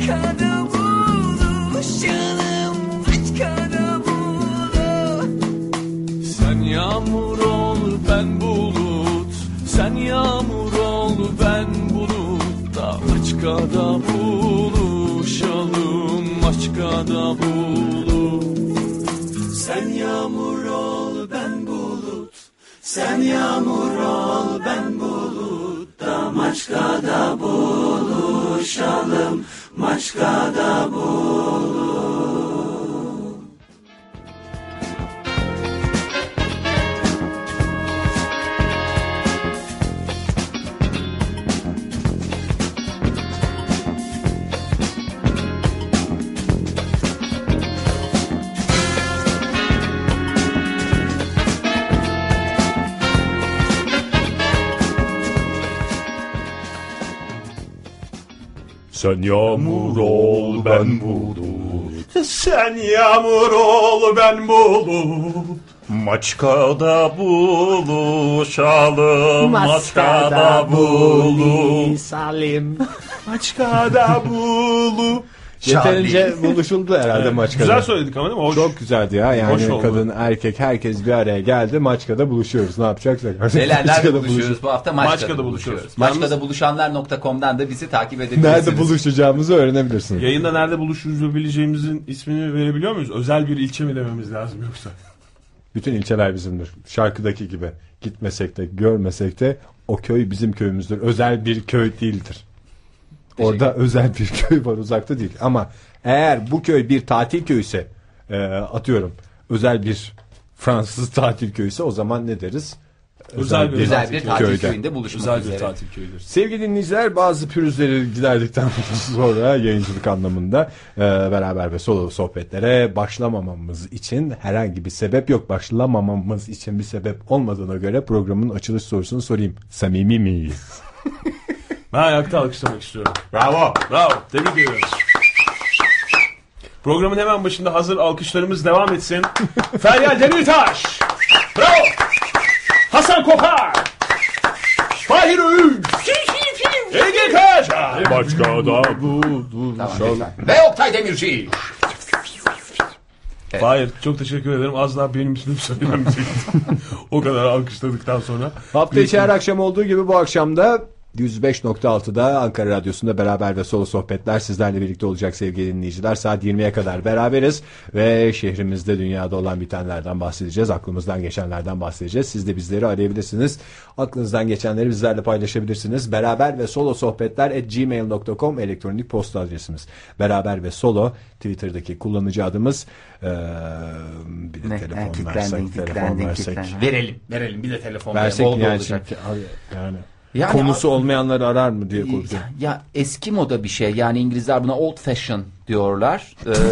Maçkada buluşalım, Maçkada bulut. Sen yağmur ol ben bulut, sen yağmur ol ben bulut da Maçkada buluşalım, Maçkada bulut. Sen yağmur ol ben bulut, sen yağmur ol ben bulut da Maçkada buluşalım, Maçkada bulut. Sen yağmur ol ben bulut, sen yağmur ol ben bulut. Maçkada buluşalım, Maçkada bulut. Salim. Maçkada bulut. Yeterince buluşuldu herhalde Maçkada. Güzel söyledik ama değil mi? Hoş. Çok güzeldi ya. Yani kadın, erkek, herkes bir araya geldi. Maçkada buluşuyoruz. Ne yapacaksak. Nelerle buluşuyoruz bu hafta? Maçkada buluşuyoruz. Maçkada buluşanlar.com'dan da bizi takip edebilirsiniz. Nerede buluşacağımızı öğrenebilirsiniz. Yayında nerede buluşabileceğimizin ismini verebiliyor muyuz? Özel bir ilçe mi dememiz lazım yoksa? Bütün ilçeler bizimdir. Şarkıdaki gibi. Gitmesek de görmesek de o köy bizim köyümüzdür. Özel bir köy değildir. Orada özel bir köy var, uzakta değil. Ama eğer bu köy bir tatil köyüse, atıyorum özel bir Fransız tatil köyüse, o zaman ne deriz? Özel bir tatil köyünde buluşmak üzere. Özel bir tatil köyüdür. Sevgili dinleyiciler, bazı pürüzleri giderdikten sonra yayıncılık anlamında beraber ve solo sohbetlere başlamamamız için herhangi bir sebep yok. Başlamamamız için bir sebep olmadığına göre programın açılış sorusunu sorayım. Samimi miyiz? Ben ayakta alkışlamak istiyorum. Bravo. Bravo. Tebrik ediyorum. Programın hemen başında hazır alkışlarımız devam etsin. Feryal Demirtaş. Bravo. Hasan Kokar. Fahir Öğünç. Ege Kayacan. Maçkada buluşalım. Ve Oktay Demirci. Evet. Fahir, çok teşekkür ederim. Az daha benim üstüm söylemeyecektim. O kadar alkışladıktan sonra. Hafta içi her akşam olduğu gibi bu akşam da 105.6'da Ankara Radyosu'nda beraber ve solo sohbetler sizlerle birlikte olacak sevgili dinleyiciler. Saat 20'ye kadar beraberiz ve şehrimizde, dünyada olan bitenlerden bahsedeceğiz. Aklımızdan geçenlerden bahsedeceğiz. Siz de bizleri arayabilirsiniz. Aklınızdan geçenleri bizlerle paylaşabilirsiniz. Beraber ve solo sohbetler @gmail.com elektronik posta adresimiz. Beraber ve solo Twitter'daki kullanıcı adımız. Bir de telefon versek. Verelim bir de telefon versek. Bol Yani, olacak. Yani konusu olmayanları arar mı diye korkuyorum. Ya eski moda bir şey. Yani İngilizler buna old fashion diyorlar.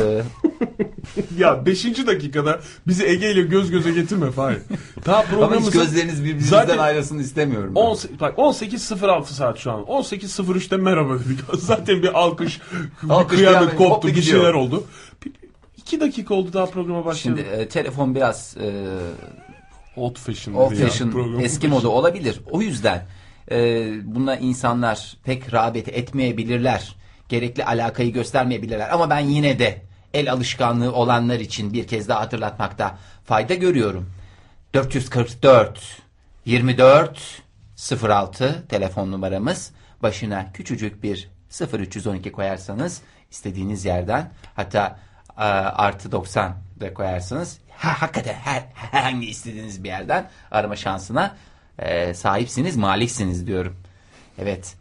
Ya 5. dakikada bizi Ege ile göz göze getirme Fahir. Ama hiç gözleriniz birbirinizden ayrılsın istemiyorum. 18.06 saat şu an. 18.03'te merhaba dedik. Zaten bir alkış Alkış kıyamet koptu, bir gidiyor. şeyler oldu. 2 dakika oldu daha programa başlayalım. Şimdi telefon biraz old fashion, eski moda olabilir. O yüzden buna insanlar pek rağbet etmeyebilirler. Gerekli alakayı göstermeyebilirler. Ama ben yine de el alışkanlığı olanlar için bir kez daha hatırlatmakta fayda görüyorum. 444 24 06 telefon numaramız. Başına küçücük bir 0312 koyarsanız istediğiniz yerden, hatta artı 90 da koyarsanız hakikaten herhangi istediğiniz bir yerden arama şansına sahipsiniz, maliksiniz diyorum. Evet.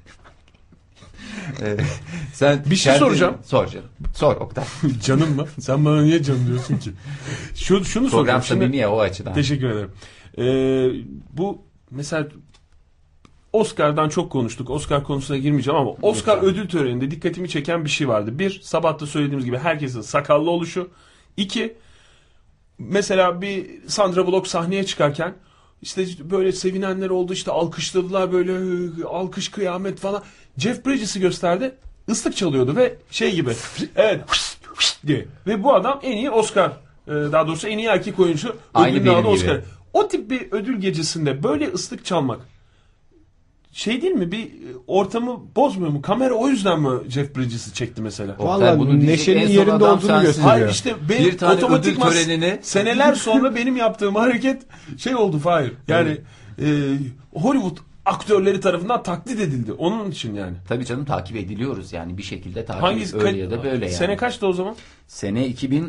Sen bir şey soracağım. Sor canım. Sor Oktay. Canım mı? Sen bana niye canım diyorsun ki? Şunu soracağım. Program samimi ya, o açıdan. Teşekkür ederim. Bu mesela Oscar'dan çok konuştuk. Oscar konusuna girmeyeceğim ama Oscar ödül töreninde dikkatimi çeken bir şey vardı. Bir, sabah da söylediğimiz gibi herkesin sakallı oluşu. İki, mesela bir Sandra Bullock sahneye çıkarken işte böyle sevinenler oldu, işte alkışladılar, böyle alkış kıyamet falan. Jeff Bridges'i gösterdi. Islık çalıyordu ve şey gibi. Evet. diye. Ve bu adam en iyi Oscar, daha doğrusu en iyi erkek oyuncu ödülünü aldı Oscar. O tip bir ödül gecesinde böyle ıslık çalmak şey değil mi? Bir ortamı bozmuyor mu? Kamera o yüzden mi Jeff Bridges'i çekti mesela? Vallahi bunu diyecek neşenin en son yerinde adam olduğunu sensin. gösteriyor. Hayır işte benim Bir tane otomatikman ödül törenini- seneler sonra benim yaptığım hareket şey oldu Fahir. Yani Hollywood aktörleri tarafından taklit edildi. Onun için yani. Tabii canım, takip ediliyoruz yani bir şekilde takip Hangisi öyle ya da böyle yani. Sene kaçtı o zaman? Sene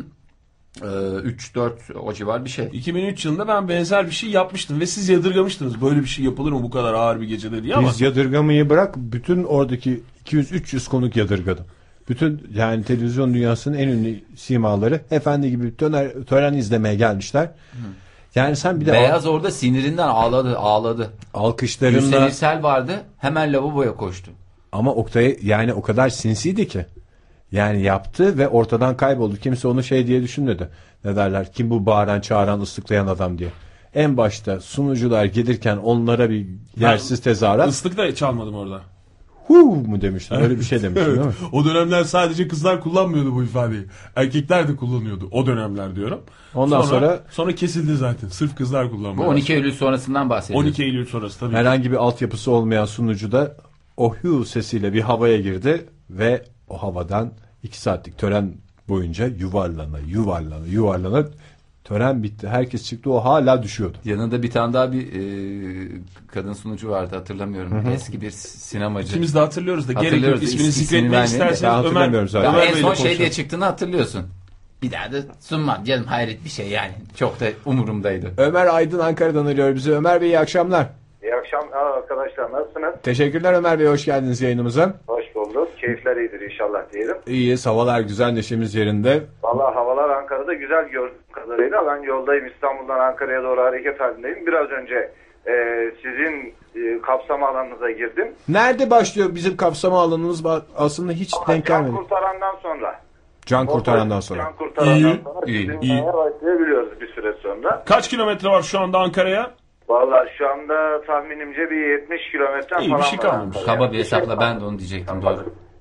2003-4 o civar bir şey. 2003 yılında ben benzer bir şey yapmıştım ve siz yadırgamıştınız. Böyle bir şey yapılır mı bu kadar ağır bir gecede diye ama. Biz yadırgamayı bırak, bütün oradaki 200-300 konuk yadırgadı. Bütün yani televizyon dünyasının en ünlü simaları efendi gibi tören izlemeye gelmişler. Yani sen bir de Beyaz orada sinirinden ağladı. alkışlarında Hüseyin İrsel vardı, hemen lavaboya koştu. ama Oktay yani o kadar sinsiydi ki. Yani yaptı ve ortadan kayboldu. Kimse onu şey diye düşünmedi. Ne derler? Kim bu bağıran, çağıran, ıslıklayan adam diye. En başta sunucular gelirken onlara bir yersiz tezahürat. Islık da çalmadım orada. Mu demişler. Öyle bir şey demiştin değil mi? O dönemler sadece kızlar kullanmıyordu bu ifadeyi. Erkekler de kullanıyordu. O dönemler diyorum. Ondan sonra kesildi zaten. Sırf kızlar Bu kullanmıyor. 12 Eylül sonrasından bahsediyoruz. 12 Eylül sonrası tabii. Herhangi bir altyapısı olmayan sunucu da o hu sesiyle bir havaya girdi ve o havadan 2 saatlik tören boyunca yuvarlana tören bitti. Herkes çıktı, o hala düşüyordu. Yanında bir tane daha bir kadın sunucu vardı, hatırlamıyorum. Eski bir sinemacı. İkimiz de hatırlıyoruz da gerek yok. Hatırlıyoruz, İsmini ismini zikretmek vermeyin de. isterseniz Ben hatırlamıyorum zaten. Ya en Bey'le son şey konuşalım. diye çıktığını hatırlıyorsun. Bir daha da sunmam canım, hayret bir şey yani. Çok da umurumdaydı. Ömer Aydın Ankara'dan arıyor bizi. Ömer Bey iyi akşamlar. İyi akşamlar arkadaşlar, nasılsınız? Teşekkürler Ömer Bey, hoş geldiniz yayınımıza. Hoş bulduk. Keyifler iyidir inşallah diyelim. İyiyiz, havalar güzel, neşemiz yerinde. Vallahi havalar Ankara'da güzel gördüğüm kadarıyla. Ben yoldayım, İstanbul'dan Ankara'ya doğru hareket halindeyim. Biraz önce sizin kapsama alanınıza girdim. Nerede başlıyor bizim kapsama alanımız? Aslında hiç denk Can gelmedi. kurtarandan sonra. Can kurtarandan sonra. Can kurtarandan İyi, sonra iyi, bizim iyi. başlayabiliyoruz bir süre sonra. Kaç kilometre var şu anda Ankara'ya? Vallahi şu anda tahminimce bir 70 kilometre İyi, falan bir şey var kalmamış. Ankara'ya. Kaba bir hesapla ben de onu diyecektim, doğru.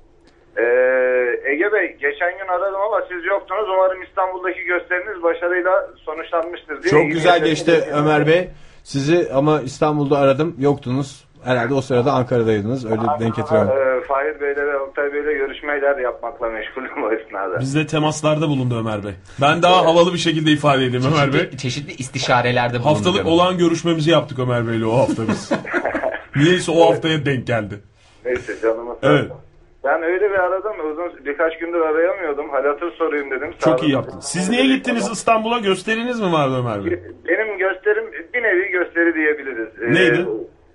Ege Bey, geçen gün aradım ama siz yoktunuz. Umarım İstanbul'daki gösteriniz başarıyla sonuçlanmıştır diye. Çok güzel geçti Ömer Bey. Sizi ama İstanbul'da aradım, yoktunuz. Herhalde o sırada Ankara'daydınız. Öyle denk getiriyorum. Fahir Bey'le ve Oktay Bey'le görüşmeler yapmakla meşgulüm o esnada. Biz de temaslarda bulundu Ömer Bey. Ben daha havalı bir şekilde ifade edeyim Ömer Bey. Çeşitli istişarelerde bulundum. Haftalık olağan görüşmemizi yaptık Ömer Bey'le o hafta biz. Niyeyse o haftaya denk geldi. Neyse canımı Evet. Ben öyle bir aradım. Uzun birkaç gündür arayamıyordum. Hal hatır sorayım dedim. Çok iyi yaptın. Siz niye gittiniz İstanbul'a? Gösteriniz mi vardı Ömer Bey? Benim gösterim bir nevi gösteri diyebiliriz. Neydi?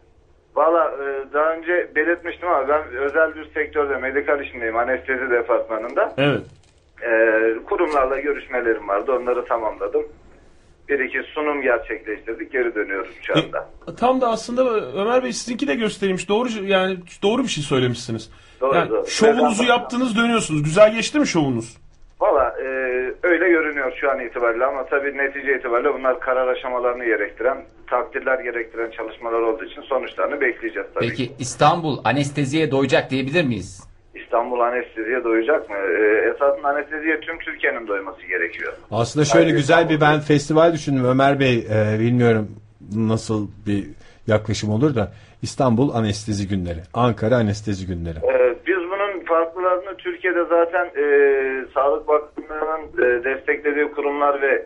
Valla daha önce belirtmiştim ama ben özel bir sektörde medikal işindeyim. Anestezi departmanında. Evet. Kurumlarla görüşmelerim vardı. Onları tamamladım. Bir iki sunum gerçekleştirdik. Geri dönüyoruz şu anda. Tam da aslında Ömer Bey sizinki de gösteriymiş. Doğru, yani doğru bir şey söylemişsiniz. Doğru, Yani doğru. şovunuzu yaptınız, dönüyorsunuz. Güzel geçti mi şovunuz? Valla öyle görünüyor şu an itibariyle ama tabii netice itibariyle bunlar karar aşamalarını gerektiren, takdirler gerektiren çalışmalar olduğu için sonuçlarını bekleyeceğiz tabii. Peki İstanbul anesteziye doyacak diyebilir miyiz? İstanbul anesteziye doyacak mı? Esasında anesteziye tüm Türkiye'nin doyması gerekiyor. Aslında şöyle Hayır, güzel bir İstanbul'da. ben festival düşündüm Ömer Bey. Bilmiyorum nasıl bir yaklaşım olur da İstanbul Anestezi Günleri, Ankara Anestezi Günleri. Biz bunun farklılarını Türkiye'de zaten Sağlık Bakanlığı'nın desteklediği kurumlar ve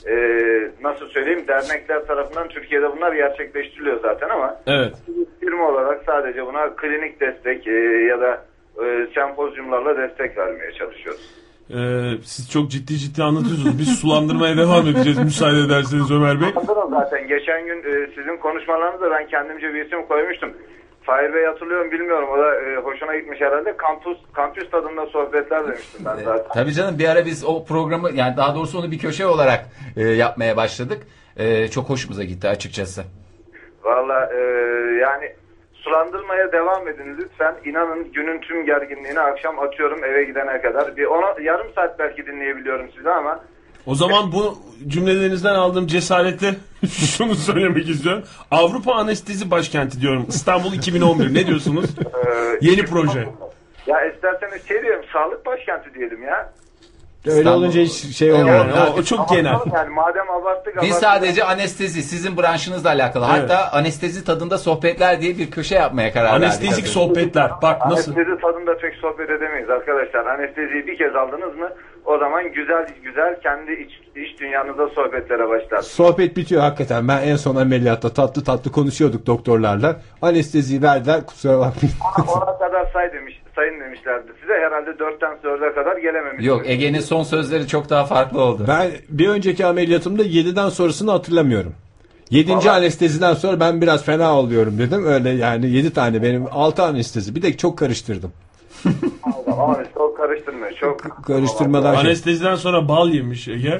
nasıl söyleyeyim dernekler tarafından Türkiye'de bunlar gerçekleştiriliyor zaten ama Evet. firma olarak sadece buna klinik destek ya da sempozyumlarla destek vermeye çalışıyoruz. Siz çok ciddi anlatıyorsunuz. Biz sulandırmaya devam edeceğiz müsaade ederseniz Ömer Bey. Zaten geçen gün sizin konuşmalarınızda ben kendimce bir isim koymuştum. Fahir Bey hatırlıyorum bilmiyorum, o da hoşuna gitmiş herhalde. Kampüs tadında sohbetler demiştim ben zaten. Tabii canım, bir ara biz o programı, yani daha doğrusu onu bir köşe olarak yapmaya başladık. Çok hoşumuza gitti açıkçası. Valla yani sulandırmaya devam edin lütfen. İnanın günün tüm gerginliğini akşam atıyorum eve gidene kadar. Yarım saat belki dinleyebiliyorum sizi ama. O zaman bu cümlelerinizden aldığım cesaretle şunu söylemek istiyorum. Avrupa Anestezi Başkenti diyorum. İstanbul 2011. Ne diyorsunuz? Yeni proje. Ya isterseniz şey diyelim, sağlık başkenti diyelim ya. Öyle olunca hiç şey olmuyor. Yani o çok genel. Yani madem abarttık. Biz sadece anestezi, sizin branşınızla alakalı. Evet. Hatta anestezi tadında sohbetler diye bir köşe yapmaya karar verdik. Anestezik sohbetler. Bak nasıl. Anestezi tadında pek sohbet edemeyiz arkadaşlar. Anesteziyi bir kez aldınız mı o zaman güzel kendi iç dünyanızda sohbetlere başlarsınız. Sohbet bitiyor hakikaten. Ben en son ameliyatta tatlı konuşuyorduk doktorlarla. Anesteziyi verdiler, kusura bakmayın. Ona kadar sayın demişlerdi size. Herhalde 4'ten 4'e kadar gelememişsiniz. Yok, Ege'nin son sözleri çok daha farklı oldu. Ben bir önceki ameliyatımda 7'den sonrasını hatırlamıyorum. 7. anesteziden sonra ben biraz fena oluyorum dedim. Öyle yani 7 tane benim 6 anestezi. Bir de çok karıştırdım. Ama çok karıştırmıyor. Çok Karıştırmadan. Anesteziden sonra bal yemiş Ege.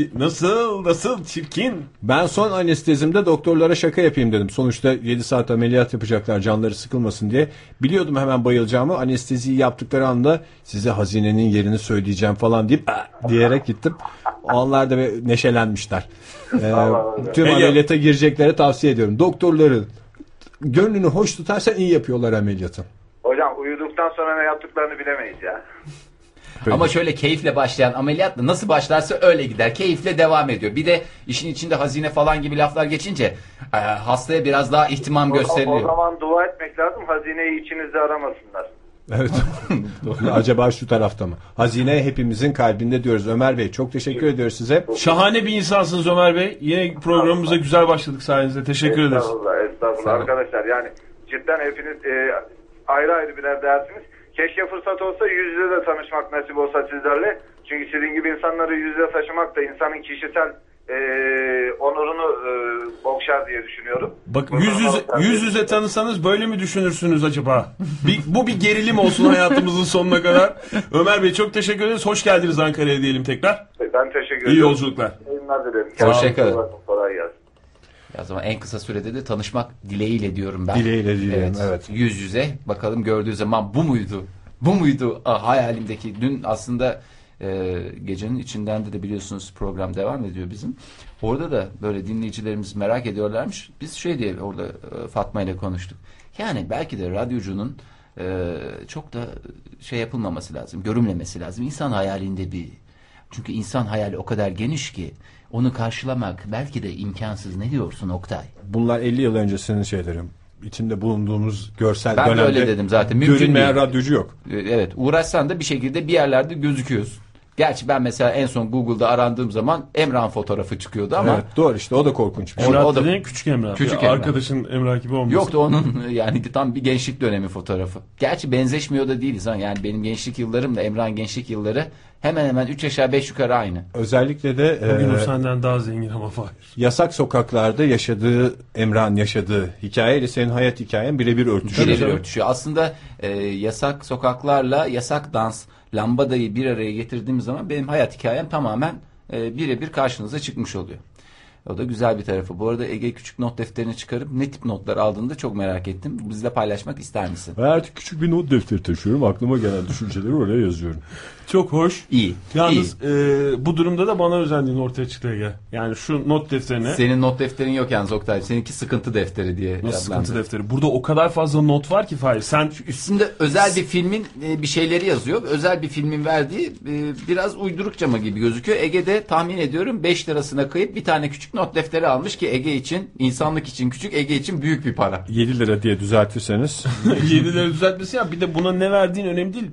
Nasıl çirkin. Ben son anestezimde doktorlara şaka yapayım dedim. Sonuçta 7 saat ameliyat yapacaklar canları sıkılmasın diye. Biliyordum hemen bayılacağımı. Anesteziyi yaptıkları anda size hazinenin yerini söyleyeceğim falan deyip diyerek gittim. Onlar da neşelenmişler. Tüm ameliyata gireceklere tavsiye ediyorum. Doktorların gönlünü hoş tutarsan iyi yapıyorlar ameliyatı. Hocam uyuduktan sonra ne yaptıklarını bilemeyiz ya. Ama şöyle keyifle başlayan ameliyatla nasıl başlarsa öyle gider. Keyifle devam ediyor. Bir de işin içinde hazine falan gibi laflar geçince hastaya biraz daha ihtimam O gösteriliyor. zaman dua etmek lazım. Hazineyi içinizde aramasınlar. Evet. Acaba şu tarafta mı? Hazine hepimizin kalbinde diyoruz. Ömer Bey çok teşekkür ediyoruz size. Şahane bir insansınız Ömer Bey. Yine programımıza güzel başladık sayenizde. Teşekkür ederiz. Estağfurullah arkadaşlar. Yani cidden hepiniz ayrı birer değersiniz. Keşke fırsat olsa yüz yüze de tanışmak nasip olsa sizlerle. Çünkü sizin gibi insanları yüz yüze taşımak da insanın kişisel onurunu okşar diye düşünüyorum. Bak yüz yüze tanısanız böyle mi düşünürsünüz acaba? Bu bir gerilim olsun hayatımızın sonuna kadar. Ömer Bey çok teşekkür ederiz. Hoş geldiniz Ankara'ya diyelim tekrar. Ben teşekkür ederim. İyi yolculuklar. Yayınlar dilerim. Hoşçakalın. Kolay gelsin. O zaman en kısa sürede de tanışmak dileğiyle diyorum ben. Dileğiyle dilerim, evet. Yüz yüze bakalım gördüğü zaman bu muydu hayalimdeki. Dün aslında gecenin içinden de biliyorsunuz program devam ediyor bizim. Orada da böyle dinleyicilerimiz merak ediyorlarmış. Biz diye orada Fatma ile konuştuk. Yani belki de radyocunun çok da yapılmaması lazım, görünmemesi lazım. İnsan hayalinde çünkü insan hayali o kadar geniş ki onu karşılamak belki de imkansız. Ne diyorsun Oktay? Bunlar 50 yıl öncesinin şeyleri. İçinde bulunduğumuz görsel Ben de dönemde öyle dedim zaten. Mümkün görünmeyen değil. radyocu yok. Evet, uğraşsan da bir şekilde bir yerlerde gözüküyorsun. Gerçi ben mesela en son Google'da arandığım zaman Emrah'ın fotoğrafı çıkıyordu ama Evet, doğru işte o da korkunç bir şey. Emrah o da- dediğin küçük Emrah. Küçük Ya, Emrah. arkadaşın Emrah gibi olmasın. yoktu onun yani tam bir gençlik dönemi fotoğrafı. Gerçi benzeşmiyor da değiliz ha. Yani benim gençlik yıllarımla Emrah'ın gençlik yılları hemen hemen 3 aşağı 5 yukarı aynı. Özellikle de Bugün o senden daha zengin ama Fahir. yasak sokaklarda Emrah'ın yaşadığı hikayeyle senin hayat hikayen birebir örtüşüyor. Birebir örtüşüyor. Aslında yasak sokaklarla yasak dans, lambadayı bir araya getirdiğim zaman benim hayat hikayem tamamen birebir karşınıza çıkmış oluyor. O da güzel bir tarafı. Bu arada Ege küçük not defterini çıkarıp ne tip notlar aldığını da çok merak ettim. Bizle paylaşmak ister misin? Ben artık küçük bir not defteri taşıyorum. Aklıma gelen düşünceleri oraya yazıyorum. Çok hoş. İyi. Yalnız bu durumda da bana özendiğin ortaya çıktı Ege. Yani şu not defterine. Senin not defterin yok yalnız Oktay. Seninki sıkıntı defteri diye. Nasıl sıkıntı adlandırılıyor. defteri? Burada o kadar fazla not var ki Fahir. Sen Üstünde özel bir filmin bir şeyleri yazıyor. Özel bir filmin verdiği biraz uydurukçama gibi gözüküyor. Ege'de tahmin ediyorum 5 lirasına kıyıp bir tane küçük not defteri almış ki Ege için, insanlık için küçük, Ege için büyük bir para. 7 lira diye düzeltirseniz. 7'leri düzeltmesi ya. Bir de buna ne verdiğin önemli değil.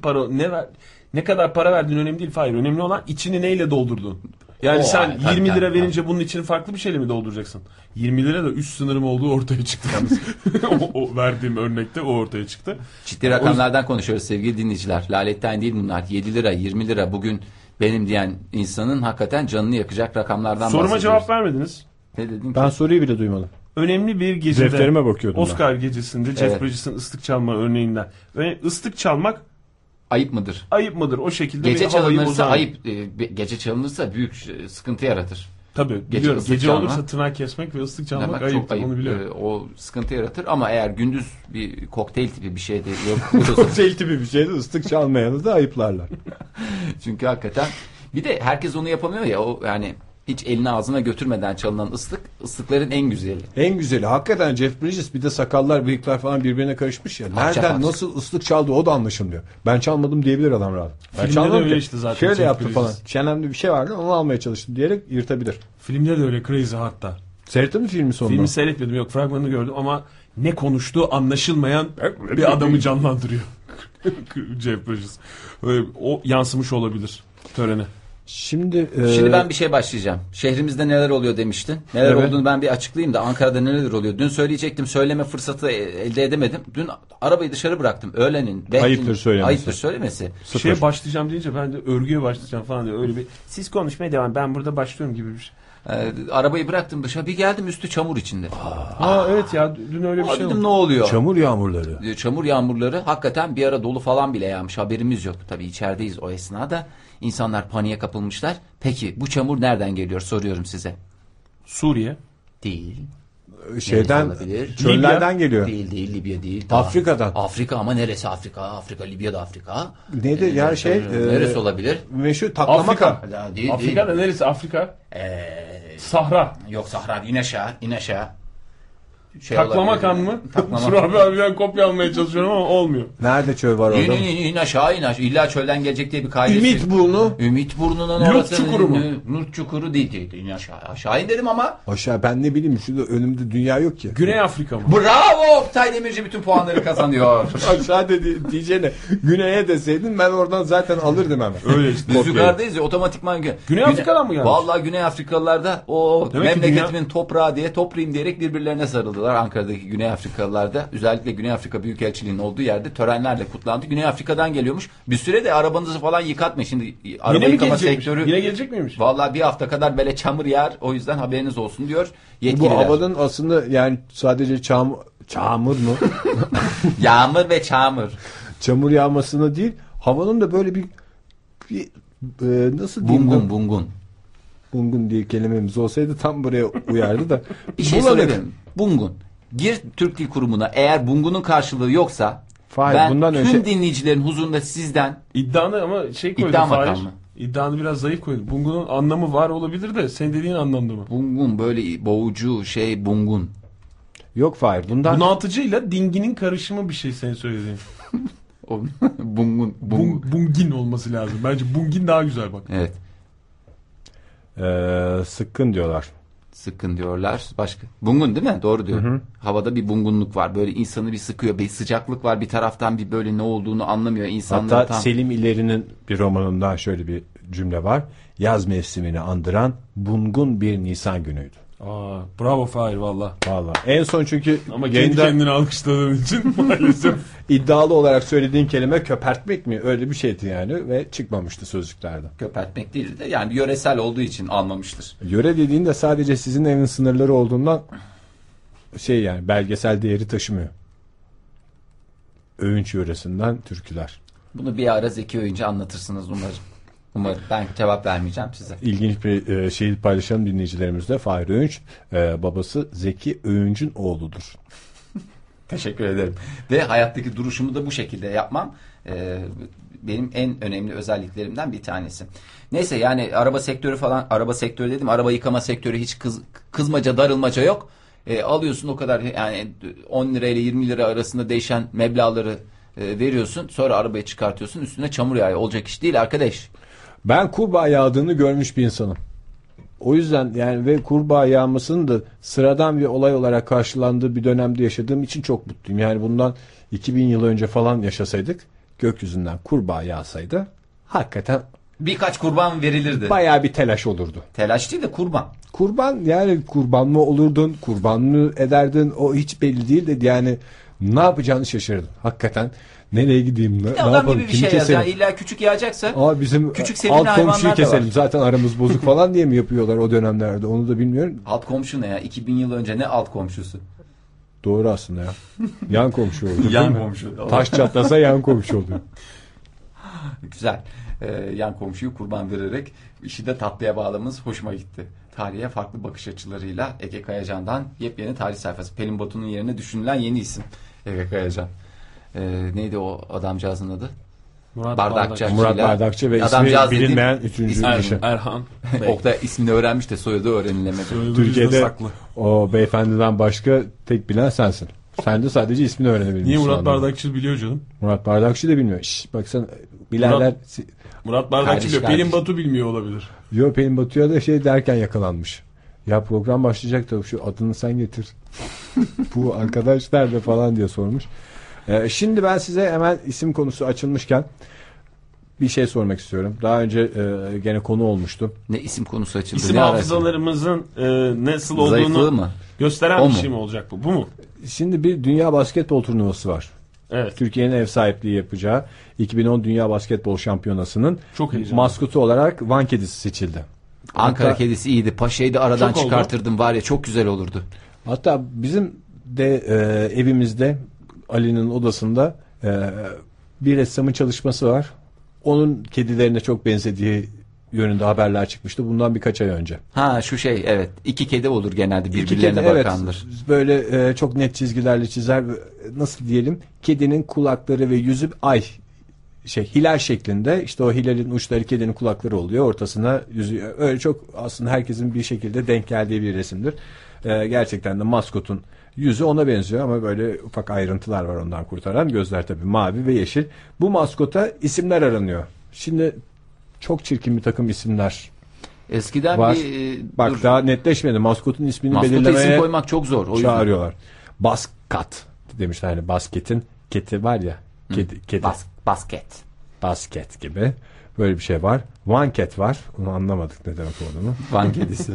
Ne kadar para verdiğin önemli değil Fahir. Önemli olan içini neyle doldurdun. Yani O, sen tabii, 20 lira tabii. verince bunun içini farklı bir şeyle mi dolduracaksın? 20 lira da üst sınırım olduğu ortaya çıktı yalnız. o verdiğim örnekte o ortaya çıktı. Ciddi rakamlardan konuşuyoruz sevgili dinleyiciler. Laletten değil bunlar. 7 lira, 20 lira bugün benim diyen insanın hakikaten canını yakacak rakamlardan Soruma bahsediyoruz. cevap vermediniz. Ne dedim Ben ki? soruyu bile duymadım. Önemli bir gecede Defterime bakıyordum Oscar gecesinde Jeff Evet. Bridges'in ıslık çalma örneğinden. Ve ıslık çalmak Ayıp mıdır? ayıp mıdır? O şekilde Gece bir havayı çalınırsa bozan. ayıp. Gece çalınırsa büyük sıkıntı yaratır. Tabii Gece biliyorum. ıslık Gece çalma. olursa tırnak kesmek ve ıslık çalmak Demek ayıp. çok ayıp. Onu biliyorum. O sıkıntı yaratır ama eğer gündüz bir kokteyl tipi bir şey de yok. Kokteyl tipi bir şeyde ıslık çalmayanı da ayıplarlar. Çünkü hakikaten bir de herkes onu yapamıyor ya, o yani Hiç elini ağzına götürmeden çalınan ıslıkların en güzeli. En güzeli hakikaten Jeff Bridges, bir de sakallar bıyıklar falan birbirine karışmış ya. Nereden parça. nasıl ıslık çaldı o da anlaşılmıyor. Ben çalmadım diyebilir adam rahat. Ben Filmde de çalmadım öyle ki. işte zaten Şöyle Jeff yaptı Bridges. falan. Çenemde bir şey vardı onu almaya çalıştım diyerek yırtabilir. Filmde de öyle Crazy Heart'ta. Seyrettin mi filmi sonunda? Filmi seyretmedim, yok, fragmanını gördüm ama ne konuştuğu anlaşılmayan bir adamı canlandırıyor. Jeff Bridges. O yansımış olabilir törene. Şimdi Ben bir şey başlayacağım. Şehrimizde neler oluyor demiştin. Neler Evet. olduğunu ben bir açıklayayım da Ankara'da neler oluyor. Dün söyleyecektim, söyleme fırsatı elde edemedim. Dün arabayı dışarı bıraktım. Öğlenin. Ayıptır söylemesi. Ayıptır söylemesi. Şeye başlayacağım deyince ben de örgüye başlayacağım falan diyor. Öyle bir siz konuşmaya devam, ben burada başlıyorum gibi bir şey. Arabayı bıraktım dışarı. Bir geldim üstü çamur içinde. Evet ya, dün öyle bir şey Dedim oldu. ne oluyor? çamur yağmurları. Çamur yağmurları hakikaten bir ara dolu falan bile yağmış. Haberimiz yok. Tabii içerideyiz o esnada. İnsanlar paniğe kapılmışlar. Peki bu çamur nereden geliyor soruyorum size. Suriye. Değil. Şeyden Neresi olabilir? çöllerden geliyor. Değil Libya değil. Afrika'dan. Afrika ama neresi Afrika? Afrika, Libya'da Afrika. Neydi ya Neresi olabilir? meşhur taklama Afrika. Ya, değil. Afrika'da neresi Afrika? Sahra. Yok Sahra, in aşağı. Taklamakan mı? Taklamakan. Kusura abiden kopya almaya çalışıyorum ama olmuyor. Nerede çöl var orada? İn aşağı. İlla çölden gelecek diye bir kaidesi. Ümitburnu. Ümitburnu'nun Lut orası. çukuru mu? Lut çukuru değil. İn aşağı. Aşağı in dedim ama. Aşağı ben ne bileyim şurada önümde dünya yok ki. Güney Afrika mı? Bravo! Oktay Demirci bütün puanları kazanıyor. Aşağı dedi diyeceğine güneye deseydin ben oradan zaten alırdım hemen. Öyle işte. Biz yukarıdayız ya otomatikman. Güney Afrika'dan mı gelmiş? Vallahi Güney Afrikalılarda o Demek ki memleketimin toprağı diye toprayım diyerek birbirlerine sarıldılar. Ankara'daki Güney Afrikalılarda özellikle Güney Afrika Büyükelçiliği'nin olduğu yerde törenlerle kutlandı. Güney Afrika'dan geliyormuş. Bir süre de arabanızı falan yıkatmayın. Şimdi araba Yine mi yıkama gelecekmiş? sektörü Yine gelecek miymiş? vallahi bir hafta kadar böyle çamur yağar. O yüzden haberiniz olsun diyor Bu yetkililer. havanın aslında yani sadece çamur mu? Yağmur ve çamur. Çamur yağmasına değil, havanın da böyle bir nasıl diyeyim? Bungun. Bungun diye kelimemiz olsaydı tam buraya uyardı da. Bir şey Bulanık. söyledim. Bungun. Gir Türk Dil Kurumu'na, eğer bungunun karşılığı yoksa Fahir, ben bundan tüm önce- dinleyicilerin huzurunda sizden İddianı ama şey koydun İddia Fahir. makamı. İddianı biraz zayıf koydun. Bungunun anlamı var olabilir de senin dediğin anlamda mı? bungun böyle boğucu bungun. Yok Fahir bundan Bunaltıcıyla dinginin karışımı bir şey senin söylediğin. O bungun. Bungin olması lazım. Bence bungin daha güzel bak. Evet. sıkkın diyorlar. Sıkın diyorlar. Başka. Bungun değil mi? Doğru diyor. Havada bir bungunluk var. Böyle insanı bir sıkıyor. Bir sıcaklık var. Bir taraftan bir böyle ne olduğunu anlamıyor. İnsanlar Hatta tam... Selim İleri'nin bir romanında şöyle bir cümle var. Yaz mevsimini andıran bungun bir Nisan günüydü. Aa, bravo Fahir valla. Vallahi. En son çünkü Ama kendi yayında kendini alkışladığın için maalesef. iddialı olarak söylediğin kelime köpertmek mi? Öyle bir şeydi yani ve çıkmamıştı sözlüklerde. Köpertmek değil de yani yöresel olduğu için almamıştır. Yöre dediğin de sadece sizin evin sınırları olduğundan şey yani belgesel değeri taşımıyor. Övünç yöresinden türküler. Bunu bir ara Zeki Öğünç'e anlatırsınız umarım. Umarım. Ben cevap vermeyeceğim size. İlginç bir şey paylaşalım dinleyicilerimizle. Fahir Öğünç babası Zeki Öğünç'ün oğludur. Teşekkür ederim. Ve hayattaki duruşumu da bu şekilde yapmam benim en önemli özelliklerimden bir tanesi. Neyse yani araba sektörü falan, araba sektörü dedim, araba yıkama sektörü hiç kızmaca darılmaca yok. Alıyorsun o kadar yani 10 lira ile 20 lira arasında değişen meblağları veriyorsun, sonra arabayı çıkartıyorsun, üstüne çamur yağıyor. Olacak iş değil arkadaş. Ben kurbağa yağdığını görmüş bir insanım. O yüzden yani ve kurbağa yağmasının da sıradan bir olay olarak karşılandığı bir dönemde yaşadığım için çok mutluyum. Yani bundan 2000 yıl önce falan yaşasaydık, gökyüzünden kurbağa yağsaydı hakikaten Birkaç kurban verilirdi. bayağı bir telaş olurdu. Telaş değil de kurban. Kurban yani kurban mı olurdun, kurban mı ederdin, o hiç belli değil de yani ne yapacağını şaşırdın. Hakikaten nereye gideyim, Bir de ne adam yapalım, gibi bir kimi şey yaz. keselim. Yani illa küçük yağacaksa Aa, bizim küçük sevimli alt hayvanlar komşuyu da keselim var. zaten aramız bozuk falan diye mi yapıyorlar o dönemlerde, onu da bilmiyorum. alt komşu ne ya? 2000 yıl önce ne alt komşusu? Doğru aslında ya. Yan komşu oluyor. Yan değil mi? komşu. Taş çatlasa yan komşu oluyor. Güzel. Yan komşuyu kurban vererek işi de tatlıya bağlamamız hoşuma gitti. Tarihe farklı bakış açılarıyla Ege Kayacan'dan yepyeni tarih sayfası. Pelin Batu'nun yerine düşünülen yeni isim Ege Kayacan. Neydi o adamcağızın adı? Bardakçı. Murat Bardakçı ve ismi Adamcağız dediğin- bilinmeyen üçüncü kişi. Erhan. Oktay ismini öğrenmiş de soyadı öğrenilemedi. Türkiye'de saklı. o beyefendiden başka tek bilen sensin. Sen de sadece ismini öğrenebilmişsin. Niye Murat anladım. Bardakçı biliyor canım? Murat Bardakçı da bilmiyor. Şşş baksana bilenler... Murat Bardakçı Kardeş, biliyor. kardeş. Pelin Batu bilmiyor olabilir. Yo Pelin Batu'ya da şey derken yakalanmış. Ya program başlayacak da şu adını sen getir. Bu arkadaş nerede falan diye sormuş. Şimdi ben size hemen isim konusu açılmışken bir şey sormak istiyorum. Daha önce gene konu olmuştu. Ne isim konusu açıldı? İsim Ne arası? hafızalarımızın nasıl Zayıflığı olduğunu mı? gösteren O bir mu? şey mi olacak bu? Bu mu? Şimdi bir dünya basketbol turnuvası var. Evet. Türkiye'nin ev sahipliği yapacağı 2010 Dünya Basketbol Şampiyonası'nın Çok heyecanlı. maskotu olarak Van Kedisi seçildi. Ankara Hatta- kedisi iyiydi. Paşa'yı da aradan Çok oldu. çıkartırdım var ya, çok güzel olurdu. Hatta bizim de evimizde Ali'nin odasında bir ressamın çalışması var. Onun kedilerine çok benzediği yönünde haberler çıkmıştı. Bundan birkaç ay önce. Ha şu şey, evet. 2 kedi olur genelde İki birbirlerine kedi, evet, bakandır. böyle çok net çizgilerle çizer. Nasıl diyelim? Kedinin kulakları ve yüzü hilal şeklinde. İşte o hilalin uçları kedinin kulakları oluyor. Ortasına yüzü. Öyle çok aslında herkesin bir şekilde denk geldiği bir resimdir. Gerçekten de maskotun yüzü ona benziyor ama böyle ufak ayrıntılar var ondan kurtaran. Gözler tabii mavi ve yeşil. Bu maskota isimler aranıyor. Şimdi çok çirkin bir takım isimler Eskiden var. bir Bak dur. daha netleşmedi. Maskotun ismini Maskota isim belirlemeye koymak çok zor. O yüzden. çağırıyorlar. Baskat demişler. Hani basketin keti var ya. Kedi. Basket. Basket gibi. Böyle bir şey var. One cat var. Onu anlamadık ne demek olduğunu. Van kedisi.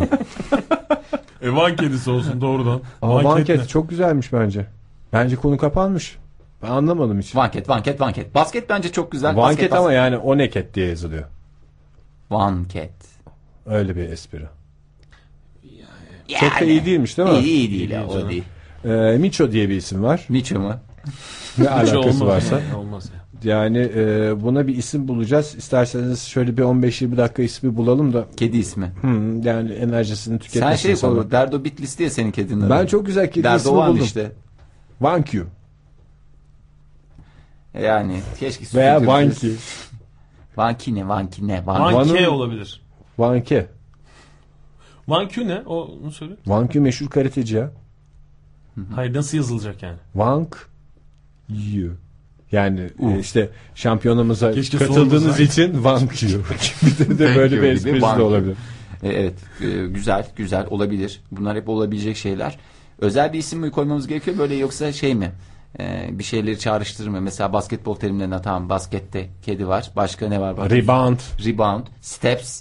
Van kedisi olsun doğrudan. Ama Van one cat cat çok güzelmiş bence. Bence konu kapanmış. Ben anlamadım hiç. Van cat. Basket bence çok güzel. One Basket, cat ama yani o ne cat diye yazılıyor. Van cat. Öyle bir espri. Çok da iyi değilmiş değil mi? İyi değil ya, o canım. değil. Miço diye bir isim var. Miço mu? Ne Hiç alakası olmaz varsa. yani, olmaz ya. Yani buna bir isim bulacağız. İsterseniz şöyle bir 15-20 dakika ismi bulalım da Kedi ismi. yani enerjisini Sen tüketmesin şey sonra. koy. Derdo Bitlis diye senin kedinin adı. Ben çok güzel kedi Derdo ismi Van buldum. işte. Vankyu Yani keşke veya sürekli- Vanki. Vanki ne? Van Van'ın- K olabilir. Vanke. Van Q ne? Onu söyle. Vankyu meşhur karateci ya. Hayır, nasıl yazılacak yani? Vank Yu. Yani işte şampiyonamıza Keşke katıldığınız sormasaydı. için Vankyu. Bir de böyle bir gibi esprisi de Vankyu. olabilir. Evet, güzel olabilir. Bunlar hep olabilecek şeyler. Özel bir isim mi koymamız gerekiyor böyle, yoksa şey mi? Bir şeyleri çağrıştırır mı? Mesela basketbol terimlerine, tamam, baskette kedi var. Başka ne var? Rebound. Rebound, steps,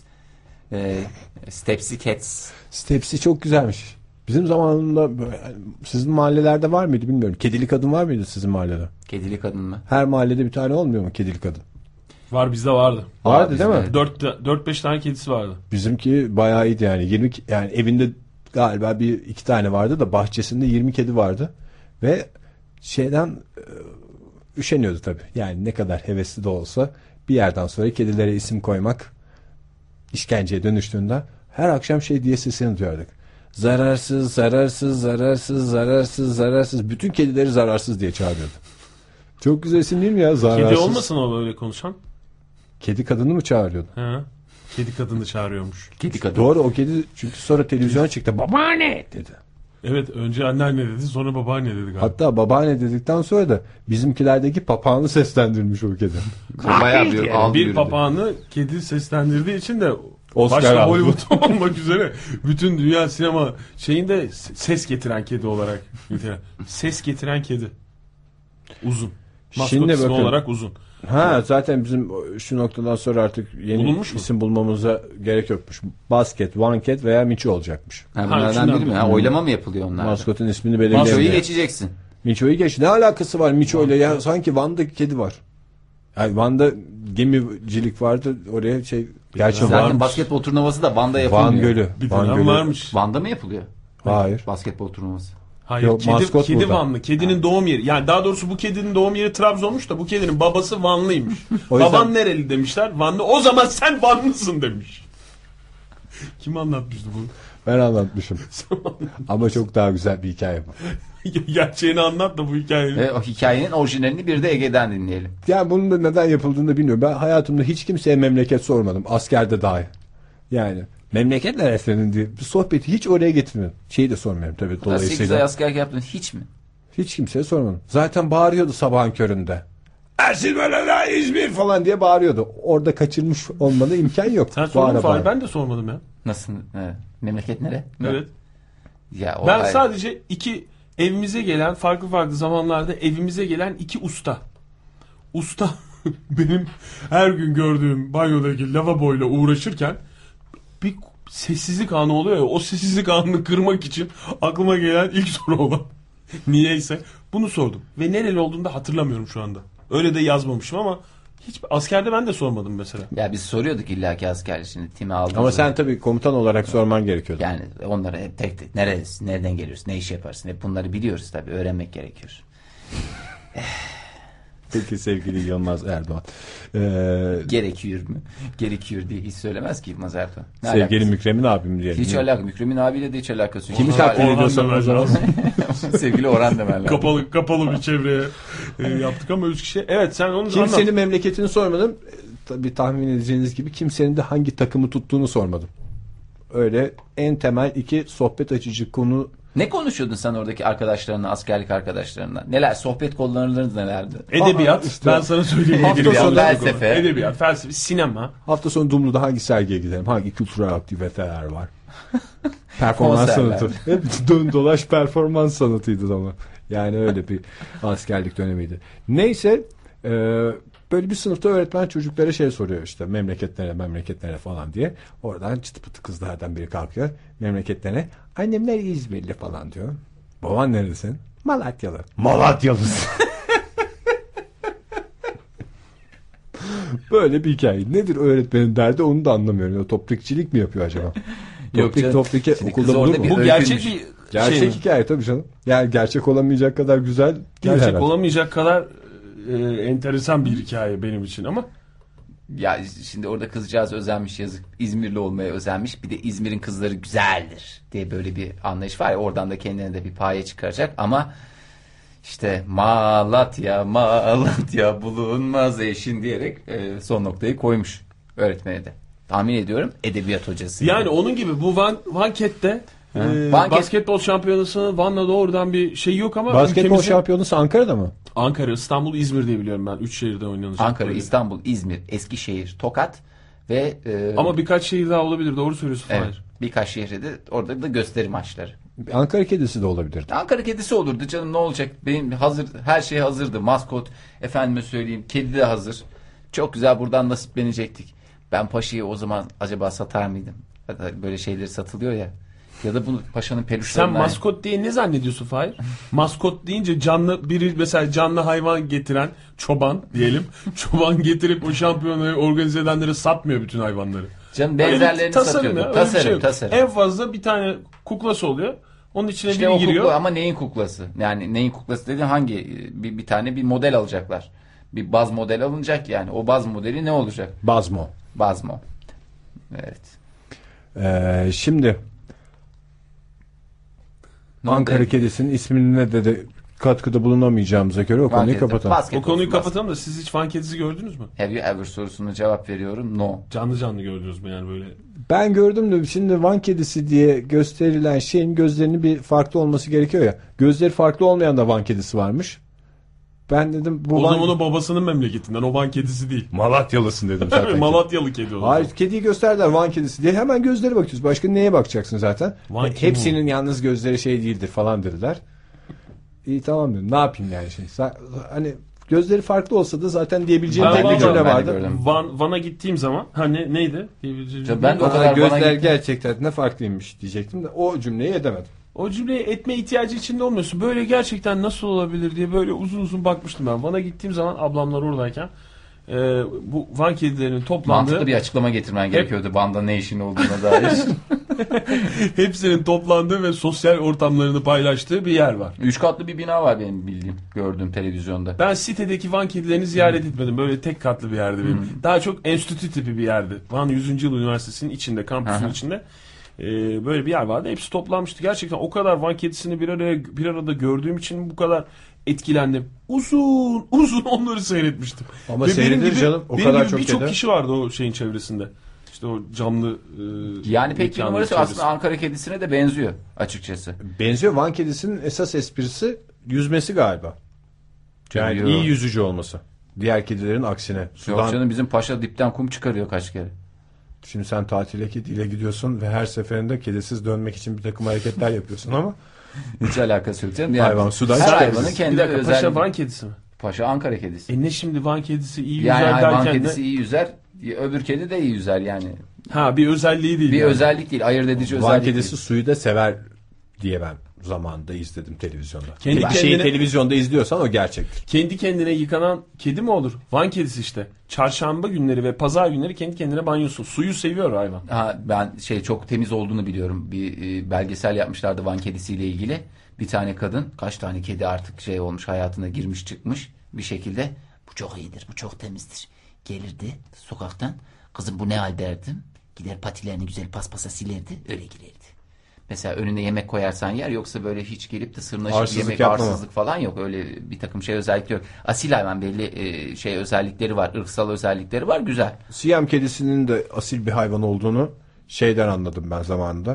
stepsy cats. Stepsi çok güzelmiş. Bizim zamanında sizin mahallelerde var mıydı bilmiyorum. Kedili kadın var mıydı sizin mahallede? Kedili kadın mı? Her mahallede bir tane olmuyor mu kedili kadın? Var, bizde vardı. Vardı bizde değil mi? de. 4-5 tane kedisi vardı. Bizimki bayağı iyiydi yani. 20 yani evinde galiba bir iki tane vardı da bahçesinde 20 kedi vardı ve şeyden üşeniyordu tabii. Yani ne kadar hevesli de olsa bir yerden sonra kedilere isim koymak işkenceye dönüştüğünde her akşam şey diye sesini duyardık. Zararsız, zararsız, zararsız, zararsız, zararsız. Bütün kedileri zararsız diye çağırıyordu. Çok güzel isim değil mi ya? Zararsız. Kedi olmasın o böyle konuşan? Kedi kadını mı çağırıyordu? He. Kedi kadını çağırıyormuş. Kedi kadın. Doğru, o kedi çünkü sonra televizyona çıktı. Babaanne dedi. Evet, önce anneanne dedi, sonra babaanne dedi galiba. Hatta babaanne dedikten sonra da bizimkilerdeki papağanı seslendirmiş o kedi. Bayağı bir al Bir yürüdü. papağanı kedi seslendirdiği için de Oscar başta aldı. Hollywood olmak üzere bütün dünya sinema şeyinde ses getiren kedi olarak. Ses getiren kedi. Uzun. Maskot Şimdi ismi bakın. olarak uzun. Ha zaten bizim şu noktadan sonra artık yeni Bulunmuş mu? isim bulmamıza gerek yokmuş. Basket, One Cat veya Miço olacakmış. Ha, bunlardan şundan biri mi? Ha, oylama mı yapılıyor onlar? Maskotun ismini Miço'yu belirleyelim. geçeceksin. Miço'yu geç. Ne alakası var Miço ile ya? Sanki Van'da kedi var. Yani Van'da gemicilik vardı. Oraya şey gerçi Zaten varmış. basketbol turnuvası da Van'da yapılmıyor. Van Gölü. Bir Van dönem Gölü. varmış. Van'da mı yapılıyor? Hayır. Basketbol turnuvası. Hayır, Yok, maskot kedi burada. Vanlı. Kedinin doğum yeri. Yani daha doğrusu bu kedinin doğum yeri Trabzon'muş da bu kedinin babası Vanlıymış. O yüzden- Baban nereli demişler. Vanlı. O zaman sen Vanlısın demiş. Kim anlatmıştı bunu? Ben anlatmışım. Ama çok daha güzel bir hikaye bu. Gerçeğini anlat da bu hikayeyi. Ve o hikayenin orijinalini bir de Ege'den dinleyelim. Yani bunun da neden yapıldığını da bilmiyorum. Ben hayatımda hiç kimseye memleket sormadım. Askerde dahi. Yani memleket neresinin diye bir sohbeti hiç oraya getirmiyorum. Şeyi de sormuyorum tabii 8 ay dolayısıyla. askerlik yaptın hiç mi? Hiç kimseye sormadım. Zaten bağırıyordu sabahın köründe. Ersin Belala İzmir falan diye bağırıyordu. Orada kaçırmış olmana imkan yok. Sen sordun Bağıra mu Fahir? bağıra. Ben de sormadım ya. Nasıl? Memleket nere? Evet. Ya, o Ben sadece evimize gelen farklı zamanlarda evimize gelen 2 usta. Usta benim her gün gördüğüm banyodaki lavaboyla uğraşırken bir sessizlik anı oluyor ya, o sessizlik anını kırmak için aklıma gelen ilk soru olan niyeyse bunu sordum. Ve nereli olduğunu da hatırlamıyorum şu anda. Öyle de yazmamışım ama hiç askerde ben de sormadım mesela. Ya biz soruyorduk illaki askerlik şimdi timi aldığımız. Ama sen tabii komutan olarak sorman gerekiyordu. Yani onlara hep tek tek neresi, nereden geliyorsun, ne iş yaparsın hep bunları biliyoruz tabii öğrenmek gerekiyor. Peki sevgili Yılmaz Erdoğan. Gerekiyor mu? Gerekiyor diye hiç söylemez ki Yılmaz Erdoğan. Ne Sevgili alakası? Mükremin abim diyelim. Hiç alakası. Mükremin abiyle de hiç alakası yok. Kimi takdir Orhan ediyorsan demen o zaman. lazım. Sevgili Orhan demen lazım. Kapalı bir çevreye yaptık ama 3 kişi. Evet sen onu Kimsenin anlat. memleketini sormadım. Tabii tahmin edeceğiniz gibi kimsenin de hangi takımı tuttuğunu sormadım. Öyle en temel 2 sohbet açıcı konu. Ne konuşuyordun sen oradaki arkadaşlarınla, askerlik arkadaşlarınla? Neler? Sohbet konularınız nelerdi? Edebiyat. işte. Ben sana söyleyeyim. Hafta Edebiyat, sonu felsefe. Edebiyat, felsefe, sinema. Hafta sonu Dumlu'da hangi sergiye gidelim? Hangi kültürel aktiviteler var? Performans Konserler. sanatı. Hep dön dolaş performans sanatıydı ama. Yani öyle bir askerlik dönemiydi. Neyse böyle bir sınıfta öğretmen çocuklara şey soruyor işte memleketlere falan diye. Oradan çıtı pıtı kızlardan biri kalkıyor. Memleketlerine annemler İzmirli falan diyor. Baban neredesin? Malatyalı. Malatyalısın. Böyle bir hikaye. Nedir öğretmenin derdi onu da anlamıyorum. Ya, toprikçilik mi yapıyor acaba? Yok canım. Toprik Şimdi okulda kız orada bulur mu? bir Bu gerçek öykünmüş. bir Gerçek şey mi? hikaye tabii canım. Yani gerçek olamayacak kadar güzel değil Gerçek herhalde. olamayacak kadar enteresan bir hikaye benim için ama Ya şimdi orada kızcağız özenmiş yazık. İzmirli olmaya özenmiş. Bir de İzmir'in kızları güzeldir diye böyle bir anlayış var ya. Oradan da kendine de bir paye çıkaracak. Ama işte Malatya bulunmaz eşin diyerek son noktayı koymuş öğretmene de. Tahmin ediyorum edebiyat hocası. yani onun gibi bu Van Ket'te Van Ket- basketbol şampiyonasının Van'la doğrudan bir şey yok ama Basketbol ülkemizin şampiyonası Ankara'da mı? Ankara, İstanbul, İzmir diye biliyorum ben. 3 şehirde oynanacak. Ankara, böyle. İstanbul, İzmir, Eskişehir, Tokat ve Ama birkaç şehir daha olabilir. Doğru söylüyorsun evet, Fahir. birkaç şehirde de orada da gösteri maçları. Ankara kedisi de olabilirdi. Ankara kedisi olurdu canım ne olacak? Benim hazır her şey hazırdı. Maskot efendime söyleyeyim. Kedi de hazır. Çok güzel buradan nasiplenecektik. Ben paşayı o zaman acaba satar mıydım? Böyle şeyleri satılıyor ya. Ya da bunu paşanın Sen peluşlarından. maskot diye ne zannediyorsun Fahir? Maskot deyince canlı biri mesela canlı hayvan getiren çoban diyelim. Çoban getirip o şampiyonayı organize edenlere satmıyor bütün hayvanları. Canım Öyle bir benzerlerini tasarım satıyordu. ya, öyle bir şey yok. Tasarım. En fazla bir tane kuklası oluyor. Onun içine İşte biri o giriyor. kukla ama neyin kuklası? Yani neyin kuklası dediğin hangi? Bir tane bir model alacaklar. Bir baz model alınacak yani. O baz modeli ne olacak? Bazmo. Bazmo. Evet. Şimdi Ne Ankara oldu? kedisinin ismine de katkıda bulunamayacağımıza göre o konuyu Basketbol, kapatalım. basketbol, O konuyu basketbol. kapatalım da siz hiç Van kedisi gördünüz mü? Have you ever sorusuna cevap veriyorum. No. Canlı gördünüz mü yani böyle? Ben gördüm de şimdi Van kedisi diye gösterilen şeyin gözlerinin bir farklı olması gerekiyor ya. Gözleri farklı olmayan da Van kedisi varmış. Ben dedim bu O Van... zaman o babasının memleketinden. O Van kedisi değil. Malatyalısın dedim zaten. Malatyalı kedi o. Hayır kediyi gösterdiler Van kedisi diye hemen gözleri bakıyoruz. Başka neye bakacaksın zaten? Van kim Hepsinin yalnız gözleri şey değildir falan dediler. İyi tamam dedim. Ne yapayım yani şimdi? Hani gözleri farklı olsa da zaten diyebileceğim Ben tek bir vallahi cümle ben de vardı. gördüm. Van'a gittiğim zaman hani neydi? Ben de o kadar Gözler Van'a gittim. gerçekten ne farklıymış diyecektim de o cümleyi edemedim. O cümleyi etme ihtiyacı içinde olmuyorsun. Böyle gerçekten nasıl olabilir diye böyle uzun bakmıştım ben. Van'a gittiğim zaman ablamlar oradayken bu Van kedilerinin toplandığı Mantıklı bir açıklama getirmen gerekiyordu. Van'da ne işin olduğuna dair. hepsinin toplandığı ve sosyal ortamlarını paylaştığı bir yer var. 3 katlı bir bina var benim bildiğim. Gördüğüm televizyonda. Ben sitedeki Van kedilerini ziyaret etmedim. Böyle tek katlı bir yerdi benim. Daha çok enstitü tipi bir yerdi. Van 100. Yıl Üniversitesi'nin içinde, kampüsün Aha. içinde. böyle bir yer vardı. Hepsi toplanmıştı. Gerçekten o kadar Van kedisini bir arada gördüğüm için bu kadar etkilendim. Uzun onları seyretmiştim. Ama Ve seyredilir canım. O benim kadar gibi çok birçok kedi. kişi vardı o şeyin çevresinde. İşte o camlı Yani pek bir mekanın numarası çevresinde. aslında Ankara kedisine de benziyor açıkçası. Benziyor. Van kedisinin esas esprisi yüzmesi galiba. Yani Yok. iyi yüzücü olması. Diğer kedilerin aksine. Yok Sudan, canım, bizim paşa dipten kum çıkarıyor kaç kere. şimdi sen tatile kediyle gidiyorsun ve her seferinde kedisiz dönmek için bir takım hareketler yapıyorsun ama Hiç alakası yok canım. Yani hayvan sudan her çıkarız. hayvanın Bir kendi dakika, özel... Paşa Van kedisi mi? Paşa Ankara kedisi. Ne şimdi Van kedisi iyi Yani yüzer hayvan derken kedisi ne? iyi yüzer, öbür kedi de iyi yüzer yani. Ha, bir özelliği değil. Bir yani. özellik değil, ayırt edici Van özellik kedisi değil. suyu da sever diye ben zamanında izledim televizyonda. Kendi Bir şeyi kendine- televizyonda izliyorsan o gerçektir. Kendi kendine yıkanan kedi mi olur? Van kedisi işte. Çarşamba günleri ve pazar günleri kendi kendine banyosu. Suyu seviyor hayvan. Ha, ben çok temiz olduğunu biliyorum. Bir belgesel yapmışlardı Van kedisiyle ilgili. Bir tane kadın, kaç tane kedi artık olmuş, hayatına girmiş çıkmış bir şekilde. Bu çok iyidir, bu çok temizdir. Gelirdi sokaktan, kızım bu ne hal derdim. Gider patilerini güzel paspasa silerdi, öyle girerdi. Mesela önüne yemek koyarsan yer, yoksa böyle hiç gelip de sırnaşıp Arsızlık yemek, yapma. arsızlık falan yok. Öyle bir takım özellikleri yok. Asil hayvan belli özellikleri var, ırksal özellikleri var, güzel. Siyam kedisinin de asil bir hayvan olduğunu şeyden anladım ben zamanında.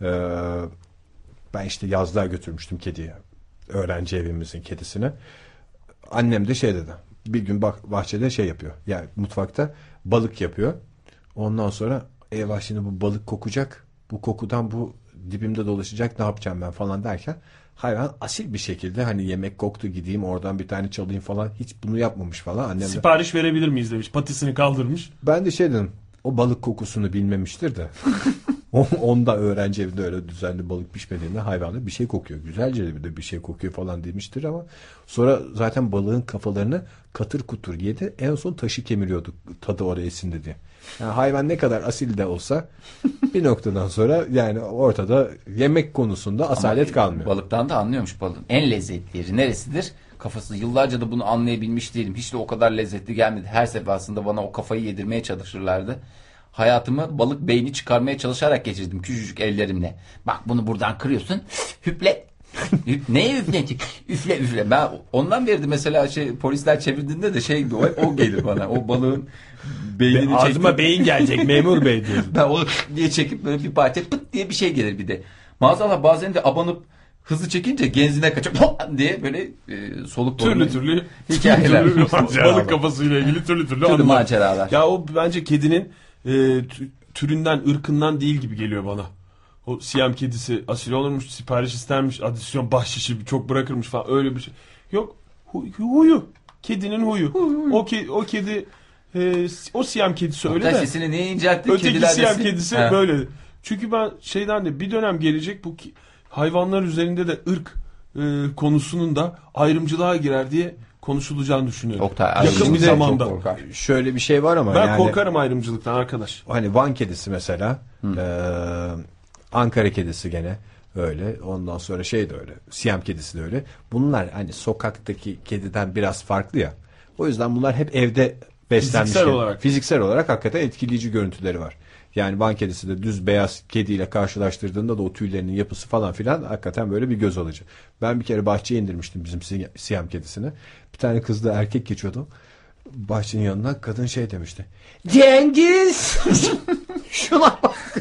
Ben işte yazlığa götürmüştüm kediyi. Öğrenci evimizin kedisini. Annem de şey dedi. Bir gün bahçede yapıyor. Yani mutfakta balık yapıyor. Ondan sonra eyvah şimdi bu balık kokacak. Bu kokudan bu dibimde dolaşacak, ne yapacağım ben falan derken hayvan asil bir şekilde hani yemek koktu gideyim oradan bir tane çalayım falan, hiç bunu yapmamış falan. Annem de, Sipariş verebilir miyiz demiş. Patisini kaldırmış. ben de dedim, o balık kokusunu bilmemiştir de. Onda öğrenci evinde öyle düzenli balık pişmediğinde hayvanda bir şey kokuyor. Güzelce de bir şey kokuyor falan demiştir ama sonra zaten balığın kafalarını katır kutur yedi. En son taşı kemiriyordu tadı oraya esindi diye. Yani hayvan ne kadar asil de olsa bir noktadan sonra yani ortada yemek konusunda asalet kalmıyor. Balıktan da anlıyormuş balığın. En lezzetli yeri neresidir? Kafası. Yıllarca da bunu anlayabilmiş değilim. Hiç de o kadar lezzetli gelmedi. Her seferinde bana o kafayı yedirmeye çalışırlardı. Hayatımı balık beyni çıkarmaya çalışarak geçirdim küçücük ellerimle. Bak bunu buradan kırıyorsun. Hüple. Neye üfleyecek? Üfle. Ben ondan beri de mesela polisler çevirdiğinde de o gelir bana. O balığın beynini Ağzıma beyin gelecek memur bey diyor. ben onu diye çekip böyle bir parça pıt diye bir şey gelir bir de. Maazallah bazen de abanıp hızlı çekince genzine kaçıp diye böyle soluk Türlü hikayeler. balık kafasıyla ilgili türlü anılar. maceralar. Ya o bence kedinin türünden, ırkından değil gibi geliyor bana. O Siyam kedisi asil olurmuş, sipariş istermiş, adisyon bahşişi çok bırakırmış falan, öyle bir şey. Yok, huyu. Kedinin huyu. O kedi o Siyam kedisi öyle Oktay de. sesini niye incelttin? Öteki Kediler Siyam desin. kedisi He. böyle. Çünkü ben de bir dönem gelecek bu hayvanlar üzerinde de ırk konusunun da ayrımcılığa girer diye konuşulacağını düşünüyorum. Oktay, Yakın ayrımcılıktan bir çok zamanda. korkar. Şöyle bir şey var ama Ben yani korkarım ayrımcılıktan arkadaş. hani Van kedisi mesela, Ankara kedisi gene öyle. Ondan sonra de öyle. Siyam kedisi de öyle. Bunlar hani sokaktaki kediden biraz farklı ya. O yüzden bunlar hep evde beslenmiş. Fiziksel olarak hakikaten etkileyici görüntüleri var. Yani Van kedisi de düz beyaz kediyle karşılaştırdığında da o tüylerinin yapısı falan filan hakikaten böyle bir göz alıcı. Ben bir kere bahçeye indirmiştim bizim Siyam kedisini. Bir tane kız da erkek geçiyordu. Bahçenin yanına kadın demişti. Cengiz! Şuna bak.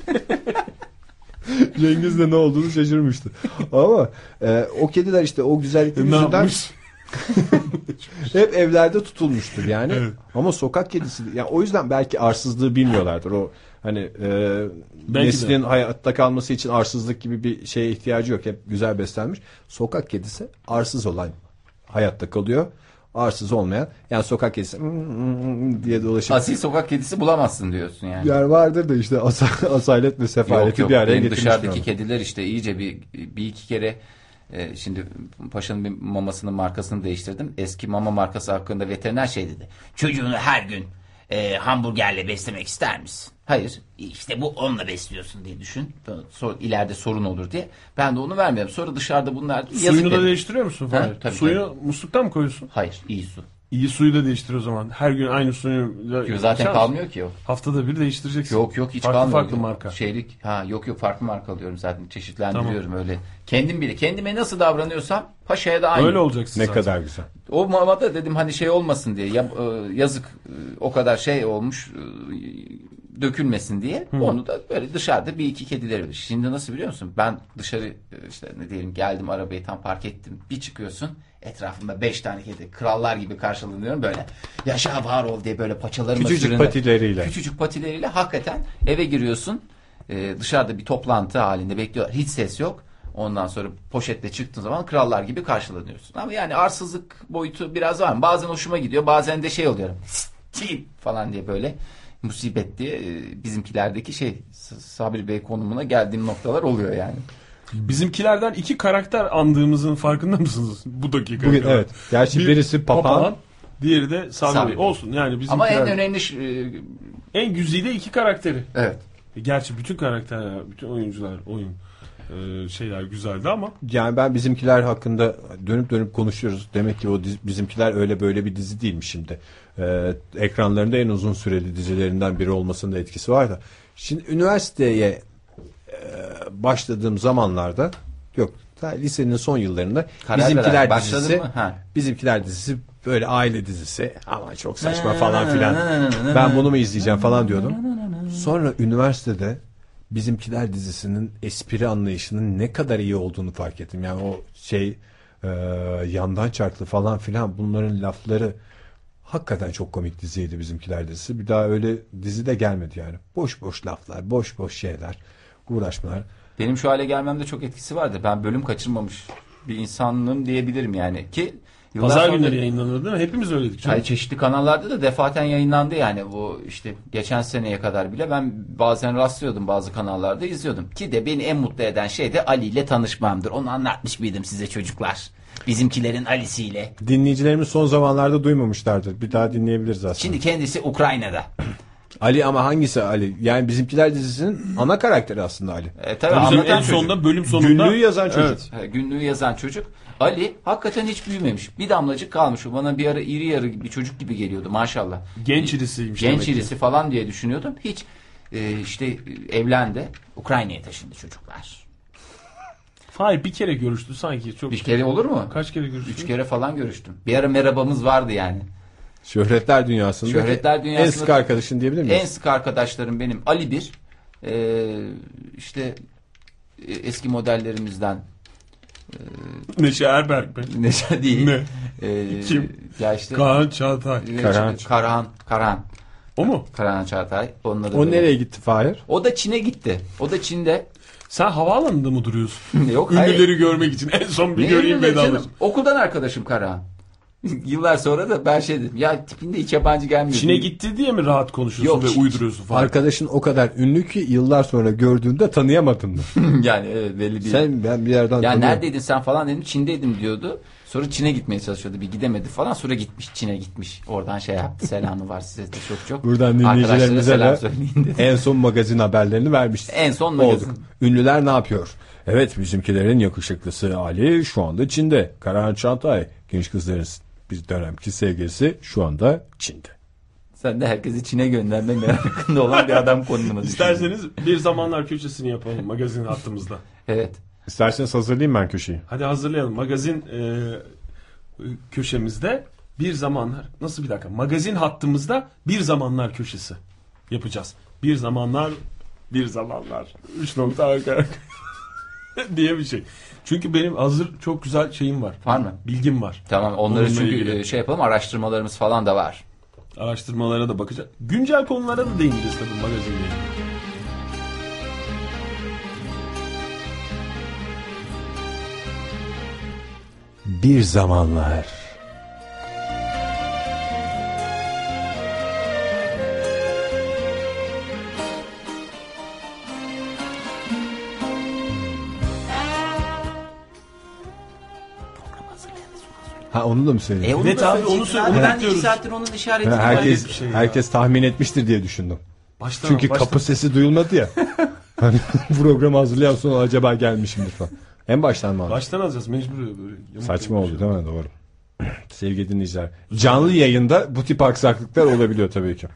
Cengiz de ne olduğunu şaşırmıştı. Ama o kediler işte o güzellikleri Ne yüzünden yapmış? hep evlerde tutulmuştur yani. Evet. Ama sokak kedisi yani o yüzden belki arsızlığı bilmiyorlardır. O hani Belki neslin hayatta kalması için arsızlık gibi bir şeye ihtiyacı yok. Hep güzel beslenmiş. Sokak kedisi arsız olan hayatta kalıyor. Arsız olmayan yani sokak kedisi diye dolaşıp Asil sokak kedisi bulamazsın diyorsun yani. yer vardır da işte asalet ve sefaleti Yok, bir araya benim getirmiş. dışarıdaki kediler işte iyice bir iki kere şimdi Paşa'nın bir mamasının markasını değiştirdim. Eski mama markası hakkında veteriner dedi. Çocuğunu her gün hamburgerle beslemek ister misin? Hayır. İşte bu onunla besliyorsun diye düşün. İleride sorun olur diye. Ben de onu vermiyorum. Sonra dışarıda bunlar Suyunu da değiştiriyor musun? Ha, tabii, Suyu musluktan mı koyuyorsun? Hayır, iyi su. İyi suyu da değiştir o zaman. Her gün aynı suyu Zaten içer kalmıyor misin? ki o. Haftada bir değiştireceksin. Yok hiç farklı kalmıyor. Farklı marka. Yok farklı marka alıyorum zaten. Çeşitlendiriyorum öyle. Kendim bile. Kendime nasıl davranıyorsam paşaya da aynı. Öyle olacaksın Ne zaten. kadar güzel. O mamada dedim hani şey olmasın diye. Yazık o kadar şey olmuş dökülmesin diye. Onu da böyle dışarıda bir iki kedileri var. Şimdi nasıl biliyor musun? Ben dışarı işte ne diyelim geldim arabayı tam park ettim. Bir çıkıyorsun. Etrafımda 5 tane kedi krallar gibi karşılanıyorum böyle yaşa var ol diye böyle paçalarıma Küçücük patileriyle. Küçücük patileriyle hakikaten eve giriyorsun. Dışarıda bir toplantı halinde bekliyorlar. Hiç ses yok. Ondan sonra poşetle çıktığın zaman krallar gibi karşılanıyorsun. Ama yani arsızlık boyutu biraz var mı? Bazen hoşuma gidiyor. Bazen de şey oluyorum. Falan diye böyle musibet diye bizimkilerdeki Sabri Bey konumuna geldiğim noktalar oluyor yani. Bizimkilerden 2 karakter andığımızın farkında mısınız? Bu dakika. Bugün evet. Gerçi birisi papağan. Diğeri de Sabri Sabri Bey. Bey. Olsun yani bizimkiler. Ama en önemli en güzide 2 karakteri. evet. Gerçi bütün karakterler, bütün oyuncular, şeyler güzeldi ama. Yani ben bizimkiler hakkında dönüp konuşuyoruz. Demek ki o bizimkiler öyle böyle bir dizi değilmiş şimdi. Ekranlarında en uzun süreli dizilerinden biri olmasının da etkisi var da. Şimdi üniversiteye başladığım zamanlarda lisenin son yıllarında Bizimkiler dizisi böyle aile dizisi ama çok saçma falan filan. Ben bunu mu izleyeceğim falan diyordum. Sonra üniversitede Bizimkiler dizisinin espri anlayışının ne kadar iyi olduğunu fark ettim. Yani o yandan çarklı falan filan bunların lafları hakikaten çok komik diziydi Bizimkiler dizisi. Bir daha öyle dizi de gelmedi yani. Boş boş laflar, boş boş şeyler, uğraşmalar. Benim şu hale gelmemde çok etkisi vardı. Ben bölüm kaçırmamış bir insanım diyebilirim yani ki Pazar günleri yayınlanırdı değil mi? Hepimiz öyleydik. Yani çeşitli kanallarda da defaten yayınlandı yani bu işte geçen seneye kadar bile ben bazen rastlıyordum bazı kanallarda izliyordum. Ki de beni en mutlu eden şey de Ali ile tanışmamdır. Onu anlatmış mıydım size çocuklar? Bizimkilerin Ali'siyle. Dinleyicilerimiz son zamanlarda duymamışlardır. Bir daha dinleyebiliriz aslında. Şimdi kendisi Ukrayna'da. Ali ama hangisi Ali? Yani Bizimkiler dizisinin ana karakteri aslında Ali. Tabii en sonunda bölüm sonunda günlüğü yazan çocuk. Evet. Günlüğü yazan çocuk. Ali hakikaten hiç büyümemiş. Bir damlacık kalmış. O bana bir ara iri yarı bir çocuk gibi geliyordu maşallah. Genç irisiymiş. Genç irisi falan diye düşünüyordum. Hiç evlendi. Ukrayna'ya taşındı çocuklar. Hayır bir kere görüştü sanki. Çok... Bir kere olur mu? Kaç kere görüştü? 3 kere falan görüştüm. Bir ara merhabamız vardı yani. Şöhretler Dünyası'nda en sık arkadaşın diyebilir miyiz? En sık arkadaşlarım benim Ali bir. Eski modellerimizden Neşe Erberk mi? Neşe değil. Ne? Kim? Ya işte Kaan Çağatay. Karahan. O mu? Karahan Çağatay. O nereye gitti Fahir? O da Çin'e gitti. O da Çin'de. Sen havaalanında mı duruyorsun? Yok. Ünlüleri görmek için. En son bir göreyim vedalaşım. Okuldan arkadaşım Karahan. Yıllar sonra da ben dedim. Ya tipinde hiç yabancı gelmiyor. Çin'e gitti diye mi rahat konuşuyorsun ve uyduruyorsun falan? Arkadaşın o kadar ünlü ki yıllar sonra gördüğünde tanıyamadın mı? Yani belli bir. Ben bir yerden ya neredeydin sen falan dedim. Çin'deydim diyordu. Sonra Çin'e gitmeye çalışıyordu. Bir gidemedi falan. Sonra gitmiş. Çin'e gitmiş. Oradan yaptı. Selamı var size de çok. Buradan dinleyicilerimize de en son magazin haberlerini vermiştik. En son magazin. Olduk. Ünlüler ne yapıyor? Evet Bizimkilerin yakışıklısı Ali şu anda Çin'de. Karahan Çağatay genç kızların bir dönemki sevgilisi şu anda Çin'de. Sen de herkesi Çin'e gönderme merakında olan bir adam konumuna İsterseniz bir zamanlar köşesini yapalım magazin hattımızda. Evet. İsterseniz hazırlayayım ben köşeyi. Hadi hazırlayalım. Magazin köşemizde bir zamanlar magazin hattımızda bir zamanlar köşesi yapacağız. Bir zamanlar 3 nokta arka diye bir şey. Çünkü benim hazır çok güzel şeyim var. Var mı? Bilgim var. Tamam onları onunla çünkü ilgili. yapalım araştırmalarımız falan da var. Araştırmalara da bakacağız. Güncel konulara da değineceğiz tabii magazinle. Bir zamanlar. Ha onu da mı söyledin? Onu Evet da abi, onu söyleyeceksin. Ben 2 diyoruz. saattir onun işaretini Herkes tahmin etmiştir diye düşündüm. Çünkü baştan. kapı sesi duyulmadı ya. Hani programı hazırlayan sonra acaba gelmişimdir falan. En baştan mı aldın? Baştan alacağız mecbur böyle. Saçma oldu değil mi? Doğru. Sevgili dinleyiciler, canlı yayında bu tip aksaklıklar olabiliyor tabii ki.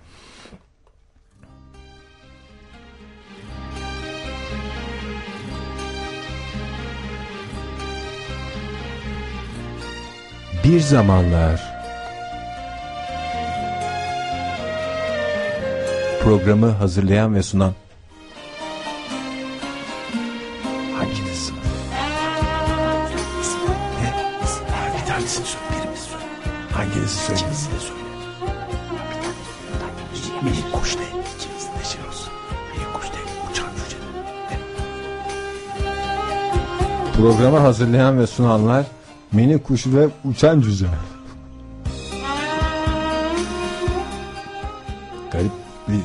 Bir zamanlar programı hazırlayan ve sunan hanginiz? Bir tanesini söyle, birimiz söyle. Hanginizi söyle? İkimizi de söyle. Minik kuş değil, ikimiz de şey olsun. Minik kuş değil, uçan cüce. Programı hazırlayan ve sunanlar Minik kuş ve uçan cüce. Garip bir...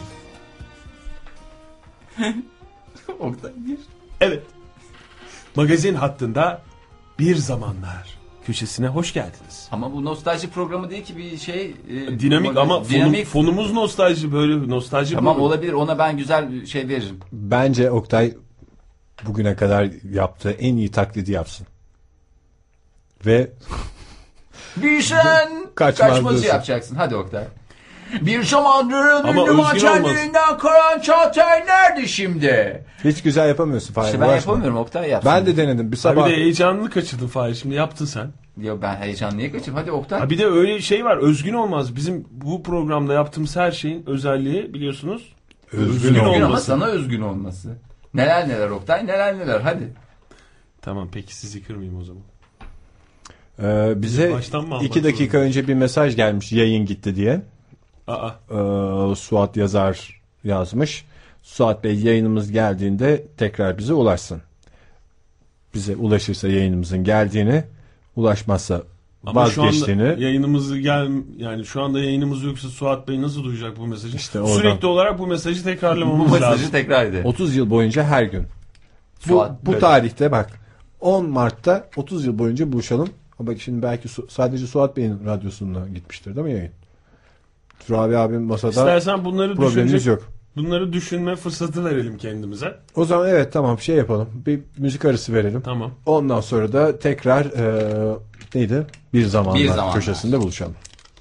Oktay bir. Evet. Magazin hattında bir zamanlar köşesine hoş geldiniz. Ama bu nostalji programı değil ki bir şey. Dinamik ama dinamik. fonumuz nostalji, böyle nostalji. Tamam program. olabilir, ona ben güzel bir şey veririm. Bence Oktay bugüne kadar yaptığı en iyi taklidi yapsın. Ve Bir sen kaçmazı diyorsun. yapacaksın. Hadi Oktay. Bir zamanların Ama ünlü özgün mankenlerinden Karan Çağatay nerede şimdi? hiç güzel yapamıyorsun Fahir. İşte ben uğraşma. yapamıyorum, Oktay yapsın. Ben de denedim bir sabah. Bir de heyecanını kaçırdın Fahir, şimdi yaptın sen. Ya ben heyecan niye kaçayım? Hadi Oktay. Ha bir de öyle şey var, özgün olmaz. Bizim bu programda yaptığımız her şeyin özelliği biliyorsunuz. Özgün Özgün ama olması. sana özgün olması. Neler neler Oktay, neler neler, hadi. Tamam peki, sizi kırmayayım o zaman. Bize Baştan mı 2 dakika önce bir mesaj gelmiş, yayın gitti diye. Suat Yazar yazmış. Suat Bey, yayınımız geldiğinde tekrar bize ulaşsın. Bize ulaşırsa yayınımızın geldiğini, ulaşmazsa Ama vazgeçtiğini. şu anda yayınımızı yani şu anda yayınımız yoksa Suat Bey nasıl duyacak bu mesajı? İşte oradan. Sürekli olarak bu mesajı Bu tekrarlamamız mesajı lazım. tekrar edin. 30 yıl boyunca her gün. Suat, Bu evet. tarihte bak, 10 Mart'ta 30 yıl boyunca buluşalım. Ama bak şimdi belki sadece Suat Bey'in radyosuna gitmiştir değil mi yayın? Turabi abim masada, İstersen bunları problemimiz yok. Bunları düşünme fırsatı verelim kendimize. O zaman evet, tamam, şey yapalım. Bir müzik arası verelim. Tamam. Ondan sonra da tekrar neydi? Bir zamanlar köşesinde buluşalım.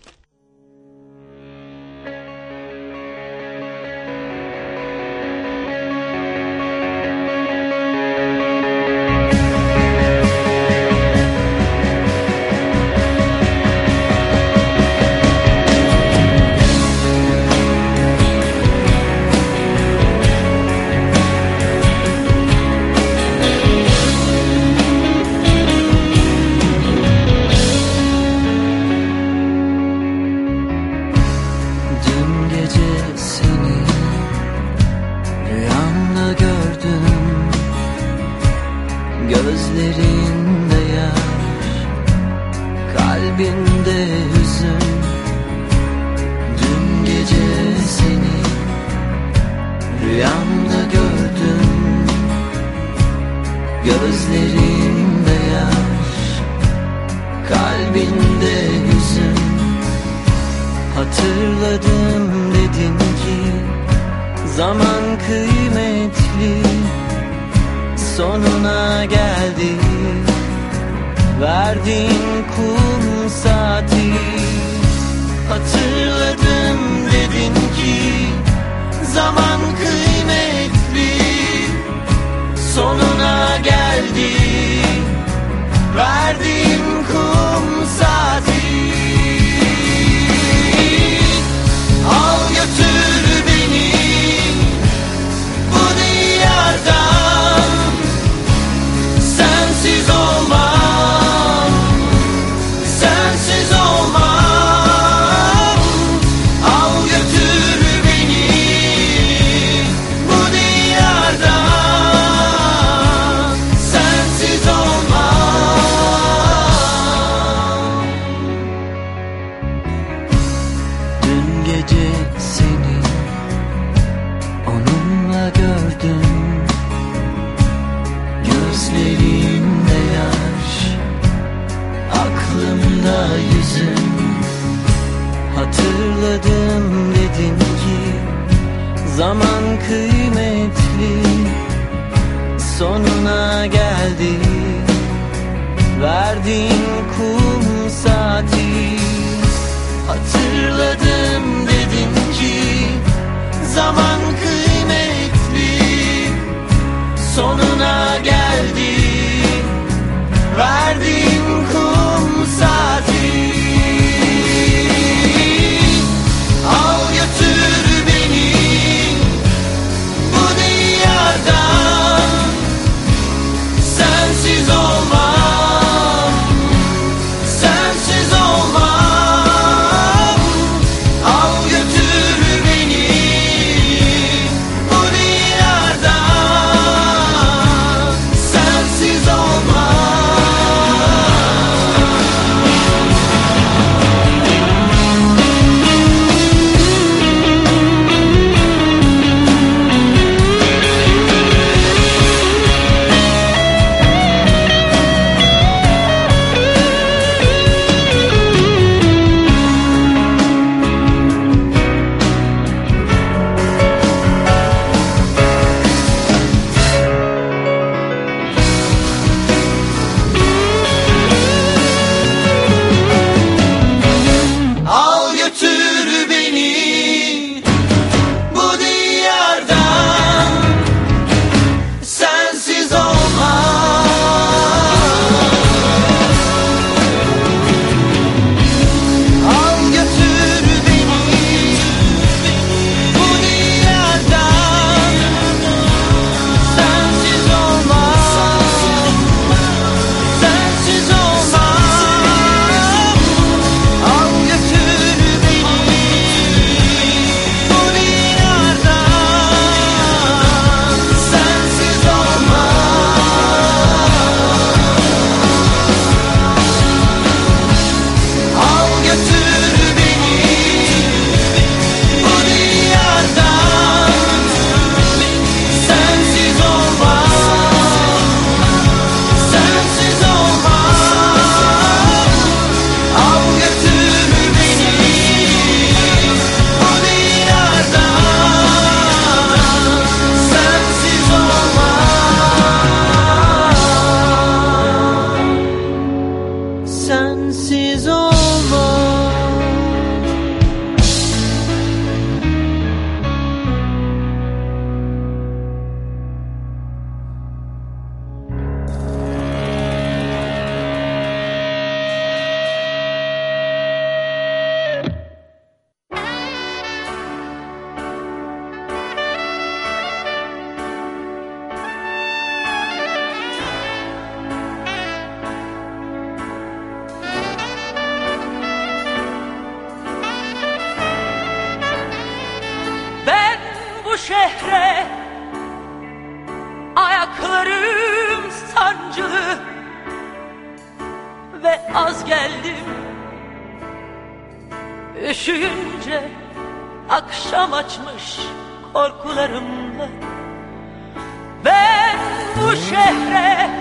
Dün gece seni rüyamda gördüm. Gözlerinde yaş, kalbinde hüzün. Dün gece seni rüyamda gördüm. Gözlerinde yaş, kalbinde hüzün. Hatırladım, dedim ki zaman kıymetli, sonuna geldi verdiğin kum saati. Hatırladım, dedim ki zaman kıymetli, sonuna geldi verdiğin kum saati. Al götür beni bu diyardan, sensiz olmam, sensiz olmam. Al götür beni bu diyardan, sensiz olmam. Dün gece seni onunla gördüm. Gözlerinde yaş, aklımda yüzün. Hatırladım, dedim ki zaman kıymetli, sonuna geldi verdiğin kum saati. Hatırladım dedin ki zaman kıymetli, sonuna geldi verdiğin kum saati. Al götür beni bu diyardan, sensiz olmam, sensiz olmam. Al götür beni bu diyardan, sensiz olmam. Al götür beni bu diyardan, sensiz olmam. Al götür beni bu diyardan, sensiz olmam, sensiz olmam. Al götür beni bu diyardan, sensiz olmam. Al götür beni bu diyardan, sensiz olmam, sensiz olmam. Al götür beni bu diyardan, sensiz olmam, sensiz olmam. Ben bu şehre ayaklarım sancılı ve az geldim. Üşüyünce akşam açmış korkularımla. Ben bu şehre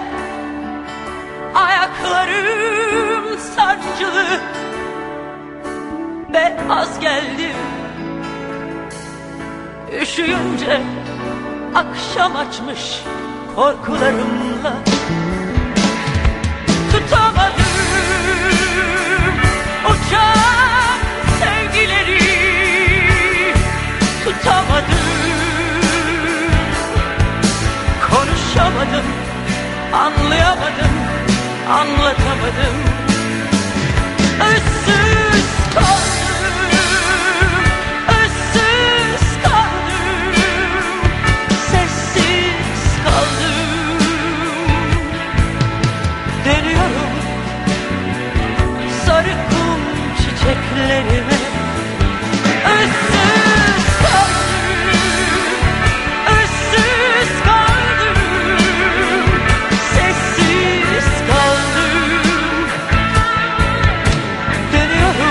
ayaklarım sancılı ve az geldim. Üşüyünce akşam açmış korkularımla. Tutamadım uçan sevgileri, tutamadım, konuşamadım, anlayamadım, anlatamadım. Issız kaldım, ıssız kaldım, sessiz kaldım. Dönüyorum sarı kum çiçeklerime. Issız kaldım, ıssız kaldım, sessiz kaldım. Dönüyorum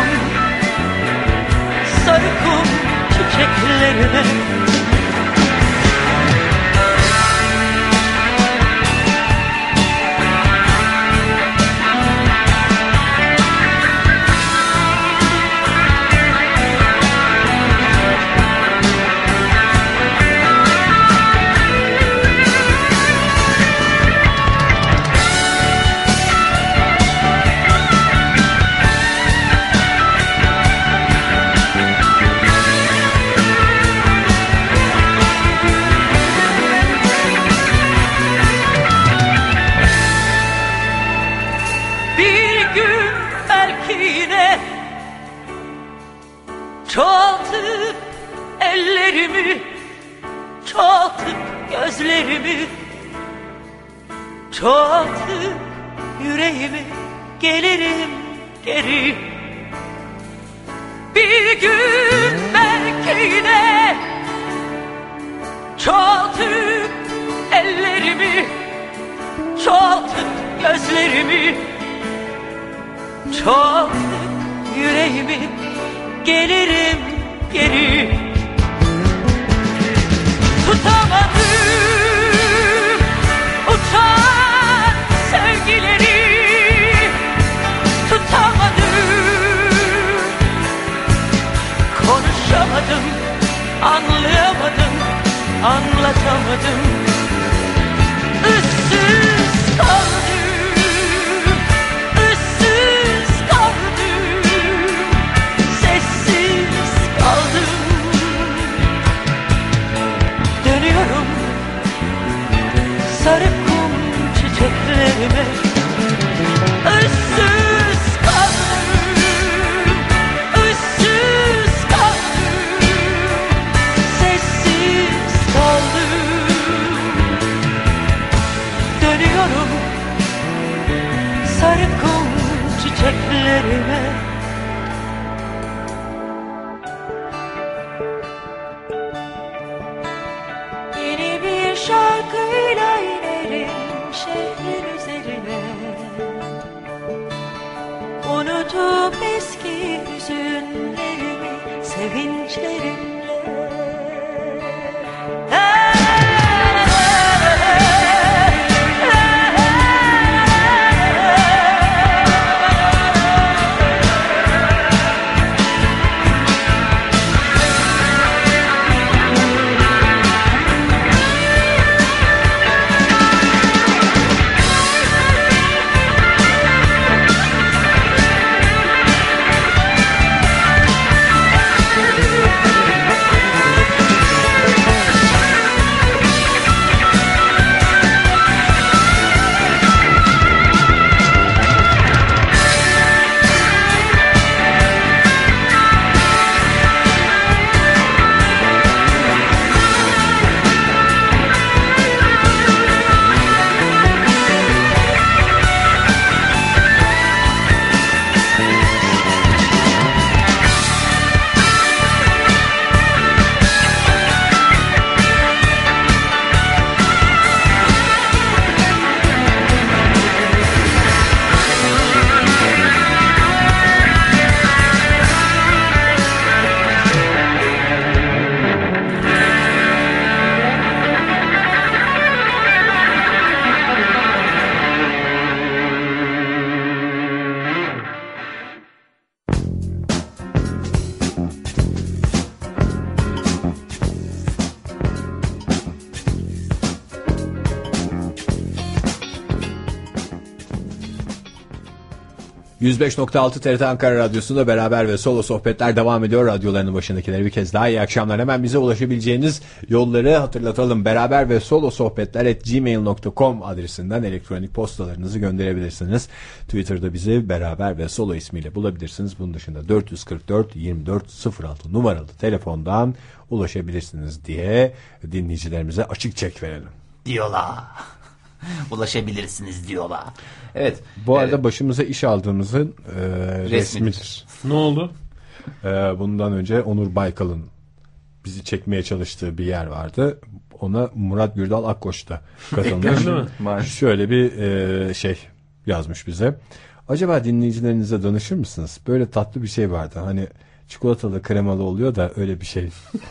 çoğaltıp gözlerimi, çoğaltıp yüreğimi, gelirim geri. Bir gün belki yine çoğaltıp ellerimi, çoğaltıp gözlerimi, çoğaltıp yüreğimi, gelirim geri. Tutamadım uçan sevgileri, tutamadım, konuşamadım, anlayamadım, anlatamadım. Issız kaldım, ıssız kaldım, sessiz kaldım. Dönüyorum sarı kum çiçeklerime, ıssız kaldım, ıssız kaldım, sessiz kaldım. Dönüyorum sarı kum çiçeklerime. Yeni bir şarkıyla inerim şehrin üzerine, unutup eski hüzünlerimi sevinçlerimle. ...105.6 TRT Ankara Radyosu'nda beraber ve solo sohbetler devam ediyor. Radyolarının başındakileri bir kez daha iyi akşamlar. Hemen bize ulaşabileceğiniz yolları hatırlatalım. Beraber ve solo sohbetler@gmail.com adresinden elektronik postalarınızı gönderebilirsiniz. Twitter'da bizi beraber ve solo ismiyle bulabilirsiniz. Bunun dışında 444 24 06 numaralı telefondan ulaşabilirsiniz diye dinleyicilerimize açık çek verelim. Diyorlar. Ulaşabilirsiniz diyorlar. Evet. Bu arada başımıza iş aldığımızın resmidir. Ne oldu? Bundan önce Onur Baykal'ın bizi çekmeye çalıştığı bir yer vardı. Ona Murat Gürdal Akkoç da katılmış. Şöyle bir şey yazmış bize. Acaba dinleyicilerinize danışır mısınız? Böyle tatlı bir şey vardı. Hani çikolatalı kremalı oluyor da öyle bir şey.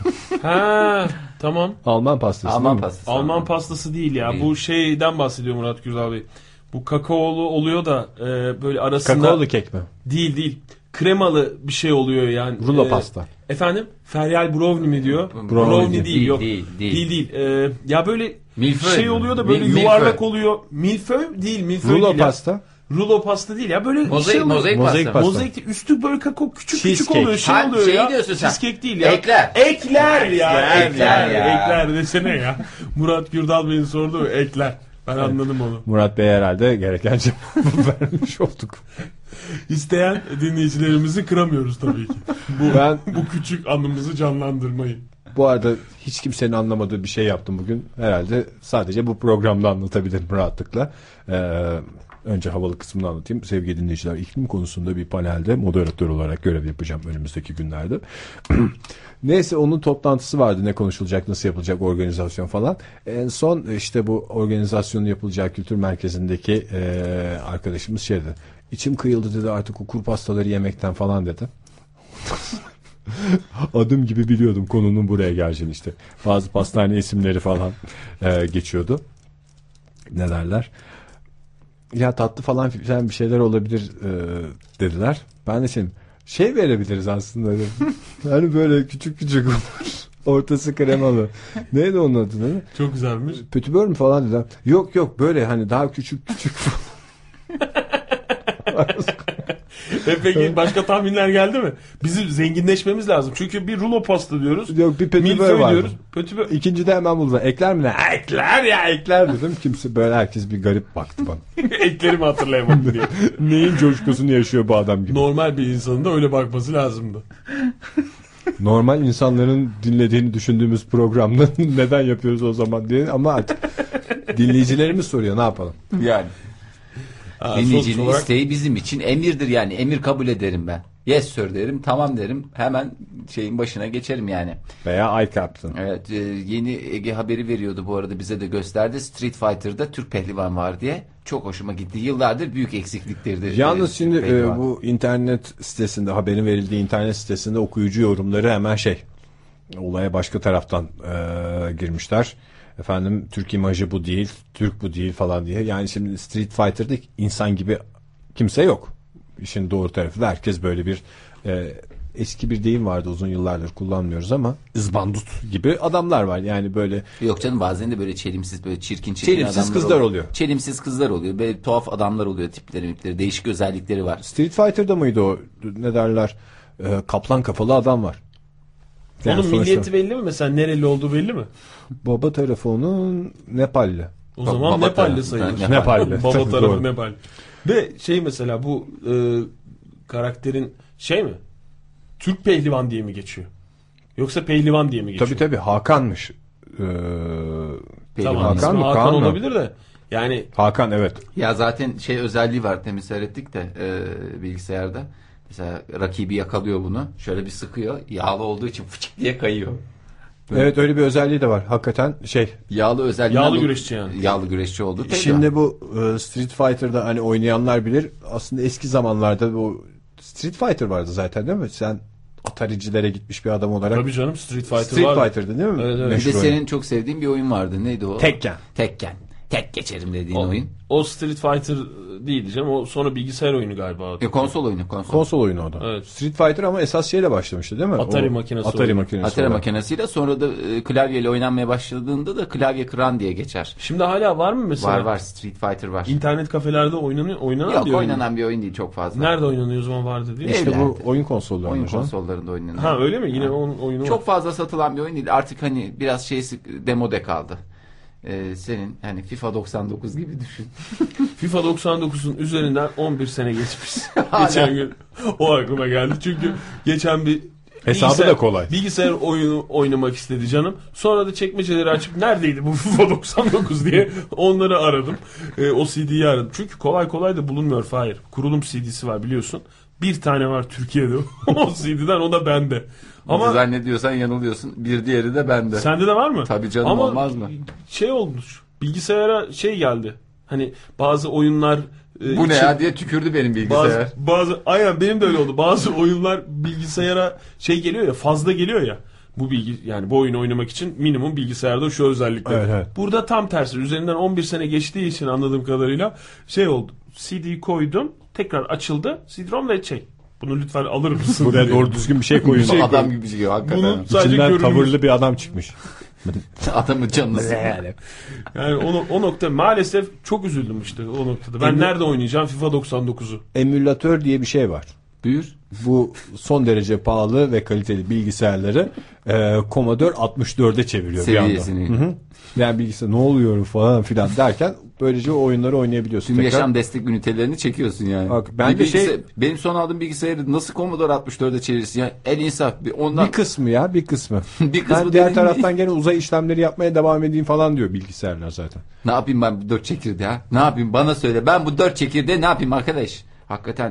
Ha, tamam. Alman pastası. Alman pastası değil ya. Değil. Bu şeyden bahsediyor Murat Gürdal Bey. Bu kakaolu oluyor da böyle arasında. Kakaolu kek mi? Değil. Kremalı bir şey oluyor yani. Rulo pasta. Efendim? Feryal brownie mi diyor? Brownie değil. Yok. Değil. Ya böyle milföy şey oluyor da böyle yuvarlak oluyor. Milföy değil. Rulo pasta. Rulo pasta değil ya böyle mozaik pasta. Mozaik üstü böyle kakao küçük oluyor oluyor şey ya. Diyorsun sen. Cheesecake değil ya. Ekler desene ya. Murat Gürdal Bey'in sorduğu ekler. Ben anladım onu. Murat Bey herhalde gereken cevabı vermiş olduk. İsteyen dinleyicilerimizi kıramıyoruz tabii ki. Bu küçük anımızı canlandırmayı. Bu arada hiç kimsenin anlamadığı bir şey yaptım bugün. Herhalde sadece bu programda anlatabilirim rahatlıkla. Önce havalı kısmını anlatayım. Sevgili dinleyiciler, iklim konusunda bir panelde moderatör olarak görev yapacağım önümüzdeki günlerde. Neyse, onun toplantısı vardı. Ne konuşulacak, nasıl yapılacak, organizasyon falan. En son işte bu organizasyonun yapılacağı kültür merkezindeki arkadaşımız şeydi. İçim kıyıldı dedi artık o kuru pastaları yemekten falan dedi. Adım gibi biliyordum konunun buraya geleceğini işte. Bazı pastane isimleri falan geçiyordu. Ne derler? Ya tatlı falan bir şeyler olabilir dediler. Ben de şey verebiliriz aslında dedim. Hani böyle küçük küçük ortası kremalı. Neydi onun adı? Ne? Çok güzelmiş. Pötibör mü falan dediler. Yok böyle hani daha küçük küçük. Peki başka tahminler geldi mi? Bizim zenginleşmemiz lazım. Çünkü bir rulo pasta diyoruz. Yok, bir pötibör var. Pötibör. İkinci de hemen buldular. Ekler mi? Ekler dedim. Kimse böyle, herkes bir garip baktı bana. Eklerimi hatırlayamadım diye. Neyin coşkusunu yaşıyor bu adam gibi. Normal bir insanın da öyle bakması lazımdı. Normal insanların dinlediğini düşündüğümüz programda neden yapıyoruz o zaman diye, ama artık dinleyicilerimiz soruyor, ne yapalım? Yani. Ha, Dinleyicinin olarak... isteği bizim için emirdir yani. Emir kabul ederim ben. Yes sir derim, tamam derim. Hemen şeyin başına geçerim yani. Veya I Captain. Evet, yeni Ege haberi veriyordu bu arada, bize de gösterdi. Street Fighter'da Türk pehlivan var diye. Çok hoşuma gitti. Yıllardır büyük eksikliklerdi. Yalnız şimdi bu internet sitesinde, haberin verildiği internet sitesinde okuyucu yorumları hemen olaya başka taraftan girmişler. Efendim, Türk imajı bu değil, Türk bu değil falan diye. Yani şimdi Street Fighter'da insan gibi kimse yok. İşin doğru tarafı da herkes böyle bir eski bir deyim vardı, uzun yıllardır kullanmıyoruz ama ızbandut gibi adamlar var. Yani böyle. Yok canım, bazen de böyle çelimsiz, böyle çirkin çelimsiz kızlar oluyor. Çelimsiz kızlar oluyor. Böyle tuhaf adamlar oluyor, tipleri, değişik özellikleri var. Street Fighter'da mıydı o, ne derler? Kaplan kafalı adam var. Yani onun milliyeti belli mi? Mesela nereli olduğu belli mi? Baba tarafı onun Nepalli. O zaman Nepalli sayılır. Nepalli. Baba tarafı Nepalli. Ve mesela bu karakterin mi? Türk pehlivan diye mi geçiyor? Yoksa pehlivan diye mi geçiyor? Tabii Hakan'mış. Tamam, Hakan olabilir de. Yani Hakan, evet. Ya zaten özelliği var, demin seyrettik de bilgisayarda. Mesela rakibi yakalıyor bunu. Şöyle bir sıkıyor. Yağlı olduğu için fıçık diye kayıyor. Evet, öyle bir özelliği de var. Hakikaten yağlı özelliği. Yağlı güreşçi yani. Yağlı güreşçi oldu. Şimdi bu Street Fighter'da hani oynayanlar bilir. Aslında eski zamanlarda bu Street Fighter vardı zaten, değil mi? Sen Atari'cilere gitmiş bir adam olarak. Tabii canım, Street Fighter'dı değil mi? Evet. Bir de senin çok sevdiğin bir oyun vardı. Neydi o? Tekken. Tek geçerim dediğin oyun. O Street Fighter değildi canım. O sonra bilgisayar oyunu galiba. Konsol oyunu. Konsol oyunu o da. Evet. Street Fighter ama esas başlamıştı değil mi? Atari makinesi. Atari makinesiyle, sonra da klavyeyle oynanmaya başladığında da klavye kıran diye geçer. Şimdi hala var mı mesela? Var, Street Fighter var. İnternet kafelerde oynanan Yok, bir oyun. oynanan bir oyun değil çok fazla. Nerede oynanıyor o zaman, vardı değil mi? İşte bu oyun konsollarında. Oyun konsollarında oynanıyor. Ha, öyle mi? Yine onun oyunu var. Çok fazla satılan bir oyun değil. Artık hani biraz demode kaldı. Senin hani FIFA 99 gibi düşün. FIFA 99'un üzerinden 11 sene geçmiş. Geçen gün o aklıma geldi. Çünkü geçen bir hesabı da kolay. Bilgisayar oyunu oynamak istedi canım. Sonra da çekmeceleri açıp neredeydi bu FIFA 99 diye onları aradım. O CD'yi aradım. Çünkü kolay da bulunmuyor Fahir. Kurulum CD'si var biliyorsun. Bir tane var Türkiye'de o CD'den, o da bende. Ama zannediyorsan yanılıyorsun. Bir diğeri de bende. Sende de var mı? Tabii canım, ama olmaz mı? Olmuş. Bilgisayara geldi. Hani bazı oyunlar bu ne ya diye tükürdü benim bilgisayar. Aynen, benim de öyle oldu. Bazı oyunlar bilgisayara geliyor ya, fazla geliyor ya. Bu oyunu oynamak için minimum bilgisayarda şu özellikler. Evet. Burada tam tersi. Üzerinden 11 sene geçtiği için anladığım kadarıyla oldu. CD'yi koydum. Tekrar açıldı. CD-ROM ve bunu lütfen alır mısın? Buraya doğru düzgün bir şey koyun. Adam gibi bir şey hakikaten. Bunun sadece İçinden tavırlı bir adam çıkmış. Adamın canını yani o nokta maalesef çok üzüldüm işte o noktada. Ben nerede oynayacağım FIFA 99'u? Emülatör diye bir şey var. Buyur. Bu son derece pahalı ve kaliteli bilgisayarları Commodore 64'e çeviriyor bir anda. Seviyesini. Hı hı. Yani bilgisayar ne oluyor falan filan derken böylece o oyunları oynayabiliyorsun. Tüm tekrar. yaşam destek ünitelerini çekiyorsun yani. Bak, ben de benim son aldığım bilgisayarı nasıl Commodore 64'e çevirirsin ya? El insaf. Ondan bir kısmı ya bir kısmı. bir kısmı Ben diğer dediğin taraftan gene uzay işlemleri yapmaya devam edeyim falan diyor bilgisayarlar zaten. ne yapayım ben bu 4 çekirdeği ha? Ne yapayım bana söyle. Ben bu 4 çekirdeği ne yapayım arkadaş? Hakikaten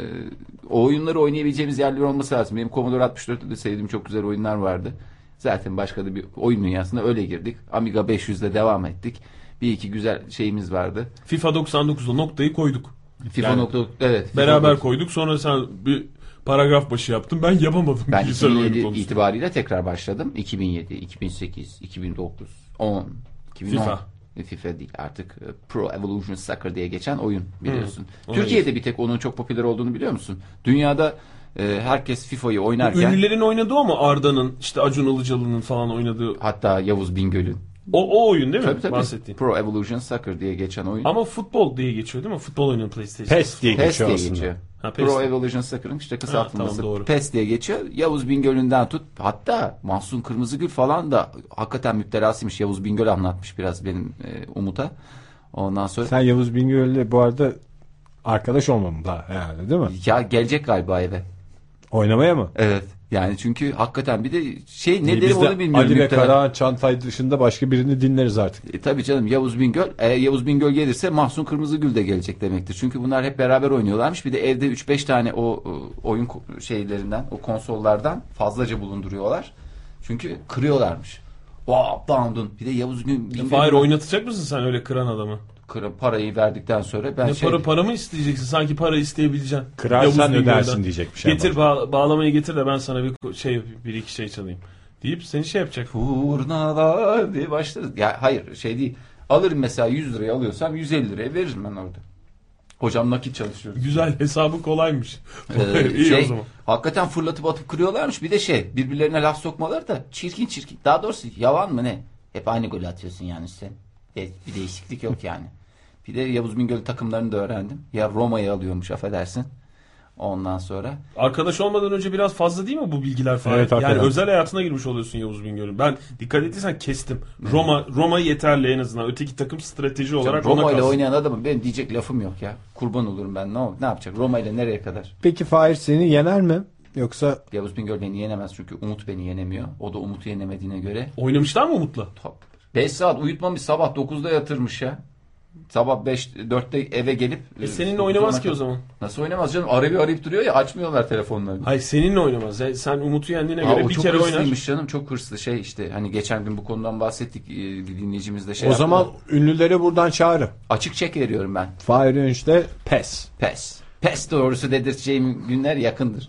o oyunları oynayabileceğimiz yerler olması lazım. Benim Commodore 64'te de sevdiğim çok güzel oyunlar vardı. Zaten başka da bir oyun dünyasına öyle girdik. Amiga 500'de devam ettik. Bir iki güzel şeyimiz vardı. FIFA 99'da noktayı koyduk. FIFA Yani evet. FIFA Beraber koyduk. Sonra sen bir paragraf başı yaptın. Ben yapamadım. Ben bilgisayar oyunu 2007 konusunda. itibariyle tekrar başladım. 2007, 2008, 2009, 10, 2010. FIFA değil artık Pro Evolution Soccer diye geçen oyun biliyorsun. Türkiye'de bir tek onun çok popüler olduğunu biliyor musun? Dünyada herkes FIFA'yı oynarken. Ünlülerin oynadığı o mu? Arda'nın, işte Acun Ilıcalı'nın falan oynadığı. Hatta Yavuz Bingöl'ün. O oyun değil mi? Tabii. Bahsettiğin. Pro Evolution Soccer diye geçen oyun. Ama futbol diye geçiyor değil mi? Futbol oyunu PlayStation. PES diye PES geçiyor diye aslında. geçiyor. Ha, PES. Pro Evolution Soccer'ın işte kısaltılması. Tamam, doğru. PES diye geçiyor. Yavuz Bingöl'ünden tut. Hatta Mahsun Kırmızıgül falan da hakikaten müptelasıymış. Yavuz Bingöl anlatmış biraz benim Umut'a. Ondan sonra. Sen Yavuz Bingöl'le bu arada arkadaş olmam daha herhalde değil mi? Ya gelecek galiba eve. Oynamaya mı? Evet. Yani çünkü hakikaten bir de ne Biz derim de onu bilmiyorum. Ali ve Karahan Çantay dışında başka birini dinleriz artık. Tabii canım Yavuz Bingöl. Yavuz Bingöl gelirse Mahsun Kırmızıgül de gelecek demektir. Çünkü bunlar hep beraber oynuyorlarmış. Bir de evde 3-5 tane o oyun şeylerinden, o konsollardan fazlaca bulunduruyorlar. Çünkü kırıyorlarmış. Wow, down'dun. Bir de Yavuz Bingöl. Hayır, oynatacak mısın sen öyle kıran adamı? Parayı verdikten sonra ben Para mı isteyeceksin? Sanki para isteyebileceksin. Kırarsan Yavuz Bingöl'den. ödersin diyecek bir şey Getir var. bağlamayı getir de ben sana bir iki şey çalayım. Deyip seni şey yapacak. Furnalar diye başlarız. Ya hayır değil. Alırım mesela 100 liraya alıyorsam 150 liraya veririm ben orada. Hocam nakit çalışıyoruz. Güzel, hesabı kolaymış. İyi o zaman. Hakikaten fırlatıp atıp kırıyorlarmış. Bir de birbirlerine laf sokmaları da çirkin. Daha doğrusu yalan mı ne? Hep aynı golü atıyorsun yani sen. Bir değişiklik yok yani. Bir de Yavuz Bingöl takımlarını da öğrendim. Ya Roma'yı alıyormuş affedersin. Ondan sonra. Arkadaş olmadan önce biraz fazla değil mi bu bilgiler falan? Evet, yani hakikaten. özel hayatına girmiş oluyorsun Yavuz Bingöl'ün. Ben dikkat ettiysen kestim. Roma yeterli en azından. Öteki takım strateji olarak Roma ona ile kalsın. oynayan adamın benim diyecek lafım yok ya. Kurban olurum ben. Ne yapacak? Roma ile nereye kadar? Peki Fahir seni yener mi? Yoksa Yavuz Bingöl beni yenemez çünkü Umut beni yenemiyor. O da Umut'u yenemediğine göre. Oynamışlar mı Umut'la? 5 saat uyutmamış, sabah 9'da yatırmış ya. Sabah 4'te eve gelip. Seninle oynamaz ki o zaman. Nasıl oynamaz canım? Arayıp duruyor ya, açmıyorlar telefonlarını. Hayır, seninle oynamaz. Sen Umut'u yendiğine göre O bir çok kere oynar. hırslıymış canım, çok hırslı işte hani geçen gün bu konudan bahsettik, dinleyicimiz de o yaptılar. zaman ünlüleri buradan çağırın. Açık çek veriyorum ben. Fahir Önç'te PES. PES doğrusu dedirteceğim günler yakındır.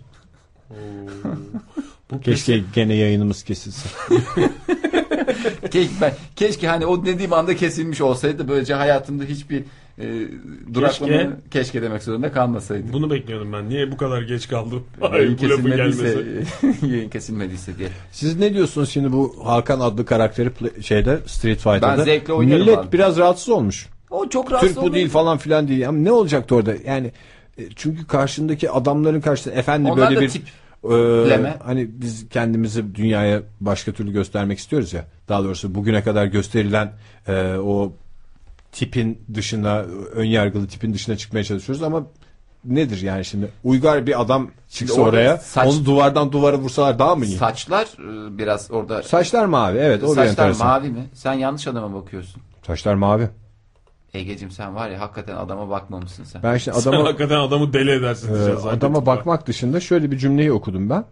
Keşke gene yayınımız kesilsin. Keşke hani o dediğim anda kesilmiş olsaydı, böylece hayatımda hiçbir duraklama keşke demek zorunda kalmasaydı. Bunu bekliyordum ben. Niye bu kadar geç kaldım? Yayın Bu lafın gelmesi. yayın kesilmediyse diye. Siz ne diyorsunuz şimdi bu Hakan adlı karakteri Street Fighter'da? Ben zevkle oynarım Millet abi. biraz rahatsız olmuş. O çok rahatsız Türk bu değil falan filan değil. Ama ne olacaktı orada? Yani çünkü karşındaki adamların karşısında efendi Onlar böyle da bir tip. Leme. hani biz kendimizi dünyaya başka türlü göstermek istiyoruz ya. Daha doğrusu bugüne kadar gösterilen o tipin dışına, ön yargılı tipin dışına çıkmaya çalışıyoruz ama nedir yani şimdi? Uygar bir adam çıksa orada oraya, onu duvardan duvara vursalar daha mı iyi? Saçlar biraz orada. Saçlar mavi, evet. O Saçlar enteresan. mavi mi? Sen yanlış adama bakıyorsun. Saçlar mavi. Egeciğim sen var ya, hakikaten adama bakmamışsın sen. Ben şimdi Sen hakikaten adamı deli edersin. adama bakmak dışında şöyle bir cümleyi okudum ben.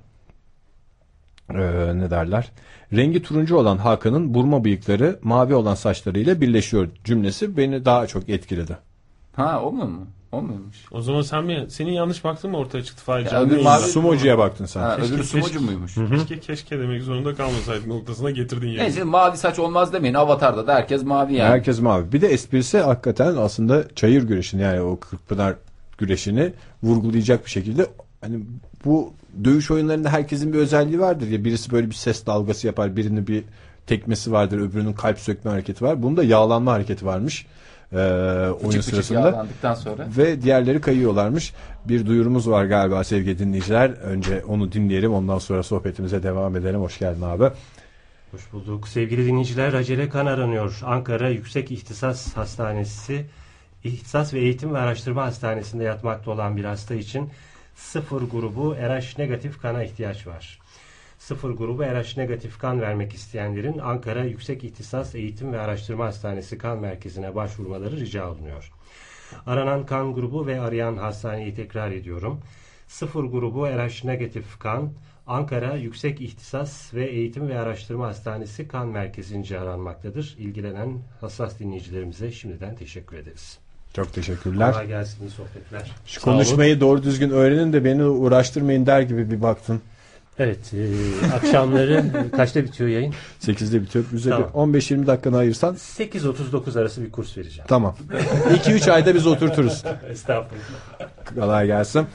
Ne derler? Rengi turuncu olan Hakan'ın burma bıyıkları mavi olan saçlarıyla birleşiyor cümlesi beni daha çok etkiledi. Ha, o mu? O muymuş? O zaman senin yanlış baktın mı ortaya çıktı Fahir? öbür mavi- Sumocuya baktın sen. Ha, öbürü sumocu muymuş? Keşke demek zorunda kalmasaydın noktasına getirdin yani. Neyse, mavi saç olmaz demeyin. Avatar'da da herkes mavi yani. Herkes mavi. Bir de esprisi hakikaten aslında çayır güreşini, yani o Kırkpınar güreşini vurgulayacak bir şekilde, hani bu dövüş oyunlarında herkesin bir özelliği vardır ya, birisi böyle bir ses dalgası yapar, birinin bir tekmesi vardır, öbürünün kalp sökme hareketi var. Bunda yağlanma hareketi varmış. oyun Küçük sırasında. yağlandıktan sonra. Ve diğerleri kayıyorlarmış. Bir duyurumuz var galiba sevgili dinleyiciler. Önce onu dinleyelim, ondan sonra sohbetimize devam edelim. Hoş geldin abi. Hoş bulduk. Sevgili dinleyiciler, acele kan aranıyor. Ankara Yüksek İhtisas Hastanesi, İhtisas ve Eğitim ve Araştırma Hastanesi'nde yatmakta olan bir hasta için 0 grubu RH negatif kana ihtiyaç var. 0 grubu RH negatif kan vermek isteyenlerin Ankara Yüksek İhtisas Eğitim ve Araştırma Hastanesi kan merkezine başvurmaları rica olunuyor. Aranan kan grubu ve arayan hastaneyi tekrar ediyorum. 0 grubu RH negatif kan Ankara Yüksek İhtisas ve Eğitim ve Araştırma Hastanesi kan merkezince aranmaktadır. İlgilenen hassas dinleyicilerimize şimdiden teşekkür ederiz. Çok teşekkürler. Kolay gelsin, sohbetler. Şu Sağ olun. konuşmayı doğru düzgün öğrenin de beni uğraştırmayın der gibi bir baktın. Evet, akşamları kaçta bitiyor yayın? 8'de bitiyor. Bize Tamam. bir 15-20 dakikanı ayırsan. 8.39 arası bir kurs vereceğim. Tamam. 2-3 ayda biz oturturuz. Estağfurullah. Kolay gelsin.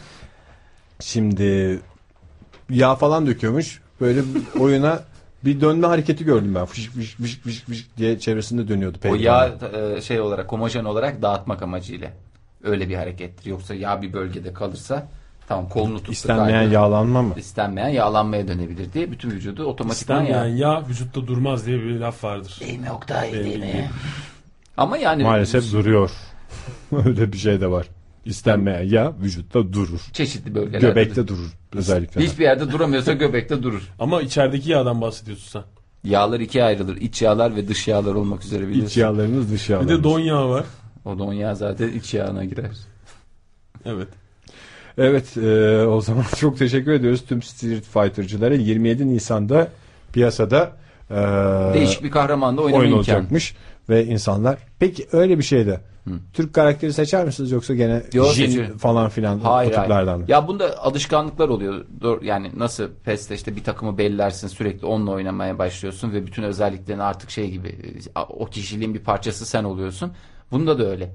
Şimdi yağ falan döküyormuş. Böyle oyuna bir dönme hareketi gördüm ben. Fış fış fış fış fış diye çevresinde dönüyordu. O pehlivan. yağ şey olarak, homojen olarak dağıtmak amacıyla. Öyle bir harekettir. Yoksa yağ bir bölgede kalırsa tamam, kolunu tuttu. İstenmeyen gayet. yağlanma mı? İstenmeyen yağlanmaya dönebilir diye bütün vücudu otomatikman İstenmeyen yağ. yağ vücutta durmaz diye bir laf vardır. Değil mi Oktay? Benim Değil mi? bildiğim. Ama yani Maalesef duruyor. Öyle bir şey de var. İstenmeyen yağ vücutta durur. çeşitli bölgelerde. Göbekte durur özellikle. Hiçbir yerde duramıyorsa göbekte durur. Ama içerideki yağdan bahsediyorsun sen. Yağlar ikiye ayrılır. İç yağlar ve dış yağlar olmak üzere biliyorsun. İç yağlarınız dış Bir yağlarınız. de don yağı var. O don yağı zaten iç yağına girer. Evet. Evet, o zaman çok teşekkür ediyoruz tüm Street Fighter'cılara. 27 Nisan'da piyasada Değişik bir kahramanda oynama oyun imkanı. olacakmış ve insanlar. Peki öyle bir şeyde Türk karakteri seçer misiniz yoksa gene Yok, Jin seçiyorum. falan filan Hayır, o tiplerden hayır. mi? Ya bunda alışkanlıklar oluyor. Yani nasıl PES'te işte bir takımı belirlersin, sürekli onunla oynamaya başlıyorsun ve bütün özelliklerini artık şey gibi, o kişiliğin bir parçası sen oluyorsun. Bunda da öyle.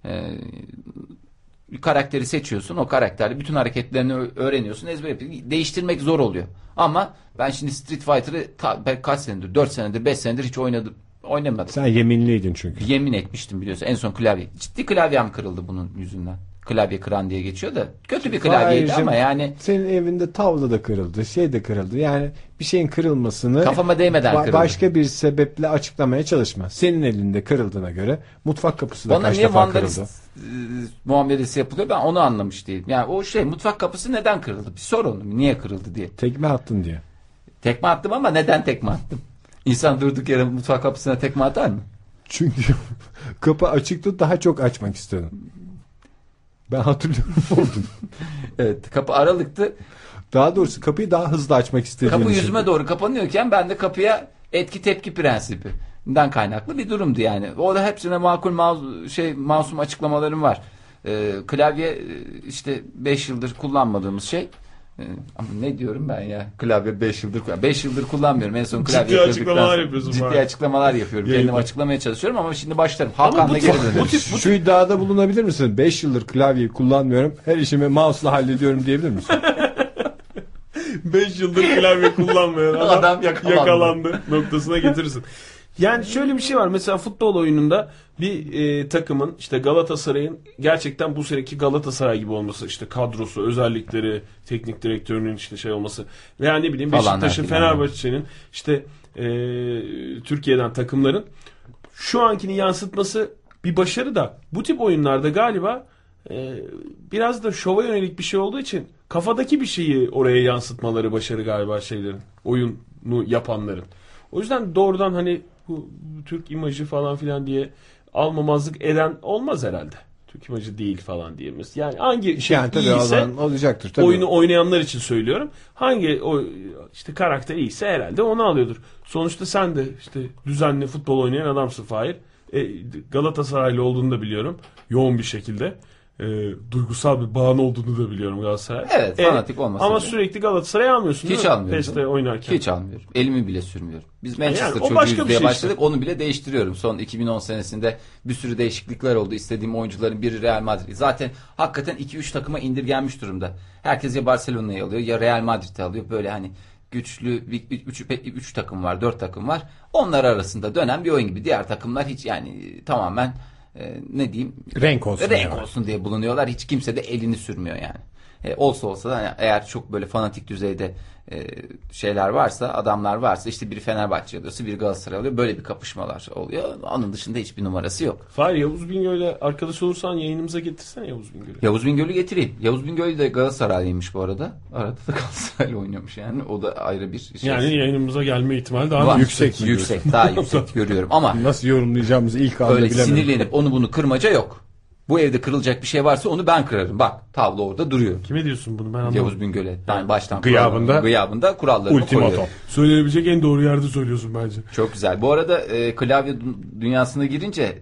Bir karakteri seçiyorsun, o karakterle bütün hareketlerini öğreniyorsun, ezber yapıyorsun. Değiştirmek zor oluyor. Ama ben şimdi Street Fighter'ı kaç senedir, 4 senedir, 5 senedir hiç oynamadım. Sen yeminliydin çünkü. Yemin etmiştim biliyorsun. En son klavye. Ciddi klavyem kırıldı bunun yüzünden. Klavye kıran diye geçiyor da. Kötü bir klavyeydi Hayırcığım, ama yani. senin evinde tavla da kırıldı, şey de kırıldı. Yani bir şeyin kırılmasını Kafama değmeden kırıldı. başka bir sebeple açıklamaya çalışma. Senin elinde kırıldığına göre mutfak kapısı da Bana kaç niye defa vandalist kırıldı. muamelesi yapılıyor, ben onu anlamış değilim. Yani o şey, mutfak kapısı neden kırıldı? Bir sor onu, niye kırıldı diye. Tekme attın diye. Tekme attım ama neden tekme attım? İnsan durduk yere mutfak kapısına tekme atar mı? Çünkü kapı açıktı, daha çok açmak istedim. Ben hatırlıyorum oldum. Evet, kapı aralıktı. Daha doğrusu kapıyı daha hızlı açmak istediğim Kapı için. yüzüme doğru kapanıyorken ben de kapıya etki tepki prensibinden kaynaklı bir durumdu yani. Orada hepsine makul masum açıklamalarım var. Klavye işte 5 yıldır kullanmadığımız şey. Ama ne diyorum ben ya? Klavye 5 yıldır kullanmıyorum. En son klavye Ciddi açıklamalar yapıyorsun ciddi bari. açıklamalar yapıyorum. Yayında. Kendim açıklamaya çalışıyorum ama şimdi başlarım. Hakan'la geri döneriz. Şu iddiada bulunabilir misin? 5 yıldır klavyeyi kullanmıyorum. Her işimi mouse'la hallediyorum diyebilir misin? 5 yıldır klavye kullanmayan Adam yakalandı. noktasına getirirsin. Yani şöyle bir şey var. Mesela futbol oyununda bir takımın, işte Galatasaray'ın gerçekten bu seneki Galatasaray gibi olması, işte kadrosu, özellikleri, teknik direktörünün işte şey olması veya ne bileyim Falan Beşiktaş'ın, filan. Fenerbahçe'nin, işte Türkiye'den takımların şu ankini yansıtması bir başarı da bu tip oyunlarda galiba biraz da şova yönelik bir şey olduğu için kafadaki bir şeyi oraya yansıtmaları başarı galiba şeylerin, oyunu yapanların. O yüzden doğrudan hani bu Türk imajı falan filan diye almamazlık eden olmaz herhalde. Türk imajı değil falan diyemiz. Yani hangi şey Yani tabii iyiyse olacaktır tabii. oyunu oynayanlar için söylüyorum. Hangi o işte karakter iyiyse herhalde onu alıyordur. Sonuçta sen de işte düzenli futbol oynayan adamsın Fahir. Galatasaraylı olduğunu da biliyorum. Yoğun bir şekilde. Duygusal bir bağın olduğunu da biliyorum Galatasaray. Evet, fanatik olmasın ama diye. sürekli Galatasaray'ı almıyorsun değil Hiç mi? almıyorum. PES'te oynarken. Hiç almıyorum. Elimi bile sürmüyorum. Biz Manchester Yani o başka çocuğuyuz bir diye şey başladık. işte. Onu bile değiştiriyorum. Son 2010 senesinde bir sürü değişiklikler oldu. İstediğim oyuncuların biri Real Madrid. Zaten hakikaten 2-3 takıma indirgenmiş durumda. Herkes ya Barcelona'yı alıyor ya Real Madrid'i alıyor. Böyle hani güçlü 3 takım var, 4 takım var. Onlar arasında dönen bir oyun gibi. Diğer takımlar hiç yani tamamen ne diyeyim? Renk olsun. Renk olsun diye bulunuyorlar. Hiç kimse de elini sürmüyor yani. Olsa da eğer çok böyle fanatik düzeyde şeyler varsa, adamlar varsa, işte biri Fenerbahçe alıyorsa biri Galatasaray alıyor. Böyle bir kapışmalar oluyor. Onun dışında hiçbir numarası yok. Fahir, Yavuz Bingöl'le arkadaş olursan yayınımıza getirsene Yavuz Bingöl'ü. Yavuz Bingöl'ü getireyim. Yavuz Bingöl de Galatasaraylıymış bu arada. Arada da Galatasaray'la oynuyormuş yani. O da ayrı bir şey. Yani yayınımıza gelme ihtimali daha Var. yüksek. Yüksek. Daha yüksek görüyorum ama Nasıl yorumlayacağımızı ilk anda öyle bilemedim. sinirlenip onu bunu kırmaca yok. Bu evde kırılacak bir şey varsa onu ben kırarım. Bak, tablo orada duruyor. Kime diyorsun bunu, ben anlamadım. Yavuz Bingöl'e. Ben baştan Gıyabında kurallarımı ultimatom. koyuyorum. Söylenebilecek en doğru yerde söylüyorsun bence. Çok güzel. Bu arada klavye dünyasına girince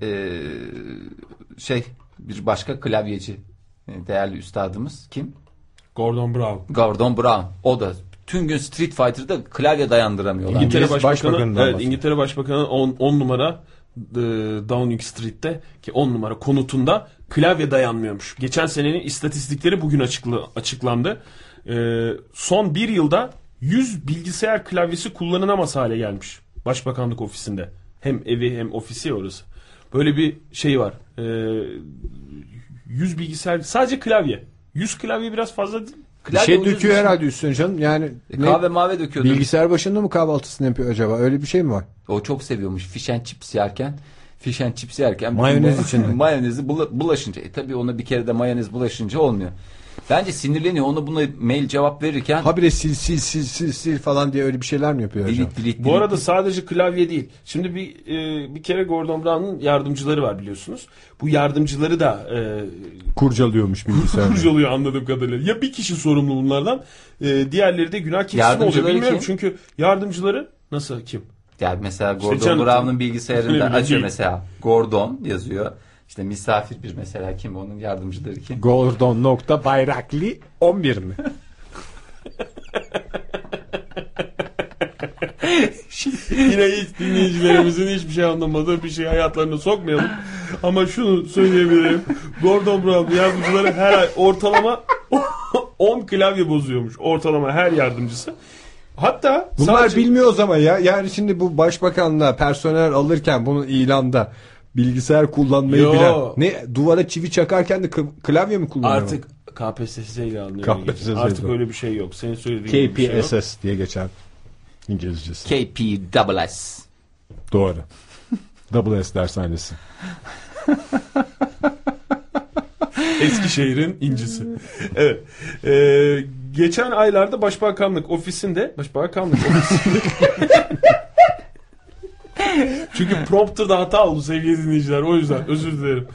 bir başka klavyeci değerli üstadımız kim? Gordon Brown. Gordon Brown. O da tüm gün Street Fighter'da klavye dayandıramıyorlar. İngiltere İngiliz Başbakanı, Başbakanı'ndan İngiltere Başbakanı 10 numara Downing Street'te ki 10 numara konutunda klavye dayanmıyormuş. Geçen senenin istatistikleri bugün açıklandı. Son bir yılda 100 bilgisayar klavyesi kullanılamaz hale gelmiş. Başbakanlık ofisinde. Hem evi hem ofisi orası. Böyle bir şey var. 100 bilgisayar, sadece klavye. 100 klavye biraz fazla değil. Bir şey döküyor herhalde üstüne canım. Yani Kahve mavi döküyordu. bilgisayar başında mı kahvaltısını yapıyor acaba? Öyle bir şey mi var? O çok seviyormuş fish and chips yerken. Mayonez içinde. Mayonezi bulaşınca. Tabii ona bir kere de mayonez bulaşınca olmuyor. Bence sinirleniyor. Ona buna mail cevap verirken. Habire sil falan diye öyle bir şeyler mi yapıyor acaba? Bu arada sadece klavye değil. Şimdi bir kere Gordon Brown'un yardımcıları var biliyorsunuz. Bu yardımcıları da Kurcalıyormuş bilgisayarı. kurcalıyor anladığım kadarıyla. Ya bir kişi sorumlu bunlardan, diğerleri de günah keçisi mi oluyor Yardımcıları bilmiyorum. kim? Çünkü yardımcıları nasıl kim? Yani mesela Gordon canım, Brown'un bilgisayarında öyle açıyor değil. mesela. Gordon yazıyor. İşte misafir bir mesela kim, onun yardımcıları kim? Gordon.Bayrakli 11 mi? Yine hiç dinleyicilerimizin hiçbir şey anlamadığı bir şey hayatlarına sokmayalım. Ama şunu söyleyebilirim. Gordon Brown yardımcıları her ay ortalama 10 klavye bozuyormuş. Ortalama her yardımcısı. Hatta Bunlar sadece... bilmiyoruz ama ya. Yani şimdi bu başbakanla personel alırken bunun ilanda bilgisayar kullanmayı Yo. bilen. Ne duvara çivi çakarken de klavye mi kullanıyor? Artık KPSS ile anlıyor. KPSS Artık öyle bir şey yok. Senin söylediğin gibi bir şey yok. KPSS diye geçen İngilizcesi. KPSS. Doğru. Double S dershanesi. Eskişehir'in incisi. Evet. Geçen aylarda Başbakanlık ofisinde çünkü prompter'da hata oldu sevgili dinleyiciler. O yüzden özür dilerim.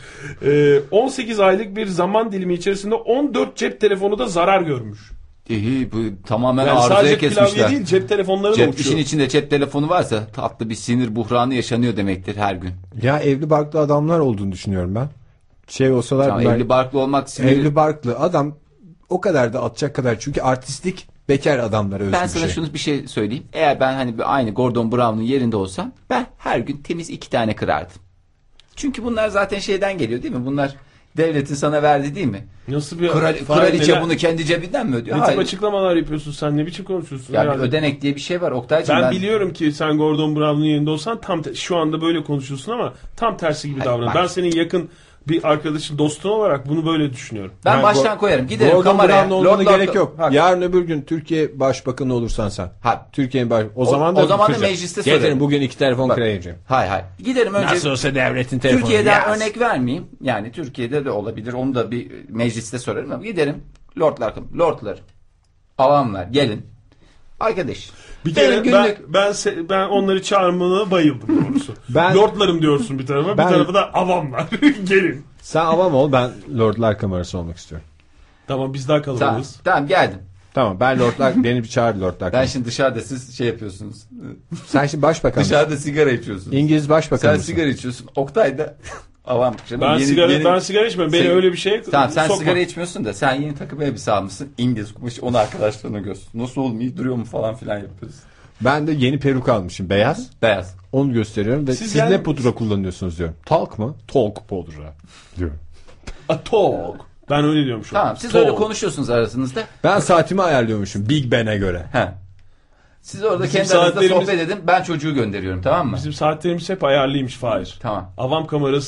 18 aylık bir zaman dilimi içerisinde 14 cep telefonu da zarar görmüş. Bu tamamen Yani arızaya sadece kesmişler. klavye değil, cep telefonları da uçuyor. İşin içinde cep telefonu varsa tatlı bir sinir buhranı yaşanıyor demektir her gün. Ya evli barklı adamlar olduğunu düşünüyorum ben. Şey olsalar Tamam, evli barklı olmak sinir. evli barklı adam o kadar da atacak kadar, çünkü artistik bekar adamlara özgü Ben bir sana şey. şunu bir şey söyleyeyim. Eğer ben hani aynı Gordon Brown'un yerinde olsam ben her gün temiz 2 tane kırardım. Çünkü bunlar zaten şeyden geliyor değil mi? Bunlar devletin sana verdi değil mi? Nasıl bir Kraliçe bunu kendi cebinden mi ödüyor? Ne tip Hayır. açıklamalar yapıyorsun sen? Ne biçim konuşuyorsun? Ya bir herhalde? ödenek diye bir şey var Oktay'cığım. Ben biliyorum ki sen Gordon Brown'un yerinde olsan şu anda böyle konuşuyorsun ama tam tersi gibi Hayır, davran. bak. Ben senin yakın bir arkadaşın, dostun olarak bunu böyle düşünüyorum. Ben baştan koyarım. Giderim Gordon kameraya. Brown olduğuna Lord- gerek yok. Ha. Yarın öbür gün Türkiye Başbakanı olursan sen. Ha. Türkiye'nin o zaman da mecliste Getirin söylerim. bugün 2 telefon Bak. kırayacağım. Hayır. Giderim önce. olsa devletin telefonu. Türkiye'den örnek vermeyeyim. Yani Türkiye'de de olabilir. Onu da bir mecliste sorarım ama giderim. Lordlar. Avamlar gelin. Arkadaş. Bir benim kere günlük- ben onları çağırmana bayıldım doğrusu. Lordlarım diyorsun bir tarafa, bir tarafa da avamlar. Gelin. Sen avam ol, ben Lordlar Kamerası olmak istiyorum. Tamam, biz daha kalabalığız. Tamam geldim. Tamam, ben Lordlar beni bir çağır Lordlar Ben Kamerası. şimdi dışarıda siz şey yapıyorsunuz. Sen şimdi başbakan mısın? Dışarıda sigara içiyorsunuz. İngiliz başbakanı Sen mısın? sigara içiyorsun. Oktay da avam. Ben sigara içmem. Beni öyle bir şeye Tamam, sen sokma. sigara içmiyorsun da sen yeni takım elbise almışsın. İngiliz kumaş, onu arkadaşlarına göster. Nasıl oğlum, iyi duruyor mu falan filan yapıyoruz. Ben de yeni peruk almışım, beyaz. Beyaz. Onu gösteriyorum ve Siz siz yani- ne pudra kullanıyorsunuz diyorum. Talk mı? Talk pudra diyorum. Talk. Ben öyle diyorum şu an. Tamam, siz Talk. öyle konuşuyorsunuz arasınızda. Ben saatimi ayarlıyormuşum Big Ben'e göre. He. Siz orada Bizim kendi aranızda saatlerimiz- sohbet edin. Ben çocuğu gönderiyorum, tamam mı? Bizim saatlerimiz hep ayarlıymış Fahir. Tamam. Avam kamerasını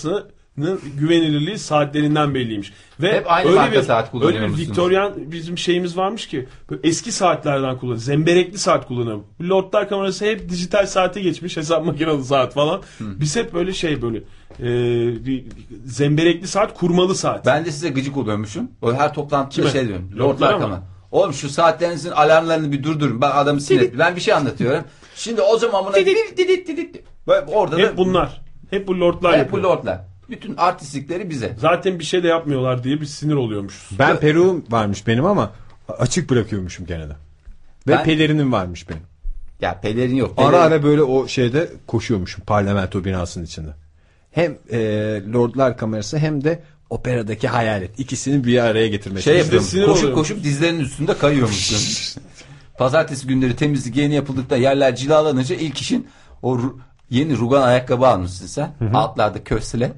güvenilirliği saatlerinden belliymiş. Ve Hep aynı marka saat kullanıyor öyle bir musunuz? Victorian bizim şeyimiz varmış ki eski saatlerden kullanıyor. Zemberekli saat kullanıyor. Lordlar kamerası hep dijital saate geçmiş. Hesap makineli saat falan. Biz hep böyle bir zemberekli saat, kurmalı saat. Ben de size gıcık oluyormuşum. O her toplantıda Kime? diyorum. Lordlar Lordlar mı? kamerası. Oğlum şu saatlerinizin alarmlarını bir durdurun. Ben adamı sinir. Ben bir şey anlatıyorum. Şimdi o zaman buna didit. Böyle orada Hep da bunlar. Hep bu lordlar hep yapıyor. bu lordlar. Bütün artistlikleri bize. Zaten bir şey de yapmıyorlar diye bir sinir oluyormuşuz. Ben peruğum varmış benim ama açık bırakıyormuşum gene de. Ve Ben- pelerinim varmış benim. Ya pelerin yok. Ara Pelerin- ara böyle o şeyde koşuyormuşum parlamento binasının içinde. Hem Lordlar kamerası hem de operadaki hayalet. İkisini bir araya getirmeye şey çalışıyorum. sinir yapıyorum. oluyormuş. Koşup dizlerinin üstünde kayıyormuşsun. Pazartesi günleri temizlik yeni yapıldıkta yerler cilalanınca ilk işin o yeni rugan ayakkabı almışsın sen. Altlarda kösle.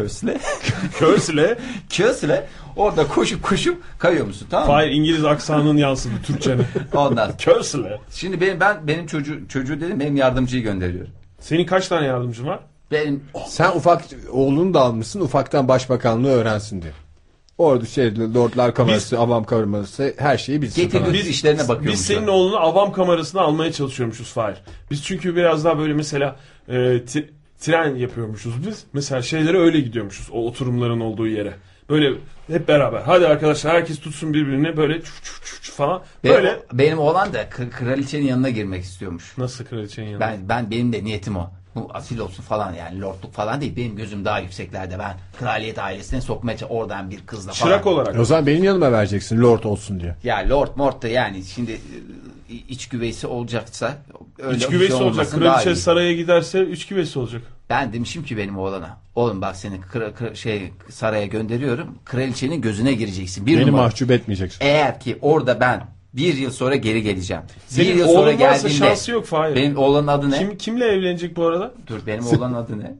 Kösle. Orada koşup kayıyor musun, tamam mı? Hayır, İngiliz aksanının yansıdı Türkçe'ne. Ondan. Körsle. Şimdi benim çocuğu dedim, benim yardımcıyı gönderiyorum. Senin kaç tane yardımcın var? Benim Sen oğlunu da almışsın ufaktan başbakanlığı öğrensin diye. Orada Lordlar kamerası, avam kamerası her şeyi bilsin. getir falan. götür işlerine bakıyormuş. Biz senin oğlunu avam kamerasına almaya çalışıyormuşuz Fahir. Biz çünkü biraz daha böyle mesela tren yapıyormuşuz biz. Mesela şeylere öyle gidiyormuşuz, o oturumların olduğu yere. Böyle hep beraber. Hadi arkadaşlar herkes tutsun birbirini böyle falan. Böyle. Benim oğlan da kraliçenin yanına girmek istiyormuş. Nasıl kraliçenin yanına? Benim de niyetim o. Bu asil olsun falan, yani lordluk falan değil. Benim gözüm daha yükseklerde. Ben kraliyet ailesine sokmaya oradan bir kızla falan. Çırak olarak. O zaman benim yanıma vereceksin Lord olsun diye. Ya lord mort da yani şimdi iç güveysi olacaksa öyle İç bir güveysi şey olacak. olmasın daha Kraliçe iyi. saraya giderse iç güveysi olacak. Ben demişim ki benim oğlana, oğlum bak seni saraya gönderiyorum. Kraliçenin gözüne gireceksin. Bir Beni numara. mahcup etmeyeceksin. Eğer ki orada ben bir yıl sonra geri geleceğim. Senin bir yıl sonra oğlun varsa geldiğinde şansı yok Fahir. benim oğlanın adı ne? Kimle evlenecek bu arada? Dur, benim oğlanın adı ne?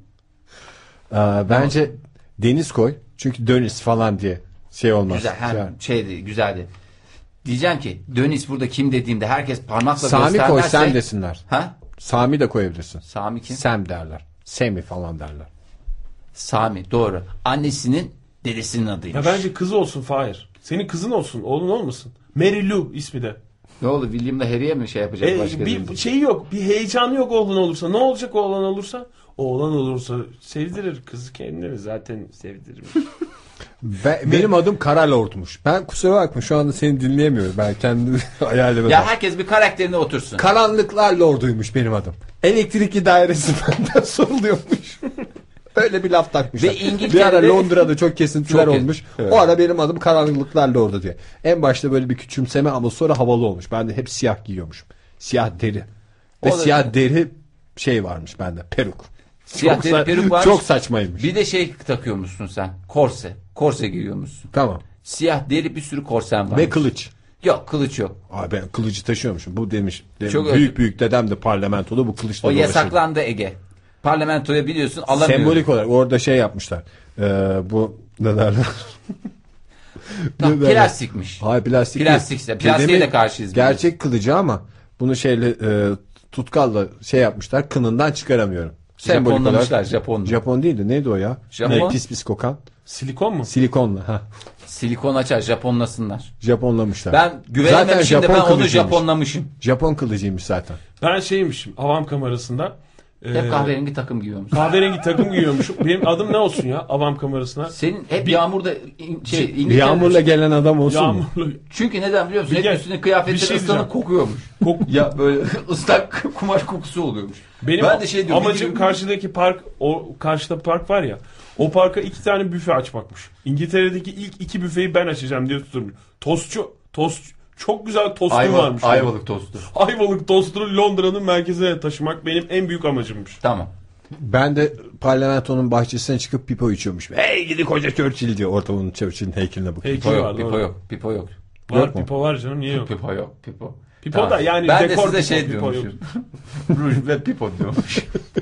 Bence Deniz koy. Çünkü Dönis falan diye şey olmaz. Güzel, Yani. şeydi, güzeldi. Diyeceğim ki Dönis burada kim dediğimde herkes parmakla Sami göstermezse. koy Sem desinler. Ha? Sami de koyabilirsin. Sami kim? Sem derler. Semi falan derler. Sami, doğru. Annesinin dedesinin adıymış. Ya bence kızı olsun Fahir. Senin kızın olsun, oğlun olmasın. Mary Lou ismi de. Ne oldu, William'la Harry'e mi şey yapacak başka? Bir şey yok, bir heyecanı yok oğlun olursa. Ne olacak oğlan olursa? Oğlan olursa sevdirir, kızı kendini zaten sevdirir. Benim adım Kara Lord'muş. Ben kusura bakma şu anda seni dinleyemiyorum. Ben kendimi hayal Ya herkes bir karakterine otursun. Karanlıklar Lord'uymuş benim adım. Elektrikli dairesi benden soruluyormuş. Öyle bir laf takmışlar. Ve İngiltere'de- Bir ara Londra'da çok kesintiler Çok olmuş. evet. O ara benim adım Karanlıklar Lord'u diye. En başta böyle bir küçümseme ama sonra havalı olmuş. Ben de hep siyah giyiyormuşum. Siyah deri. Ve O da- siyah deri şey varmış bende. Peruk. Siyah Çok deri peruk varmış. Çok saçmaymış. Bir de şey takıyormuşsun sen. Korse. Korse giyiyormuşsun. Tamam. Siyah deri bir sürü korsen var. Ve kılıç. Yok, kılıç yok. Abi ben kılıcı taşıyormuşum. Bu demiş. Çok büyük dedem de parlamentoda bu kılıçla O dolaşırdı. yasaklandı Ege. Parlamentoya biliyorsun alamıyor. Sembolik olarak orada şey yapmışlar. Bu ne derler? Tamam, Ne derler? plastikmiş. Hayır plastik Plastikse. değil. Plastiğe Dedemin de karşıyız. Gerçek kılıcı ama bunu şeyle tutkalla şey yapmışlar. Kınından çıkaramıyorum. Sembolik Japonlamışlar, olarak. Japonlu. Japon değildi. Neydi o ya? Japon. Ne, pis kokan. Silikon mu? Silikonla. Ha. Silikon açar, Japonlasınlar. Japonlamışlar. Ben güvenememişim de ben onu kılıcıymış. Japonlamışım. Japon kılıcıymış zaten. Ben şeymişim, avam kamerasında. Hep kahverengi takım giyiyormuş. Kahverengi takım giyiyormuşum. Benim adım ne olsun ya avam kamerasına? Senin hep yağmurda İngiltere'de- Yağmurla gelen adam olsun mu? Yağmurlu. Çünkü neden biliyor musun? Bir Hep gel- üstüne bir kıyafetleri şey ıslanıp diyeceğim. kokuyormuş. Ya böyle ıslak kumaş kokusu oluyormuş. Benim Ben de şey diyorum, amacım bir- karşıdaki park, o karşıda park var ya. O parka 2 tane büfe açmakmış. İngiltere'deki ilk 2 büfeyi ben açacağım diye tutuyorum. Tost çok güzel tostum varmış. Ayvalık tostu. Ayvalık tostunu Londra'nın merkezine taşımak benim en büyük amacımmış. Tamam. Ben de parlamentonun bahçesine çıkıp pipo içiyormuş. Hey gidi koca Churchill diyor. Orada onun Churchill'in heykeline bakıyor. Heykeli Pipo yok, var, pipo doğru. yok, pipo yok. Var, Yok mu? pipo var canım, niye yok? Pipo yok, pipo. Pipo Tamam. da yani ben de dekor size pipo, şey pipo yok. diyormuşum. Ruj ve pipo diyormuş.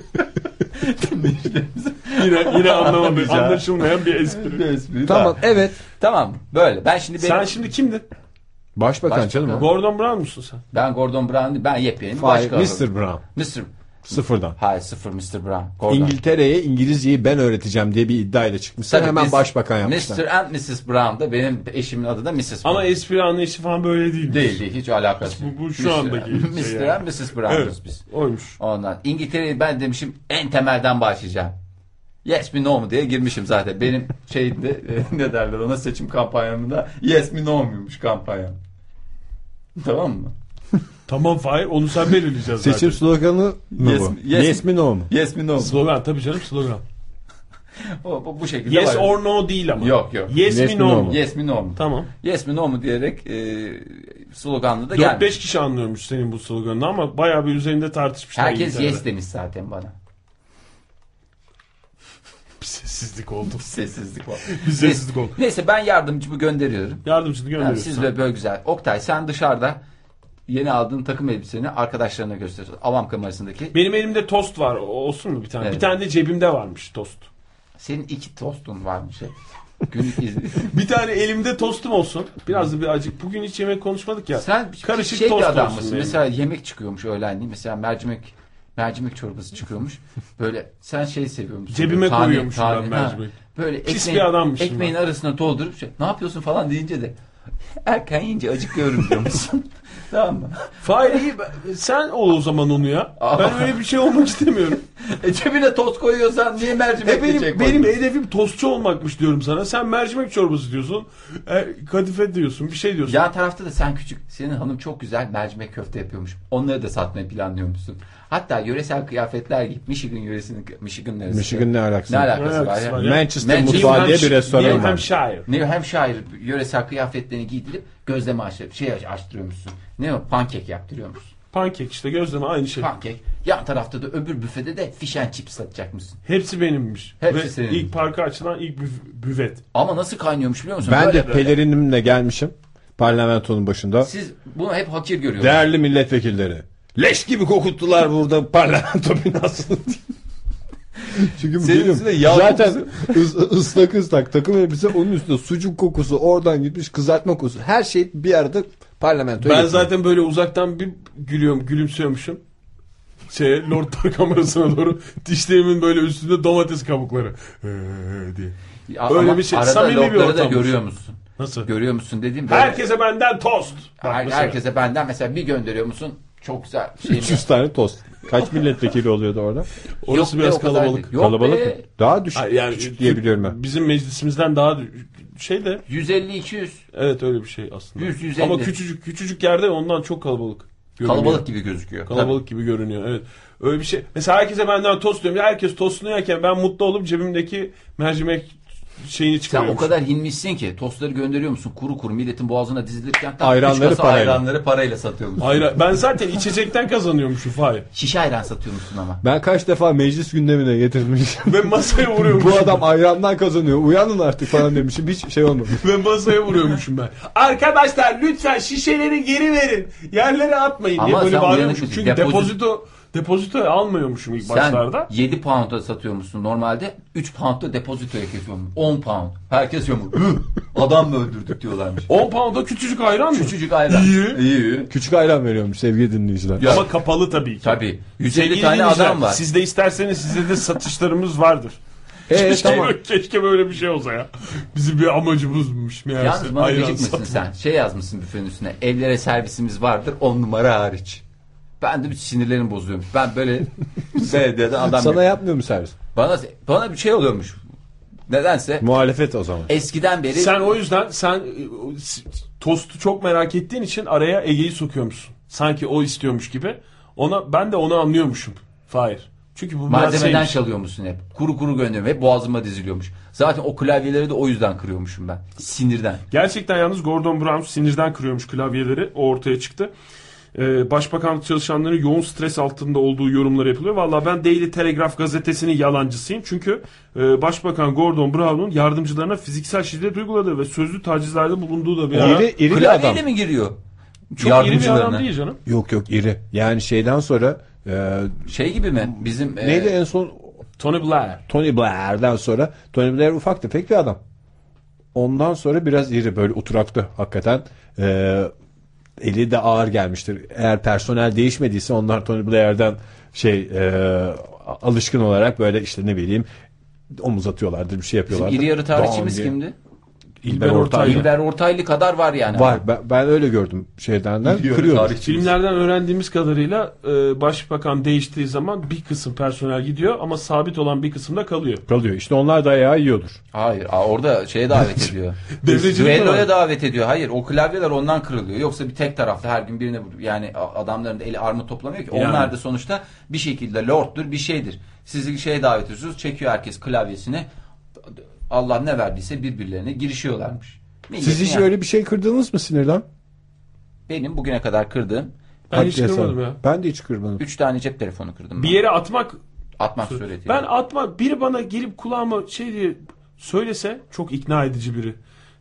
Yine anlamadım. Anlaşılmayan bir espri. Tamam evet. Tamam, böyle. Ben şimdi Sen şimdi kimdin? Başbakan Başbakan. canım o. Gordon Brown musun sen? ben Gordon Brown, ben yepyeni bir Hayır, başka. Mr. Brown. Mr. Sıfırdan. Hayır, sıfır Mr. Brown. Gordon. İngiltere'ye İngilizceyi ben öğreteceğim diye bir iddiayla çıkmışlar. Tabii Hemen biz- başbakan yapmışlar. Mr. and Mrs. Brown da benim eşimin adı da Mrs. Brown. Ama espri anlayışı falan böyle değil. Değil, hiç alakası yok. Bu şu andaki şey Mr. yani. and Mrs. Brown'uz Evet, biz. oymuş. Ondan. İngiltere'yi ben demişim en temelden başlayacağım. Yes mi no mu diye girmişim zaten. Benim şeyde ne derler ona, seçim kampanyamda yes mi no muymuş kampanyam. Tamam mı? Tamam Fahir, onu sen belirleyeceksin zaten. Seçim sloganı mı Yes- bu? yes- Yes mi no mu? Yes mi no mu? Slogan tabii canım, slogan. Bu şekilde Yes var. or no değil ama. Yok. Yes mi no mu? Yes mi no mu? Tamam. Yes mi no mu diyerek sloganla da gelmiş. 4-5 kişi anlıyormuş senin bu sloganını ama bayağı bir üzerinde tartışmışlar. Herkes İngiltere'de. yes demiş zaten bana. Bir sessizlik oldu. Sessizlik var. Bir sessizlik oldu. Neyse ben yardımcımı gönderiyorum. Yardımcını gönderiyorsun. Siz de böyle güzel. Oktay, sen dışarıda yeni aldığın takım elbiseni arkadaşlarına gösteriyorsun. Avam kamerasındaki. Benim elimde tost var. Olsun mu bir tane? Evet. Bir tane de cebimde varmış tost. Senin 2 tostun varmış. Günlük izli. Bir tane elimde tostum olsun. Biraz da bir acık. Bugün hiç yemek konuşmadık ya. Sen Karışık şey tost bir adam olsun mısın? benim. Mesela yemek çıkıyormuş öğlenliğin. Mesela mercimek çorbası çıkıyormuş. Böyle sen şey seviyor musun? Cebime Böyle koyuyormuşum ben ha. mercimek. Böyle Pis bir adammışım ekmeğin arasına doldurup ne yapıyorsun falan deyince de erken yiyince acıkıyorum diyor musun? Tamam mı? Fahir iyi. Sen ol o zaman onu ya. Ben öyle bir şey olmak istemiyorum. Cebine tost koyuyorsan niye mercimek Benim hedefim tostçu olmakmış diyorum sana. Sen mercimek çorbası diyorsun. Kadife diyorsun. Bir şey diyorsun. Yan tarafta da sen küçük. Senin hanım çok güzel mercimek köfte yapıyormuş. Onları da satmayı planlıyormuşsun. Hatta yöresel kıyafetler giyip Michigan neresi? Michigan ne alakası? Ne alakası var ya? Manchester mutfağı diye bir restoran New var. Hampshire. New Hampshire yöresel kıyafetlerini giydirip gözleme açtırıyormuşsun. Ne o? Pankek yaptırıyormuşsun. Pankek işte, gözleme aynı şey. Pankek. Yan tarafta da öbür büfede de fish and chips satacakmışsın. Hepsi benimmiş. Hepsi Ve senin. ilk parka açılan ilk büvet. Ama nasıl kaynıyormuş biliyor musun? Ben Böyle de pelerinimle gelmişim parlamentonun başında. Siz bunu hep hakir görüyorsunuz. Değerli milletvekilleri. Leş gibi kokuttular burada parlamento binasını. Çünkü Senin biliyorum, üstüne yağ zaten ıslak takım elbise, onun üstünde sucuk kokusu, oradan gitmiş kızartma kokusu, her şey bir arada parlamentoya Ben getiriyor. zaten böyle uzaktan bir gülümsüyormuşum. Lordlar kamerasına doğru, dişlerimin böyle üstünde domates kabukları diye. Öyle Ama bir şey. arada Samimi bir lordları da ortammış. görüyor musun? Nasıl? Görüyor musun dediğim böyle. Herkese benden tost. Bak mesela. Herkese benden mesela bir gönderiyor musun? Çok güzel şey. 300 tane tost. Kaç milletvekili oluyordu orada? Orası Yok be, biraz o kadar kalabalık. değil. Yok Kalabalık be. mı? Daha düşük, Hayır, yani küçük diye biliyorum ben. Bizim meclisimizden daha şey de 150-200. evet öyle bir şey aslında. 100-150. Ama küçücük yerde ondan çok kalabalık görünüyor. Kalabalık gibi gözüküyor. Kalabalık gibi görünüyor, evet. Öyle bir şey. Mesela herkese benden tost diyorum. Herkes tostunu yerken ben mutlu olup cebimdeki mercimek şeyini Sen çıkarıyorum. o kadar hinmişsin ki tostları gönderiyor musun? Kuru kuru milletin boğazına dizilirken Ayranları üç kasa parayla. ayranları parayla satıyor musun? Hayır, ben zaten içecekten kazanıyormuşum Fahir. Şişe ayran satıyor musun ama? Ben kaç defa meclis gündemine getirmişim. Ve masaya vuruyormuşum. Bu adam ayrandan kazanıyor. Uyanın artık falan demişim. Hiç şey olmadı. Ve masaya vuruyormuşum ben. Arkadaşlar lütfen şişeleri geri verin. Yerlere atmayın diye Ama böyle sen bağırıyormuşum. uyanık Çünkü mısın? depozito almıyormuşum ilk Sen başlarda. 7 pound'a satıyor musun normalde? 3 pound'da depozitoya kesiyorsun. 10 pound. Herkes yamuk. Adam mı öldürdük diyorlarmış. 10 pound'a küçücük ayran mı? Küçücük ayran. İyi. İyi. Küçük ayran veriyormuş sevgili dinleyiciler. Ya, Ama kapalı tabii ki. tabii. 150 Sevgili tane dinleyiciler, adam var. Siz de isterseniz size de satışlarımız vardır. Keşke böyle bir şey olsa ya. Bizim bir amacımızmış meğerse. Yalnız bana Ayran gıcık mısın satmak. sen? Şey yazmışsın büfenin üstüne. Evlere servisimiz vardır 10 numara hariç. Ben de bir sinirlerim bozuyorum. Ben böyle belediyede adam Sana yapmıyor mu servis? bana bir şey oluyormuş. Nedense Muhalefet o zaman. eskiden beri Sen o yüzden tostu çok merak ettiğin için araya Ege'yi sokuyormuşsun. Sanki o istiyormuş gibi. Ben de onu anlıyormuşum. Fahir. Çünkü bu biraz malzemeden şeymiş. çalıyormuşsun hep. Kuru kuru gönderiyorum. Hep boğazıma diziliyormuş. Zaten o klavyeleri de o yüzden kırıyormuşum ben. Sinirden. Gerçekten yalnız Gordon Brown sinirden kırıyormuş klavyeleri. O ortaya çıktı. Başbakanlık çalışanları yoğun stres altında olduğu yorumları yapılıyor. Vallahi ben Daily Telegraph gazetesinin yalancısıyım. Çünkü Başbakan Gordon Brown'un yardımcılarına fiziksel şiddet uyguladığı ve sözlü tacizlerde bulunduğu da bir ara. İri bir adam. Klavyeyle mi giriyor? Çok iri bir adam değil canım. Yok iri. Yani şeyden sonra Şey gibi mi? Bizim neydi en son Tony Blair. Tony Blair'den sonra Tony Blair ufak tefek bir adam. Ondan sonra biraz iri böyle oturaklı hakikaten. eli de ağır gelmiştir. Eğer personel değişmediyse onlar Tony Blair'den alışkın olarak böyle işte ne bileyim omuz atıyorlardır, bir şey yapıyorlardır. İri yarı tarihçimiz Doğan diye. kimdi? İlber Ortaylı. İlber Ortaylı kadar var yani. Var. Ben öyle gördüm şeyden. Kırıyorlar. Filmlerden öğrendiğimiz kadarıyla başbakan değiştiği zaman bir kısım personel gidiyor ama sabit olan bir kısım da kalıyor. Kalıyor. İşte onlar da ayağı yiyordur. Hayır, orada şeye davet ediyor. Düelloya davet ediyor. Hayır, o klavyeler ondan kırılıyor. Yoksa bir tek tarafta her gün birine vuruyor. Yani adamların da eli armut toplamıyor ki. Yani. Onlar da sonuçta bir şekilde lorddur, bir şeydir. Sizi şeye davet ediyorsunuz. Çekiyor herkes klavyesini. Allah ne verdiyse birbirlerine girişiyorlarmış. Siz hiç öyle bir şey kırdınız mı sinirden? Benim bugüne kadar kırdığım Ben hiç kırmadım ya. Ben de hiç kırmadım. 3 tane cep telefonu kırdım. Bir yere atmak suretiyle. Ben biri bana gelip kulağıma şey diye söylese, çok ikna edici biri.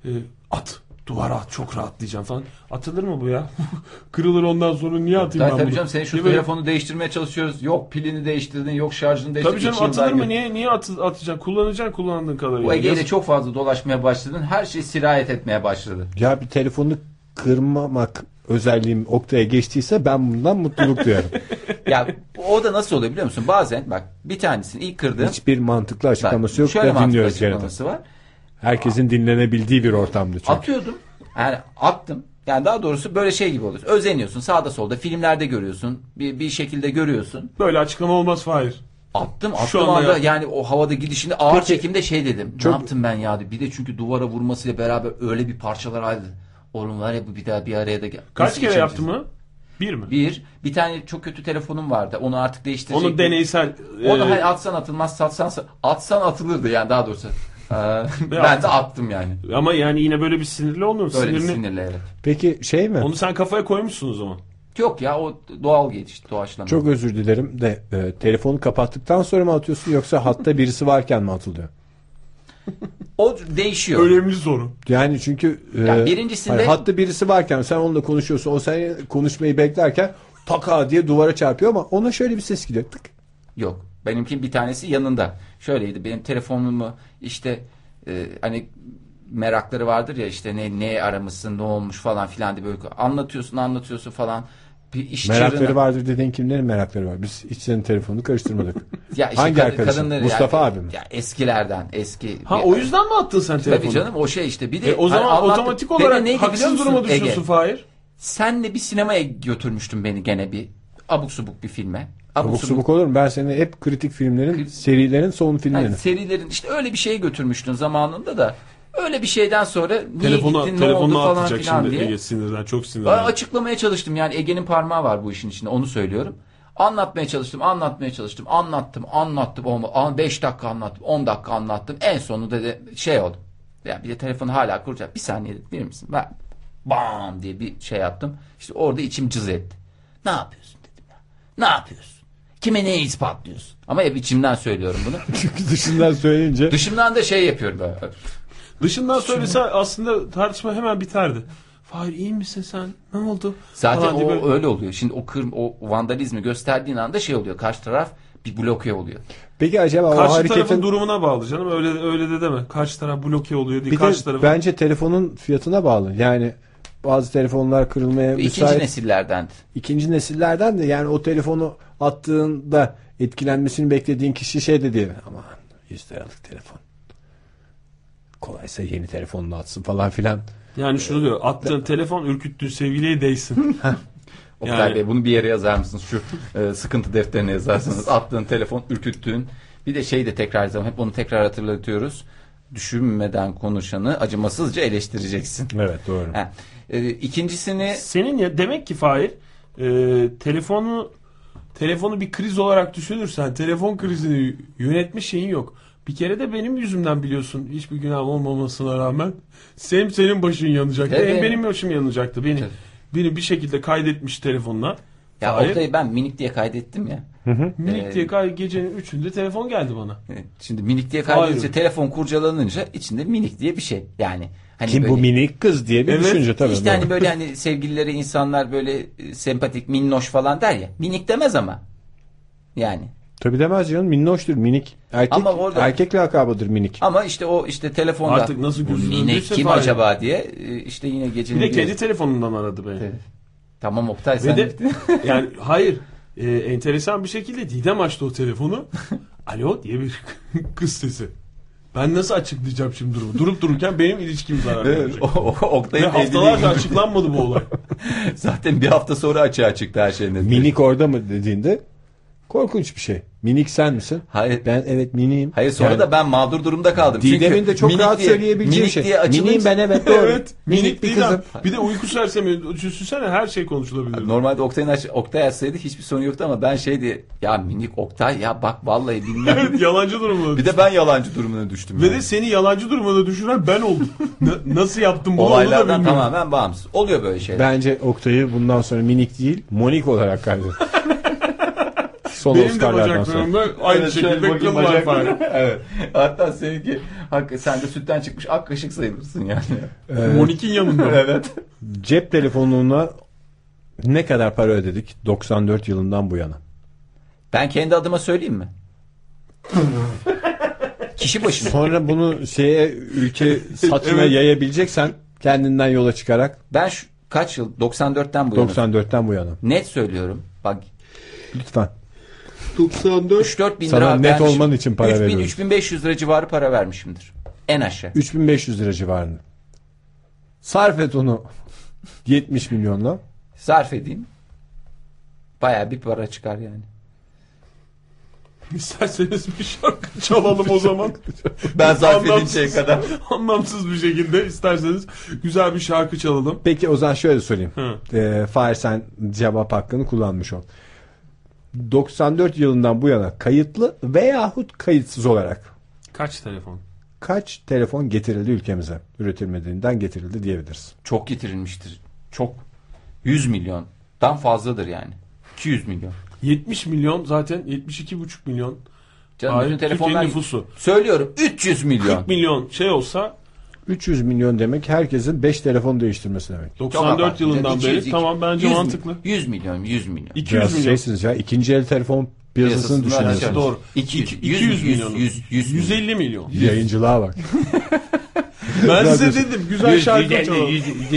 At. Duvara at, çok rahatlayacağım falan. Atılır mı bu ya? Kırılır, ondan sonra niye atayım ben Tabii bunu? canım, senin şu Değil mi? telefonu değiştirmeye çalışıyoruz. Yok pilini değiştirdin, yok şarjını değiştirdin. Tabii canım, atılır mı? Niye atacaksın? Kullanacaksın kullandığın kadarıyla. Bu Ege'yle çok fazla dolaşmaya başladın. Her şey sirayet etmeye başladı. Ya bir telefonu kırmamak özelliğim Oktay'a geçtiyse ben bundan mutluluk duyarım. Ya o da nasıl oluyor biliyor musun? Bazen bak, bir tanesini ilk kırdığım. Hiçbir mantıklı açıklaması yok. Şöyle Da mantıklı dinliyoruz gene de. açıklaması var. Herkesin dinlenebildiği bir ortamda çünkü. Atıyordum. Yani attım. Yani daha doğrusu böyle şey gibi oluyor. Özeniyorsun sağda solda. Filmlerde görüyorsun. Bir şekilde görüyorsun. Böyle açıklama olmaz Fahir. Attım Şu anda anda ya. yani o havada gidişinde ağır Peki, çekimde şey dedim. çok- Ne yaptım ben ya? Bir de çünkü duvara vurmasıyla beraber öyle bir parçalar aldı. Oğlum var ya, bu bir daha bir araya da gel. Kaç Nasıl kere içim yaptın mı? Bir mi? Bir tane çok kötü telefonum vardı. Onu artık değiştirecektim. Onun deneysel... Onu hani atsan atılmaz, atsan atılırdı yani, daha doğrusu. Ben de attım yani. Ama yani yine böyle bir sinirli olmuyor. Böyle bir sinirle, evet. Peki şey mi? Onu sen kafaya koymuşsun o zaman. Yok ya, o doğal gelişti, doğaçlama. Çok özür dilerim de telefonu kapattıktan sonra mı atıyorsun yoksa hatta birisi varken mi atılıyor? O değişiyor. Önemli soru. Yani çünkü Yani birincisinde- hatta birisi varken sen onunla konuşuyorsun, o sen konuşmayı beklerken taka diye duvara çarpıyor ama ona şöyle bir ses gidiyor. Tık. Yok. Benimki bir tanesi yanında. Şöyleydi. Benim telefonumu işte hani merakları vardır ya, işte ne aramışsın, ne olmuş falan filan diye böyle anlatıyorsun falan. Bir iş Merakları çığırına- vardır dediğin kimlerin merakları var? Biz hiç senin telefonunu karıştırmadık. Ya işte Hangi arkadaşın? kadınları Mustafa yani, abi mi? Ya eskilerden, eski. Ha, o yüzden mi attın sen telefonu? Tabii canım, o şey işte. Bir de O zaman hani otomatik Beni olarak neydi biliyor haksız musun, duruma düşüyorsun Ege? Fahir. Senle bir sinemaya götürmüştün beni, gene bir abuk subuk bir filme. Abuk subuk olur mu? Ben seni hep kritik filmlerin, serilerin son filmlerini. Yani serilerin işte öyle bir şeye götürmüştün zamanında da. Öyle bir şeyden sonra niye gittin, ne oldu Telefonunu falan atacak filan şimdi diye. Ege, sinirden, çok Ben sinirden. açıklamaya çalıştım, yani Ege'nin parmağı var bu işin içinde, onu söylüyorum. Anlatmaya çalıştım. Anlattım. 5 dakika anlattım, 10 dakika anlattım. En sonunda da şey oldu. Ya bir de telefonu hala kuracak. Bir saniye verir misin? Ben bam diye bir şey yaptım. İşte orada içim cız etti. Ne yapıyorsun dedim ya. Ne yapıyorsun? Kime neyi ispatlıyorsun? Ama hep içimden söylüyorum bunu. Çünkü dışından söyleyince. Dışımdan da şey yapıyorum böyle. Dışından söylese aslında tartışma hemen biterdi. Fahir iyi misin sen? Ne oldu? Zaten Falan diye o böyle- öyle oluyor. Şimdi o vandalizmi gösterdiğin anda şey oluyor. Karşı taraf bir bloke oluyor. Peki acaba o Karşı tarafın hareketin durumuna bağlı canım. Öyle de deme. Karşı taraf bloke oluyor diye. bir de Karşı tarafı... bence telefonun fiyatına bağlı. Yani bazı telefonlar kırılmaya İkinci müsait. nesillerden. İkinci nesillerden de yani o telefonu attığında etkilenmesini beklediğin kişi şey dedi. Aman 100 liralık telefon. Kolaysa yeni telefonunu atsın falan filan. Yani şunu diyor. Attığın telefon ürküttüğün sevgiliye değsin. Oktay Yani- Bey, bunu bir yere yazar mısınız? Şu sıkıntı defterine yazarsınız. Attığın telefon, ürküttüğün. Bir de şey de hep onu tekrar hatırlatıyoruz. Düşünmeden konuşanı acımasızca eleştireceksin. Evet doğru. Ha. İkincisini Senin ya demek ki Fahir telefonu bir kriz olarak düşünürsen telefon krizini yönetme şeyin yok. Bir kere de benim yüzümden biliyorsun, hiçbir günahım olmamasına rağmen hem senin başın yanacaktı Evet. hem benim başım yanacaktı. Beni bir şekilde kaydetmiş telefonla. ya Fahir, Oktay'ı ben minik diye kaydettim ya. minik diye gecenin 3'ünde telefon geldi bana. Şimdi minik diye Hayır. kaydedince, telefon kurcalanınca içinde minik diye bir şey. Yani hani Kim bu böyle- minik kız diye bir Evet, düşünce tabii. İşte doğru. hani böyle hani sevgilileri insanlar böyle sempatik, minnoş falan der ya. Minik demez ama. Yani. Tabii demez canım, minnoştur minik. Ama orada- Erkek lakabıdır minik. Ama işte o işte telefonda Artık nasıl bu gözünü minik döndüyse kim Fahir. acaba diye işte yine Bir gecenin de kendi telefonundan aradı beni. Evet. Tamam Oktay Ve sen de yani hayır enteresan bir şekilde Didem açtı o telefonu. Alo diye bir kız sesi. Ben nasıl açıklayacağım şimdi durumu? Durup dururken benim ilişkim zarar görecek. Oktay'ın Ve haftalarca açıklanmadı bu olay. Zaten bir hafta sonra açığa çıktı her şey. Minik orada mı dediğinde korkunç bir şey. Minik sen misin? Hayır. Ben evet miniyim. Hayır sonra da ben mağdur durumda kaldım. Didem'in Çünkü de çok minik rahat diye- söyleyebileceği minik şey. diye açılınca- Miniyim ben evet doğru. Evet. Minik bir Didem. kızım. Bir de uyku sersemi. Düşünsene her şey konuşulabilir. Normalde Oktay açsaydı hiçbir sorun yoktu ama ben ya minik Oktay ya bak vallahi bilmem. Evet, yalancı durumuna Bir de ben yalancı durumuna düştüm. Ve yani. de seni yalancı durumuna düşüren ben oldum. Nasıl yaptım bunu onu da Olaylardan bilmiyorum. tamamen bağımsız. Oluyor böyle şeyler. Bence Oktay'ı bundan sonra minik değil Monik olarak kaydedin. Son Benim de Oscar'lardan sonra. bacaklarımda aynı şekilde kıl var fare. Evet. Hatta seninki sen de sütten çıkmış ak kaşık sayılırsın yani. Monik'in yanında. Evet. Cep telefonuna ne kadar para ödedik 94 yılından bu yana? Ben kendi adıma söyleyeyim mi? Kişi başına. Sonra bunu ülke saçına Evet. yayabileceksen kendinden yola çıkarak Ben kaç yıl? 94'ten bu yana. 94'ten bu yana. Net söylüyorum. Bak Lütfen. 3-4 bin Sana lira net vermişim. olman için para 3.000 veriyoruz. 3.500 lira civarı para vermişimdir. En aşağı. 3500 lira civarında. Sarf et onu 70 milyonla. Sarf edeyim. Bayağı bir para çıkar yani. İsterseniz bir şarkı çalalım o zaman. Ben sarf Anlamsız. edinceye kadar. Anlamsız bir şekilde isterseniz güzel bir şarkı çalalım. Peki o zaman şöyle sorayım. Hı. Fahir sen cevap hakkını kullanmış ol. 94 yılından bu yana kayıtlı veyahut kayıtsız olarak Kaç telefon? kaç telefon getirildi ülkemize? Üretilmediğinden getirildi diyebiliriz. Çok getirilmiştir. Çok. 100 milyondan fazladır yani. 200 milyon. 70 milyon zaten 72,5 milyon. Canım Hayır, bütün Türkiye'nin telefonlar nüfusu. Söylüyorum 300 milyon. 40 milyon şey olsa 300 milyon demek herkesin 5 telefon değiştirmesi demek. 94 abartı. yılından 200, beri tamam bence 100 mantıklı. 100 milyon 100 milyon. 200 Biraz milyon. şeysiniz ya ikinci el telefon piyasasını Piyasasını düşünüyorsunuz. açarız. Doğru. 200 200 milyon. 100 150 milyon. Yayıncılığa bak. Ben size Radyosu. dedim güzel şarkı çalalım.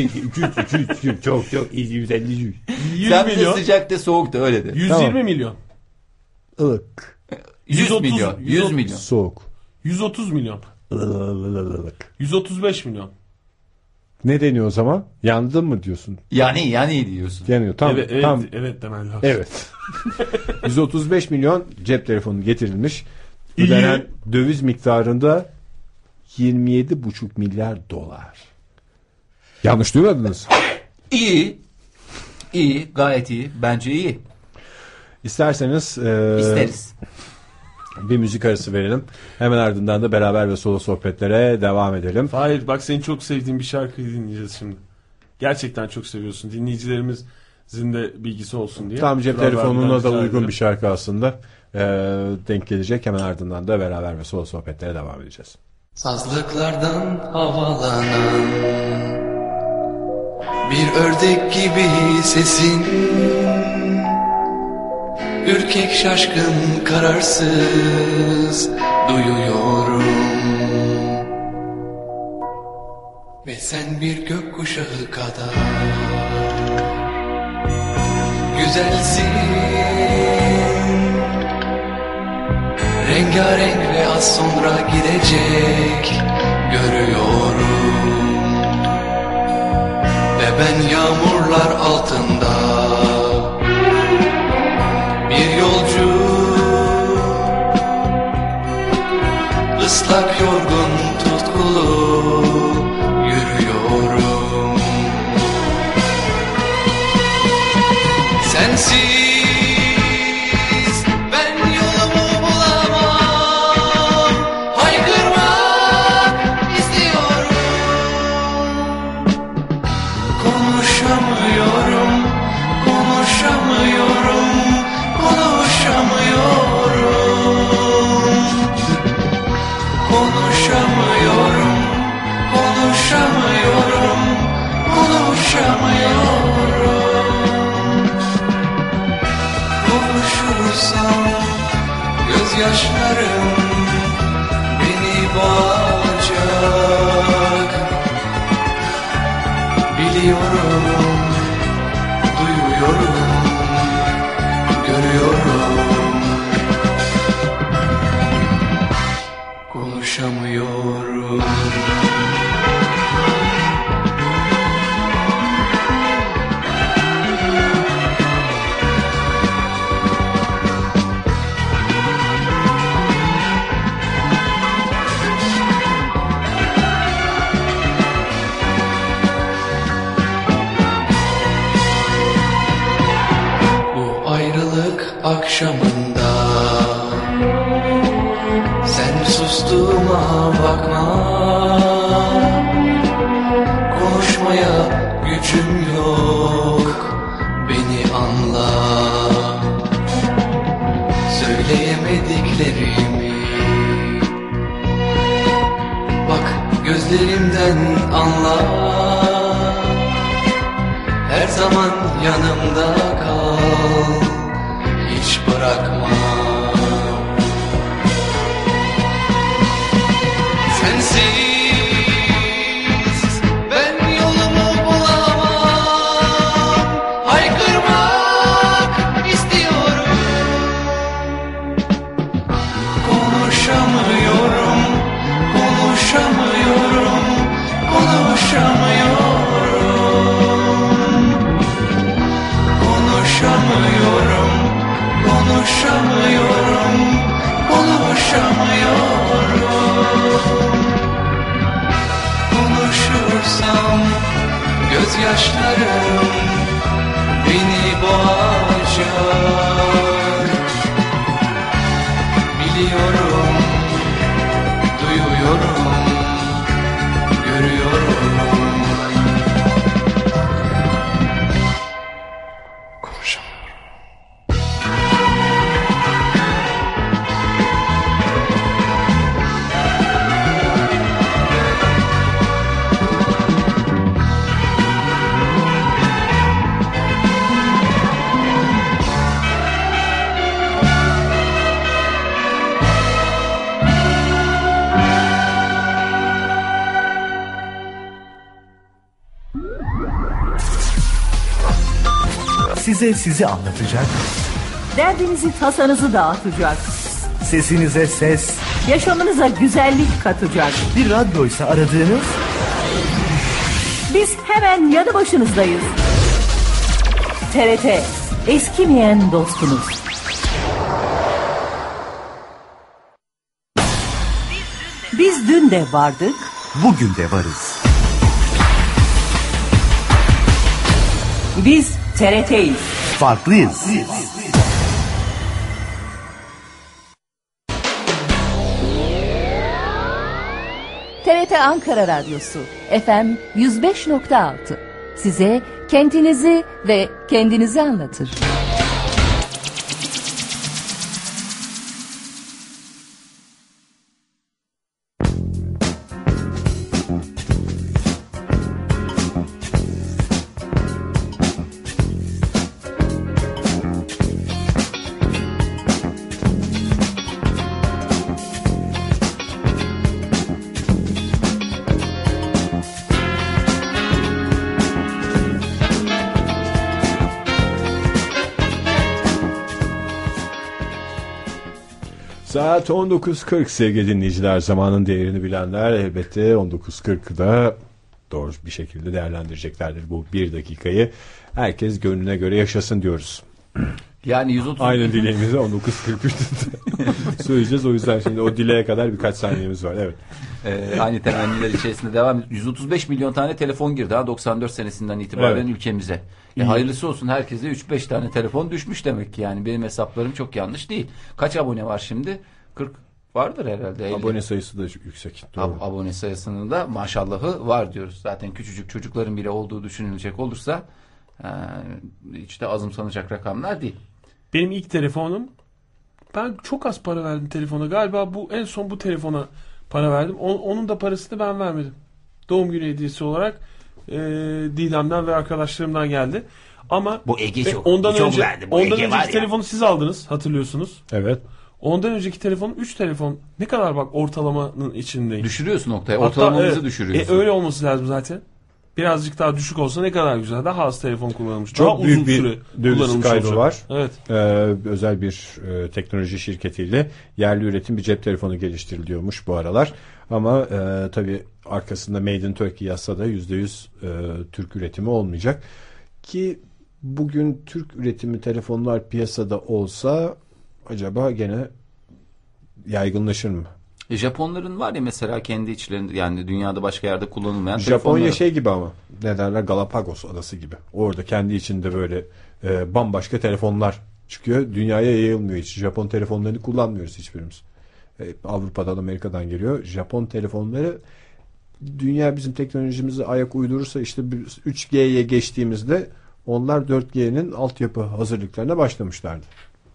Çok 150 100 Sen de milyon. sıcakta soğukta öyle de. 120 Tamam. milyon. ılık 100 130 milyon. 100 milyon. soğuk 130 milyon. ılık. 135 milyon. Ne deniyor o zaman? Yandın mı diyorsun? Yani diyorsun. Yanıyor. Tam Evet, evet, tam evet demen lazım. evet. 135 milyon cep telefonu getirilmiş. Bu İyi. denen döviz miktarında 27,5 milyar dolar. Yanlış duymadınız. İyi. İyi, gayet iyi. Bence iyi. İsterseniz İsteriz. bir müzik arası verelim. Hemen ardından da beraber ve solo sohbetlere devam edelim. Hayır bak senin çok sevdiğin bir şarkıyı dinleyeceğiz şimdi. Gerçekten çok seviyorsun. Dinleyicilerimizin de bilgisi olsun diye. Tam cep Kral telefonuna Verdi'den da rica uygun ederim. bir şarkı aslında. Denk gelecek. Hemen ardından da beraber ve solo sohbetlere devam edeceğiz. Sazlıklardan havalanan bir ördek gibi sesin, ürkek şaşkın kararsız duyuyorum. Ve sen bir gökkuşağı kadar güzelsin, rengarenk ve az sonra gidecek görüyorum. Ve ben yağmurlar altında bir yolcu, ıslak yorgun tutkulu yürüyorum. Sensiz ben yolumu bulamam, haykırmak istiyorum. Konuşamıyorum, konuşamıyorum, konuşamıyorum. Konuşamıyorum, konuşamıyorum, konuşamıyorum. Konuşursam gözyaşlarım beni boğacak. Biliyorum, duyuyorum. konuşamıyorum. Bu ayrılık akşamında sen sustuğuma bakma, konuşmaya gücüm yok, beni anla. Söyleyemediklerimi bak gözlerimden anla. Her zaman yanımda kal, hiç bırakma. Sensiz ben yolumu bulamam. Haykırmak istiyorum. Konuşamıyorum, konuşamıyorum, konuşamıyorum. Konuşamıyorum, konuşamıyorum, konuşamıyorum. Konuşursam gözyaşlarım beni boğacak. Biliyorum, duyuyorum, görüyorum. Konuşamıyorum. Sizi anlatacak, Derdinizi tasanızı dağıtacak, sesinize ses, yaşamınıza güzellik katacak. bir radyoysa aradığınız, Biz hemen yanı başınızdayız. TRT, eskimeyen dostunuz. Biz dün de vardık, bugün de varız. biz TRT'yiz. Farklıyız. TRT Ankara Radyosu, FM 105.6. Size kentinizi ve kendinizi anlatır. Saat 19.40 sevgili dinleyiciler, zamanın değerini bilenler elbette 19.40'da doğru bir şekilde değerlendireceklerdir bu bir dakikayı. Herkes gönlüne göre yaşasın diyoruz. Yani 130 Aynı dileğimizi 19.43'te söyleyeceğiz, o yüzden şimdi o dileğe kadar birkaç saniyemiz var. Evet. Aynı temenniler içerisinde devam ediyor. 135 milyon tane telefon girdi ha 94 senesinden itibaren ülkemize. Hayırlısı olsun, herkese 3-5 tane telefon düşmüş demek ki, yani benim hesaplarım çok yanlış değil. Kaç abone var şimdi? 40 vardır herhalde. 50. Abone sayısı da yüksek. Abone sayısının da maşallahı var diyoruz. Zaten küçücük çocukların bile olduğu düşünülecek olursa hiç de azımsanacak rakamlar değil. Benim ilk telefonum, ben çok az para verdim telefona. Galiba bu en son bu telefona para verdim. Onun da parasını ben vermedim. Doğum günü hediyesi olarak Didem'den ve arkadaşlarımdan geldi. Ama bu Ege çok verdi. Ondan önceki telefonu siz aldınız, hatırlıyorsunuz. Evet. Ondan önceki telefon 3 telefon. Ne kadar bak ortalamanın içindeyim. Düşürüyorsun noktaya. Ortalamamızı düşürüyorsun. Öyle olması lazım zaten. Birazcık daha düşük olsa ne kadar güzel. Daha az telefon kullanılmış. Çok daha büyük uzun bir süre döviz kullanılmış kaybı olacak. var. Evet. Özel bir teknoloji şirketiyle yerli üretim bir cep telefonu geliştiriliyormuş bu aralar. Ama tabii arkasında Made in Turkey yazsa da %100 Türk üretimi olmayacak. Ki bugün Türk üretimi telefonlar piyasada olsa acaba gene yaygınlaşır mı? Japonların var ya mesela kendi içlerinde, yani dünyada başka yerde kullanılmayan Japonya telefonları. şey gibi ama ne derler, Galapagos adası gibi. Orada kendi içinde böyle bambaşka telefonlar çıkıyor. Dünyaya yayılmıyor hiç. Japon telefonlarını kullanmıyoruz hiçbirimiz. Avrupa'dan, Amerika'dan geliyor. Japon telefonları, dünya bizim teknolojimize ayak uydurursa işte 3G'ye geçtiğimizde onlar 4G'nin altyapı hazırlıklarına başlamışlardı.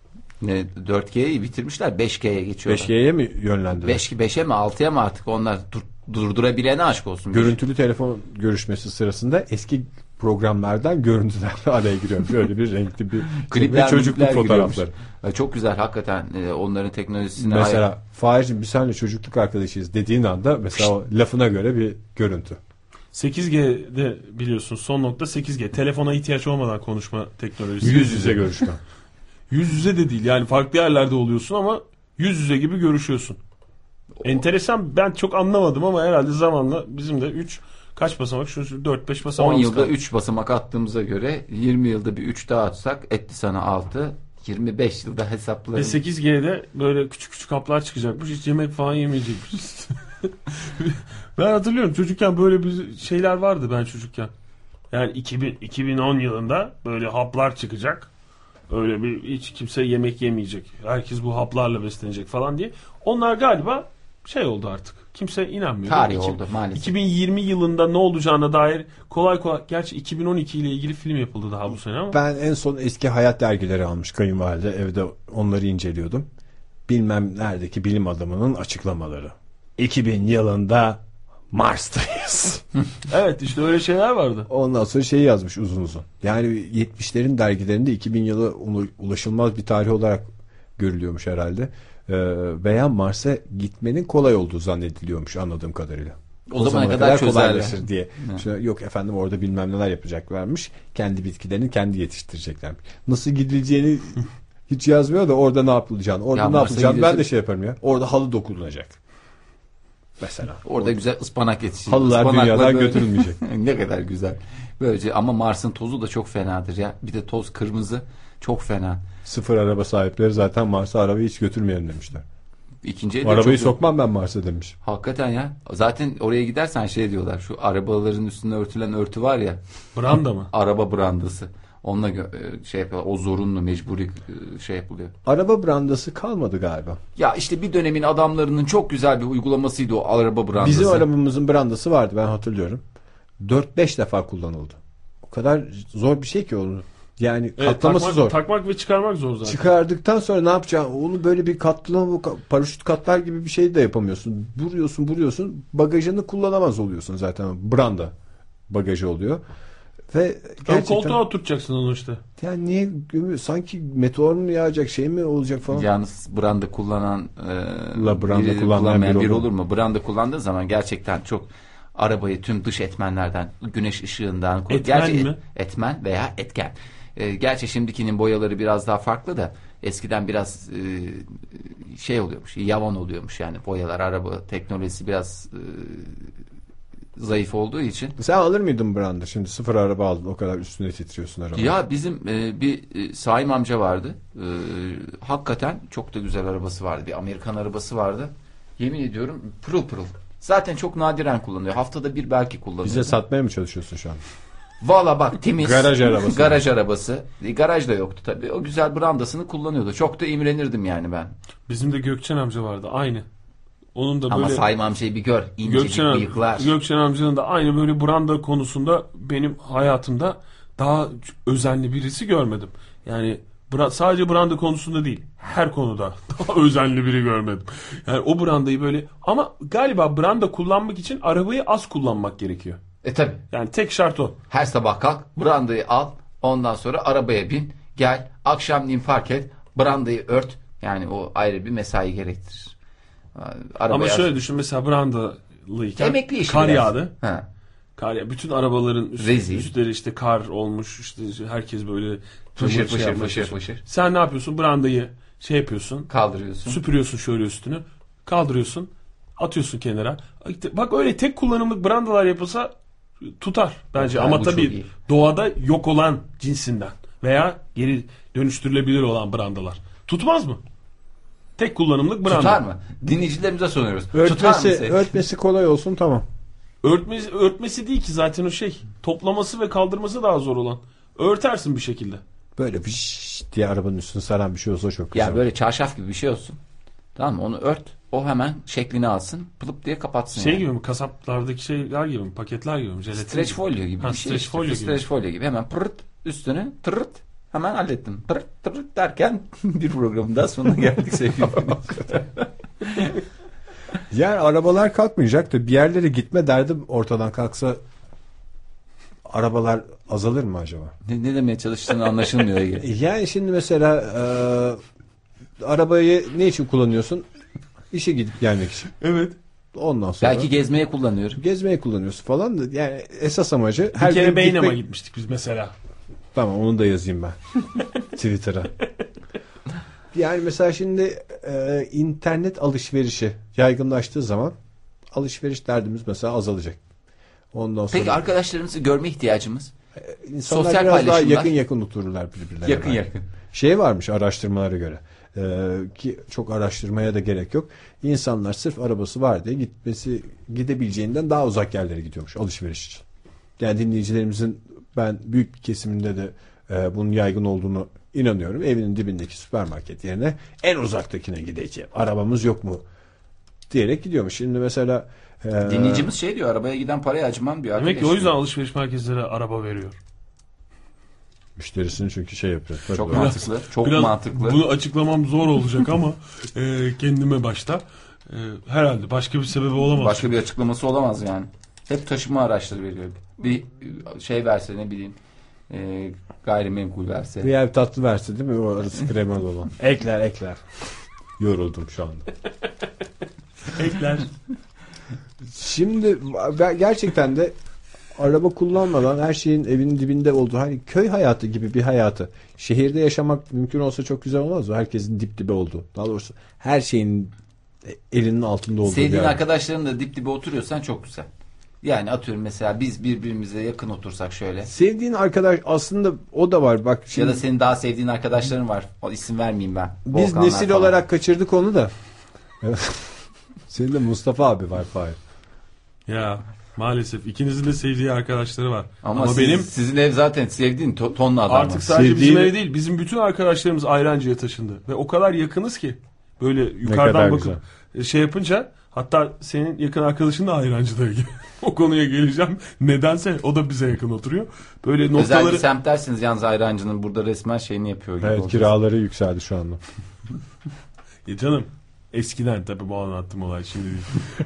4G'yi bitirmişler, 5G'ye geçiyorlar. 5G'ye mi yönlendiler? 5'e mi 6'ya mı artık onlar durdurabilene aşk olsun. Görüntülü telefon görüşmesi sırasında eski programlardan görüntüler araya giriyor. Böyle bir renkli bir klipler, çocukluk fotoğrafları. Çok güzel hakikaten onların teknolojisine. Mesela Fahir'cim biz seninle çocukluk arkadaşıyız dediğin anda mesela o lafına göre bir görüntü. 8G'de biliyorsun son nokta 8G. Telefona ihtiyaç olmadan konuşma teknolojisi. Yüz yüze görüşme. Yüz yüze de değil yani, farklı yerlerde oluyorsun ama yüz yüze gibi görüşüyorsun. Enteresan, ben çok anlamadım ama herhalde zamanla bizim de kaç basamak? Şu 4-5 basamak. 10 yılda 3 basamak attığımıza göre 20 yılda bir 3 daha atsak etti sana 6. 25 yılda hesaplarım. Ve 8G'de böyle küçük küçük haplar çıkacakmış. Hiç yemek falan yemeyecekmiş. Ben hatırlıyorum çocukken böyle bir şeyler vardı ben çocukken. Yani 2010 yılında böyle haplar çıkacak. Öyle bir hiç kimse yemek yemeyecek. Herkes bu haplarla beslenecek falan diye. Onlar galiba şey oldu artık. Kimse inanmıyor. Tarih oldu maalesef. 2020 yılında ne olacağına dair kolay gerçi 2012 ile ilgili film yapıldı daha bu sene ama. Ben en son eski hayat dergileri almış kayınvalide. Evde onları inceliyordum. Bilmem neredeki bilim adamının açıklamaları. 2000 yılında Mars'tayız. Evet işte öyle şeyler vardı. Ondan sonra şeyi yazmış uzun uzun. Yani 70'lerin dergilerinde 2000 yılı ulaşılmaz bir tarih olarak görülüyormuş herhalde. Veya Mars'a gitmenin kolay olduğu zannediliyormuş anladığım kadarıyla. O zamana kadar kolaylaşır diye. Şimdi, yok efendim orada bilmem neler yapacaklarmış. Kendi bitkilerini kendi yetiştireceklermiş. Nasıl gidileceğini hiç yazmıyor da orada ne yapılacağını. Orada ya ne yapılacağını ben de gidiyorsun... şey yaparım ya. Orada halı dokunulacak. Mesela. Orada güzel ıspanak yetişecek. Halılar dünyadan götürülmeyecek. Ne kadar güzel. Böylece ama Mars'ın tozu da çok fenadır ya. Bir de toz kırmızı çok fena. Sıfır araba sahipleri zaten Mars'a arabayı hiç götürmeyelim demişler. İkinci arabayı sokmam ben Mars'a demiş. Hakikaten ya. Zaten oraya gidersen şey diyorlar. Şu arabaların üstüne örtülen örtü var ya. Branda mı? Araba brandası. Onunla şey yapıyorlar. O zorunlu mecburi şey yapılıyor. Araba brandası kalmadı galiba. Ya işte bir dönemin adamlarının çok güzel bir uygulamasıydı o araba brandası. Bizim arabamızın brandası vardı ben hatırlıyorum. 4-5 defa kullanıldı. O kadar zor bir şey ki onu. Yani katlaması zor. Takmak ve çıkarmak zor zaten. Çıkardıktan sonra ne yapacaksın? Onu böyle bir katlama, paraşüt katlar gibi bir şey de yapamıyorsun. Vuruyorsun. Bagajını kullanamaz oluyorsun zaten. Branda bagajı oluyor. Ve gerçekten koltuğa oturtacaksın onu işte. Yani niye sanki meteor mu yağacak şey mi olacak falan. Yalnız branda kullanan branda kullanmayan biri olur mu? Branda kullandığı zaman gerçekten çok arabayı tüm dış etmenlerden, güneş ışığından, etmen mi? Etmen veya etken. Gerçi şimdikinin boyaları biraz daha farklı da eskiden biraz şey oluyormuş, yavan oluyormuş yani boyalar, araba teknolojisi biraz zayıf olduğu için. Sen alır mıydın branda? Şimdi sıfır araba aldın, o kadar üstüne titriyorsun araba. Ya bizim bir Saim amca vardı. Hakikaten çok da güzel arabası vardı. Bir Amerikan arabası vardı. Yemin ediyorum pırıl pırıl. Zaten çok nadiren kullanıyor. Haftada bir belki kullanıyor. Bize satmaya mı çalışıyorsun şu an? Valla bak temiz. Garaj arabası. Garaj arabası. Garaj da yoktu tabii. O güzel brandasını kullanıyordu. Çok da imrenirdim yani ben. Bizim de Gökçen amca vardı aynı. Onun da ama böyle... Saim amcayı bir gör. İncecik bıyıklar. Gökçen amcanın da aynı böyle branda konusunda benim hayatımda daha özenli birisi görmedim. Yani sadece branda konusunda değil, her konuda daha özenli biri görmedim. Yani o brandayı böyle, ama galiba branda kullanmak için arabayı az kullanmak gerekiyor. Tabi. Yani tek şart o. Her sabah kalk, brandayı al, ondan sonra arabaya bin, gel, akşamleyin park et, brandayı ört. Yani o ayrı bir mesai gerektirir. Ama şöyle düşün, mesela brandalıyken emekli işi kar biraz. yağdı. Ha. Bütün arabaların Rezil. üstleri işte kar olmuş, işte herkes böyle fışır. Sen ne yapıyorsun? Brandayı şey yapıyorsun, kaldırıyorsun, süpürüyorsun şöyle üstünü, kaldırıyorsun. Atıyorsun kenara. Bak öyle tek kullanımlık brandalar yapılsa tutar bence. Yani ama bu çok tabii iyi. doğada yok olan cinsinden veya geri dönüştürülebilir olan brandalar. Tutmaz mı? Tek kullanımlık branda. Tutar mı? Dinleyicilerimize soruyoruz. Tutar mı? Örtmesi kolay olsun, tamam. Örtmesi değil ki zaten o şey. Toplaması ve kaldırması daha zor olan. Örtersin bir şekilde. Böyle bir diye arabanın üstüne saran bir şey olsa çok güzel. Ya böyle çarşaf gibi bir şey olsun. Tamam mı? Onu ört. O hemen şeklini alsın. Pılıp diye kapatsın. Şey yani. gibi mi? Kasaplardaki şeyler gibi mi? Paketler gibi mi? Jelatin Streç gibi. folyo gibi Ha, bir şey. streç işte. folyo gibi. Streç folyo gibi. Hemen pırt üstüne tırırt. Hemen hallettim. Pırt tırırt derken bir programın daha sonuna geldik sevgili dinleyiciler. Yani arabalar kalkmayacak da bir yerlere gitme derdim ortadan kalksa arabalar azalır mı acaba? Ne demeye çalıştığını anlaşılmıyor Ege. Yani şimdi mesela arabayı ne için kullanıyorsun? İşe gidip gelmek için. Evet. Ondan sonra Belki gezmeye kullanıyorum. gezmeye kullanıyorsun falan da yani esas amacı Bir kere gün Beynam'a gitmiştik biz mesela. Tamam, onu da yazayım ben Twitter'a. Yani mesela şimdi internet alışverişi yaygınlaştığı zaman alışveriş derdimiz mesela azalacak. Ondan sonra Peki arkadaşlarımızı görme ihtiyacımız? insanlar sosyal biraz daha paylaşımlar. yakın otururlar birbirlerine. Yakın yakın. Şey varmış araştırmalara göre ki çok araştırmaya da gerek yok. İnsanlar sırf arabası var diye gidebileceğinden daha uzak yerlere gidiyormuş alışveriş için. Yani dinleyicilerimizin ben büyük bir kesiminde de bunun yaygın olduğunu inanıyorum. Evinin dibindeki süpermarket yerine en uzaktakine gideceğim. Arabamız yok mu diyerek gidiyormuş. Şimdi mesela Dinleyicimiz şey diyor, arabaya giden parayı acımam diyor. Demek ki arkadaş o yüzden diyor. alışveriş merkezleri araba veriyor. müşterisini çünkü şey yapıyor. Çok Tabii. mantıklı. Çok Biraz mantıklı. Bunu açıklamam zor olacak ama kendime başta herhalde başka bir sebebi olamaz. Başka bir açıklaması olamaz yani. Hep taşıma araçları veriyor. Bir şey verse, ne bileyim, gayrimenkul verse. Bir yer tatlı verse değil mi? O arası kremalı olan. Ekler. Yoruldum şu anda. Ekler. Şimdi gerçekten de araba kullanmadan her şeyin evinin dibinde olduğu, hani köy hayatı gibi bir hayatı şehirde yaşamak mümkün olsa çok güzel olmaz mı? Herkesin dip dibe olduğu. Daha doğrusu her şeyin elinin altında olduğu. Sevdiğin bir yer. arkadaşlarınla dip dibe oturuyorsan çok güzel. Yani atıyorum mesela biz birbirimize yakın otursak şöyle. Sevdiğin arkadaş aslında o da var. Bak şimdi Ya da senin daha sevdiğin arkadaşların var. O isim vermeyeyim ben. biz Volkanlar nesil falan. olarak kaçırdık onu da. Senin de Mustafa abi var Fahir. Ya maalesef ikinizin de sevdiği arkadaşları var. Ama benim sizin ev zaten sevdiğin tonla adam artık var. sadece bizim Sevdiğim- ev değil, bizim bütün arkadaşlarımız Ayrancı'ya taşındı ve o kadar yakınız ki böyle kadar yukarıdan bakıp şey yapınca, hatta senin yakın arkadaşın da Ayrancı'da o konuya geleceğim. Nedense o da bize yakın oturuyor. Böyle Özel bir noktaları semt dersiniz yalnız Ayrancı'nın burada resmen şeyini yapıyor gibi. Evet, olacağız. kiraları yükseldi şu anda. Canım eskiden tabii bu anlattığım olay şimdi değil.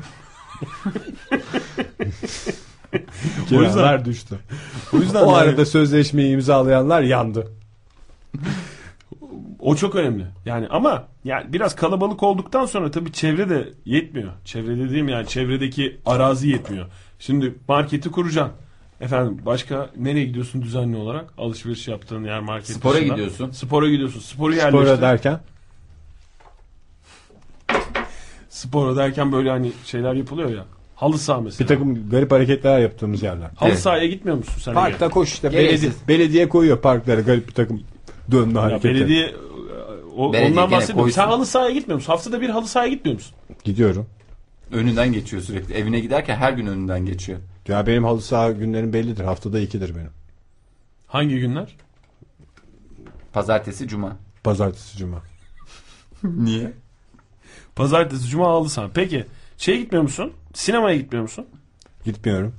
Kiralar düştü. O yüzden O yani- arada sözleşmeyi imzalayanlar yandı. O çok önemli. Yani ama yani biraz kalabalık olduktan sonra tabii çevre de yetmiyor. Çevre dediğim yani çevredeki arazi yetmiyor. Şimdi marketi kuracaksın. Efendim başka nereye gidiyorsun düzenli olarak? Alışveriş yaptığın yer market Spora dışında. gidiyorsun. Spora gidiyorsun. Sporu yerleştir. Spora derken Spora derken böyle hani şeyler yapılıyor ya. Halı saha mesela. bir takım garip hareketler yaptığımız yerler. Halı Evet. sahaya gitmiyor musun sen? Parkta Ege? koş işte. Gereksiz. Belediye koyuyor parklara garip bir takım dönme Ya hareketleri. belediye Belediye ondan gene bahsediyorum. koysun. Sen halı sahaya gitmiyor musun? Haftada bir halı sahaya gitmiyor musun? Gidiyorum. Önünden geçiyor sürekli. Evine giderken her gün önünden geçiyor. Ya benim halı saha günlerim bellidir. Haftada 2'dir benim. Hangi günler? Pazartesi, cuma. Pazartesi, cuma. Niye? Pazartesi, cuma halı saha. Peki şeye gitmiyor musun? Sinemaya gitmiyor musun? Gitmiyorum.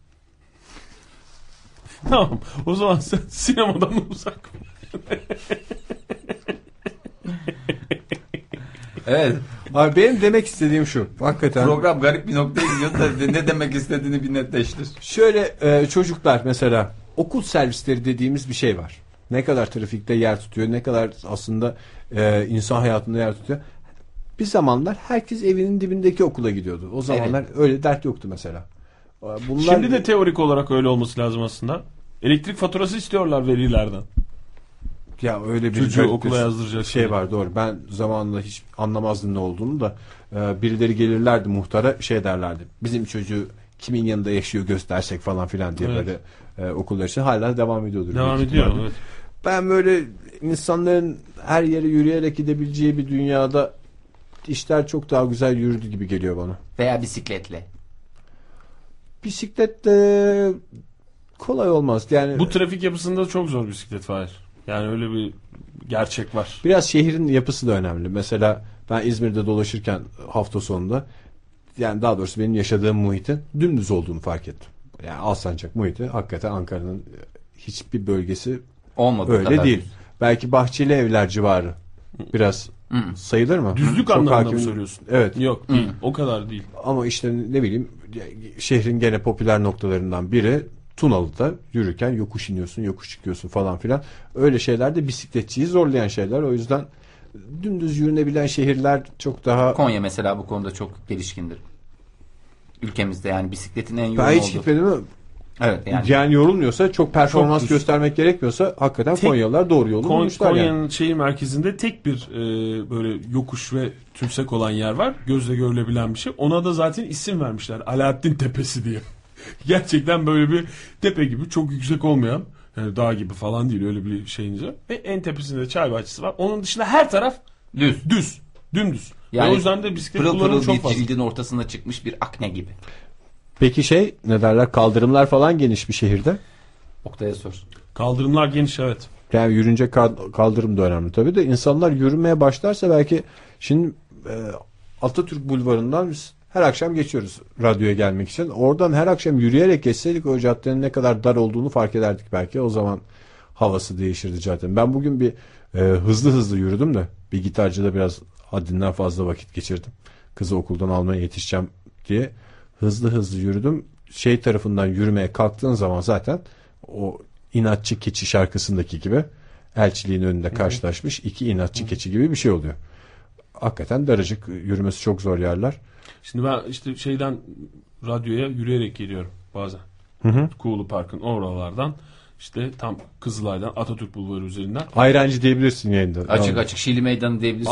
Tamam. O zaman sen sinemadan uzak. Evet. Abi benim demek istediğim şu. Hakikaten. Program garip bir noktaya gidiyor da ne demek istediğini bir netleştir. Şöyle çocuklar mesela okul servisleri dediğimiz bir şey var. Ne kadar trafikte yer tutuyor, ne kadar aslında insan hayatında yer tutuyor. Bir zamanlar herkes evinin dibindeki okula gidiyordu. O zamanlar öyle dert yoktu mesela. Bunlar Şimdi de teorik olarak öyle olması lazım aslında. Elektrik faturası istiyorlar velilerden. Ya öyle bir Çocuğu garip okula bir yazdıracak şey şey. var, doğru. Ben zamanında hiç anlamazdım ne olduğunu da birileri gelirlerdi muhtara, şey derlerdi. Bizim çocuğu kimin yanında yaşıyor göstersek falan filan diye, Evet. böyle okullar için hala devam ediyordur. Devam büyük ediyor. ihtimalle. Evet. Ben böyle insanların her yere yürüyerek gidebileceği bir dünyada işler çok daha güzel yürüdü gibi geliyor bana. Veya bisikletle. Bisikletle kolay olmaz. Yani Bu trafik yapısında çok zor bisiklet Fahir. Yani öyle bir gerçek var. biraz şehrin yapısı da önemli. Mesela ben İzmir'de dolaşırken hafta sonunda, yani daha doğrusu benim yaşadığım muhitin dümdüz olduğunu fark ettim. Yani Alsancak muhiti hakikaten Ankara'nın hiçbir bölgesi Olmadı öyle kadar. değil. Belki Bahçeli Evler civarı biraz sayılır mı? Düzlük Çok anlamında hakim- mı söylüyorsun? Evet. Yok değil. O kadar değil. Ama işte ne bileyim, şehrin gene popüler noktalarından biri Tunalı'da yürürken yokuş iniyorsun, yokuş çıkıyorsun falan filan. Öyle şeyler de bisikletçiyi zorlayan şeyler. O yüzden dümdüz yürünebilen şehirler çok daha... Konya mesela bu konuda çok gelişkindir. Ülkemizde yani bisikletin en yoğun Ben hiç olduğu. gitmedim ama Evet yani. yani yorulmuyorsa, çok performans Çok düz. göstermek gerekmiyorsa hakikaten Konyalılar doğru yolu bulmuşlar yani. Konya'nın şehir merkezinde tek bir böyle yokuş ve tümsek olan yer var. Gözle görülebilen bir şey. Ona da zaten isim vermişler. Alaaddin Tepesi diye. Gerçekten böyle bir tepe gibi, çok yüksek olmayan, yani dağ gibi falan değil, öyle bir şeyince. Ve en tepesinde çay bahçesi var. Onun dışında her taraf Düz. dümdüz. Yani Ve o yüzden de bisiklet pırıl kullanımı pırıl çok bir fazla. cildin ortasına çıkmış bir akne gibi. Peki ne derler, kaldırımlar falan geniş bir şehirde. Oktay'a sor. Kaldırımlar geniş, evet. Yani yürünce kaldırım da önemli tabii de, insanlar yürümeye başlarsa belki, şimdi Atatürk Bulvarı'ndan biz her akşam geçiyoruz radyoya gelmek için. Oradan her akşam yürüyerek geçseydik o caddenin ne kadar dar olduğunu fark ederdik belki. O zaman havası değişirdi caddenin. Ben bugün bir hızlı yürüdüm de bir gitarcıda biraz haddinden fazla vakit geçirdim. Kızı okuldan almaya yetişeceğim diye hızlı yürüdüm. Şey tarafından yürümeye kalktığın zaman zaten o inatçı keçi şarkısındaki gibi elçiliğin önünde karşılaşmış iki inatçı keçi gibi bir şey oluyor. Hakikaten daracık, yürümesi çok zor yerler. Şimdi ben işte şeyden radyoya yürüyerek geliyorum bazen. Kuğulu Park'ın oralardan, işte tam Kızılay'dan Atatürk Bulvarı üzerinden. Ayrancı diyebilirsin yayında. Açık Şili Meydanı diyebilirsin.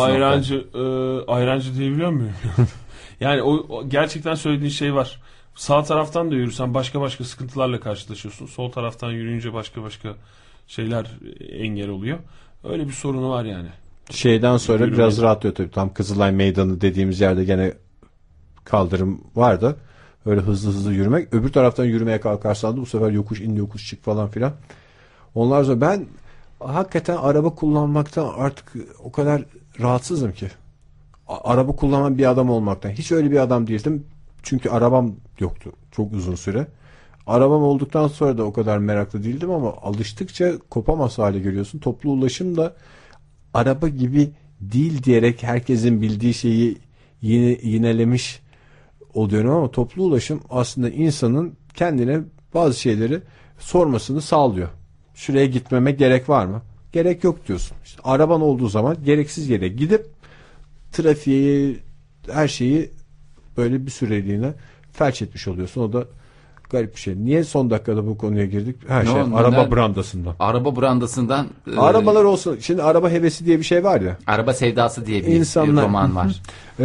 Ayrancı diyebiliyor muyum? Yani o gerçekten söylediğin şey var. Sağ taraftan da yürürsen başka sıkıntılarla karşılaşıyorsun. Sol taraftan yürüyünce başka şeyler engel oluyor. Öyle bir sorunu var yani. Şeyden sonra Yürümeyi. biraz rahatlıyor tabii. Tam Kızılay Meydanı dediğimiz yerde gene kaldırım vardı. Öyle hızlı yürümek. Öbür taraftan yürümeye kalkarsan da bu sefer yokuş in yokuş çık falan filan. Onlar sonra ben hakikaten araba kullanmaktan artık o kadar rahatsızım ki. Araba kullanan bir adam olmaktan. Hiç öyle bir adam değildim. Çünkü arabam yoktu çok uzun süre. Arabam olduktan sonra da o kadar meraklı değildim ama alıştıkça kopamaz hale geliyorsun. Toplu ulaşım da araba gibi değil diyerek herkesin bildiği şeyi yinelemiş oluyorum ama toplu ulaşım aslında insanın kendine bazı şeyleri sormasını sağlıyor. Şuraya gitmeme gerek var mı? Gerek yok diyorsun. İşte araban olduğu zaman gereksiz yere gidip trafiği, her şeyi böyle bir süreliğine felç etmiş oluyorsun. O da garip bir şey. Niye son dakikada bu konuya girdik? Araba brandasından. Araba brandasından. Arabalar olsun. Şimdi araba hevesi diye bir şey var ya. Araba sevdası diye bir İnsanlar- roman var.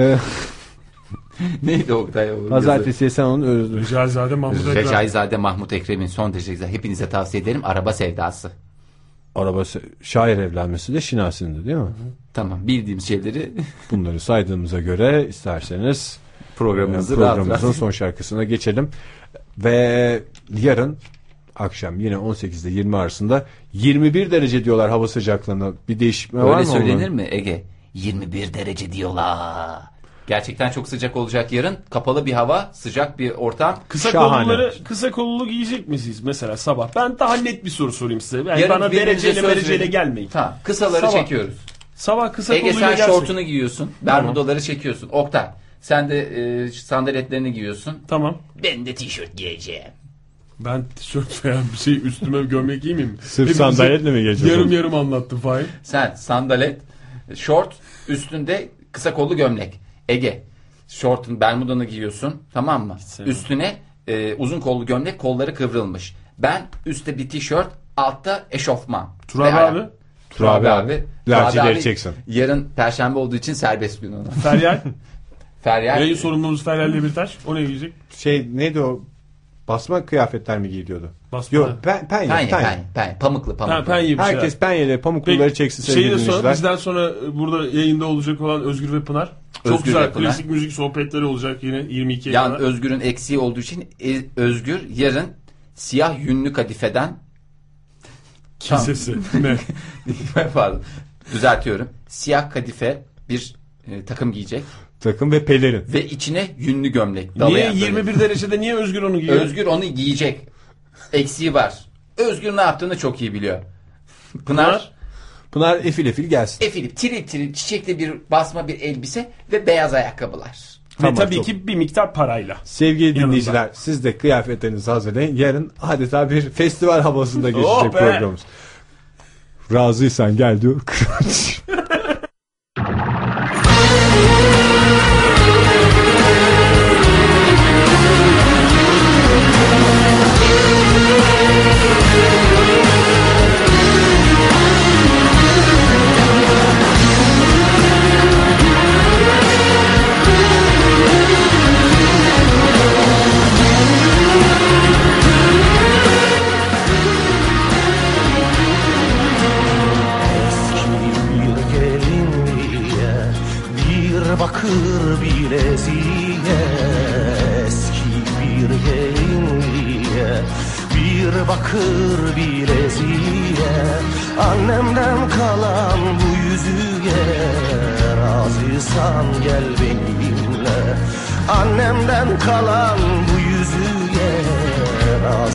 Neydi Oktay? Pazartesiye sen onu özledin. Recaizade Mahmut Ekrem. Recaizade Mahmut Ekrem'in son derece güzel. Hepinize tavsiye ederim. Araba sevdası. Arabası şair evlenmesi de Şinasi'nde değil mi? Tamam, bildiğimiz şeyleri Bunları saydığımıza göre isterseniz programımızın son şarkısına geçelim. Ve yarın akşam yine 18'de 20 arasında 21 derece diyorlar hava sıcaklığına. Bir değişikme var mı? Öyle söylenir onların? mi Ege? 21 derece diyorlar. Gerçekten çok sıcak olacak yarın. Kapalı bir hava, sıcak bir ortam. Kısa kollulu giyecek misiniz mesela sabah? Ben daha net bir soru sorayım size. Yani Yarın bana birbirinize söz dereceyle verin. gelmeyin. Tamam, kısaları Sabah. çekiyoruz. Sabah kısa Ege kolluyla sen gelsin. şortunu giyiyorsun. Bermudaları çekiyorsun. Oktay sen de sandaletlerini giyiyorsun. Tamam. Ben de tişört giyeceğim. Ben tişört veya bir şey üstüme gömlek giymeyeyim mi? Sırf Hepimize sandaletle mi gelecek? yarım anlattım Fahir. Sen sandalet, şort, üstünde kısa kollu gömlek. Ege, şortun, bermudanı giyiyorsun, tamam mı? sevmem. Üstüne uzun kollu gömlek, kolları kıvrılmış. Ben üstte bir tişört, altta eşofman. Turab Ve abi. Turabi abi. Lacileri çeksin. Yarın Perşembe olduğu için serbest gün ona. Feryal. Feryal. Yayın sorumlumuz Feryal Demirtaş. O ne giyecek? Neydi o? Basma kıyafetler mi giyiliyordu? Basma. Yok penye. Pamuklu. Penye bir Herkes şey. penyeleri pamukluları çeksin sevgili Şeyi de sonra dinleyiciler. bizden sonra burada yayında olacak olan Özgür ve Pınar. Çok Özgür güzel ve Pınar. klasik müzik sohbetleri olacak yine 22'ye Yani kadar. Özgür'ün eksiği olduğu için Özgür yarın siyah yünlü kadifeden Kisesi. Ne? pardon. Düzeltiyorum. Siyah kadife bir takım giyecek Takım ve pelerin. ve içine yünlü gömlek. Niye dalayan böyle. 21 derecede niye Özgür onu giyiyor? Özgür onu giyecek. Eksiği var. Özgür ne yaptığını çok iyi biliyor. Pınar efil gelsin. Efilip tiril çiçekli bir basma bir elbise ve beyaz ayakkabılar. Ve Tamam, tabii çok- ki bir miktar parayla. Sevgili Yanında. dinleyiciler siz de kıyafetlerinizi hazırlayın. Yarın adeta bir festival havasında geçecek Oh be! programımız. Razıysan gel diyor. Bir gelinliğe, bir bakır bileziğe, eski bir gelinliğe, bir bakır bileziğe, annemden kalan bu yüzüğe, razıysan gel benimle, annemden kalan bu yüzüğe, razı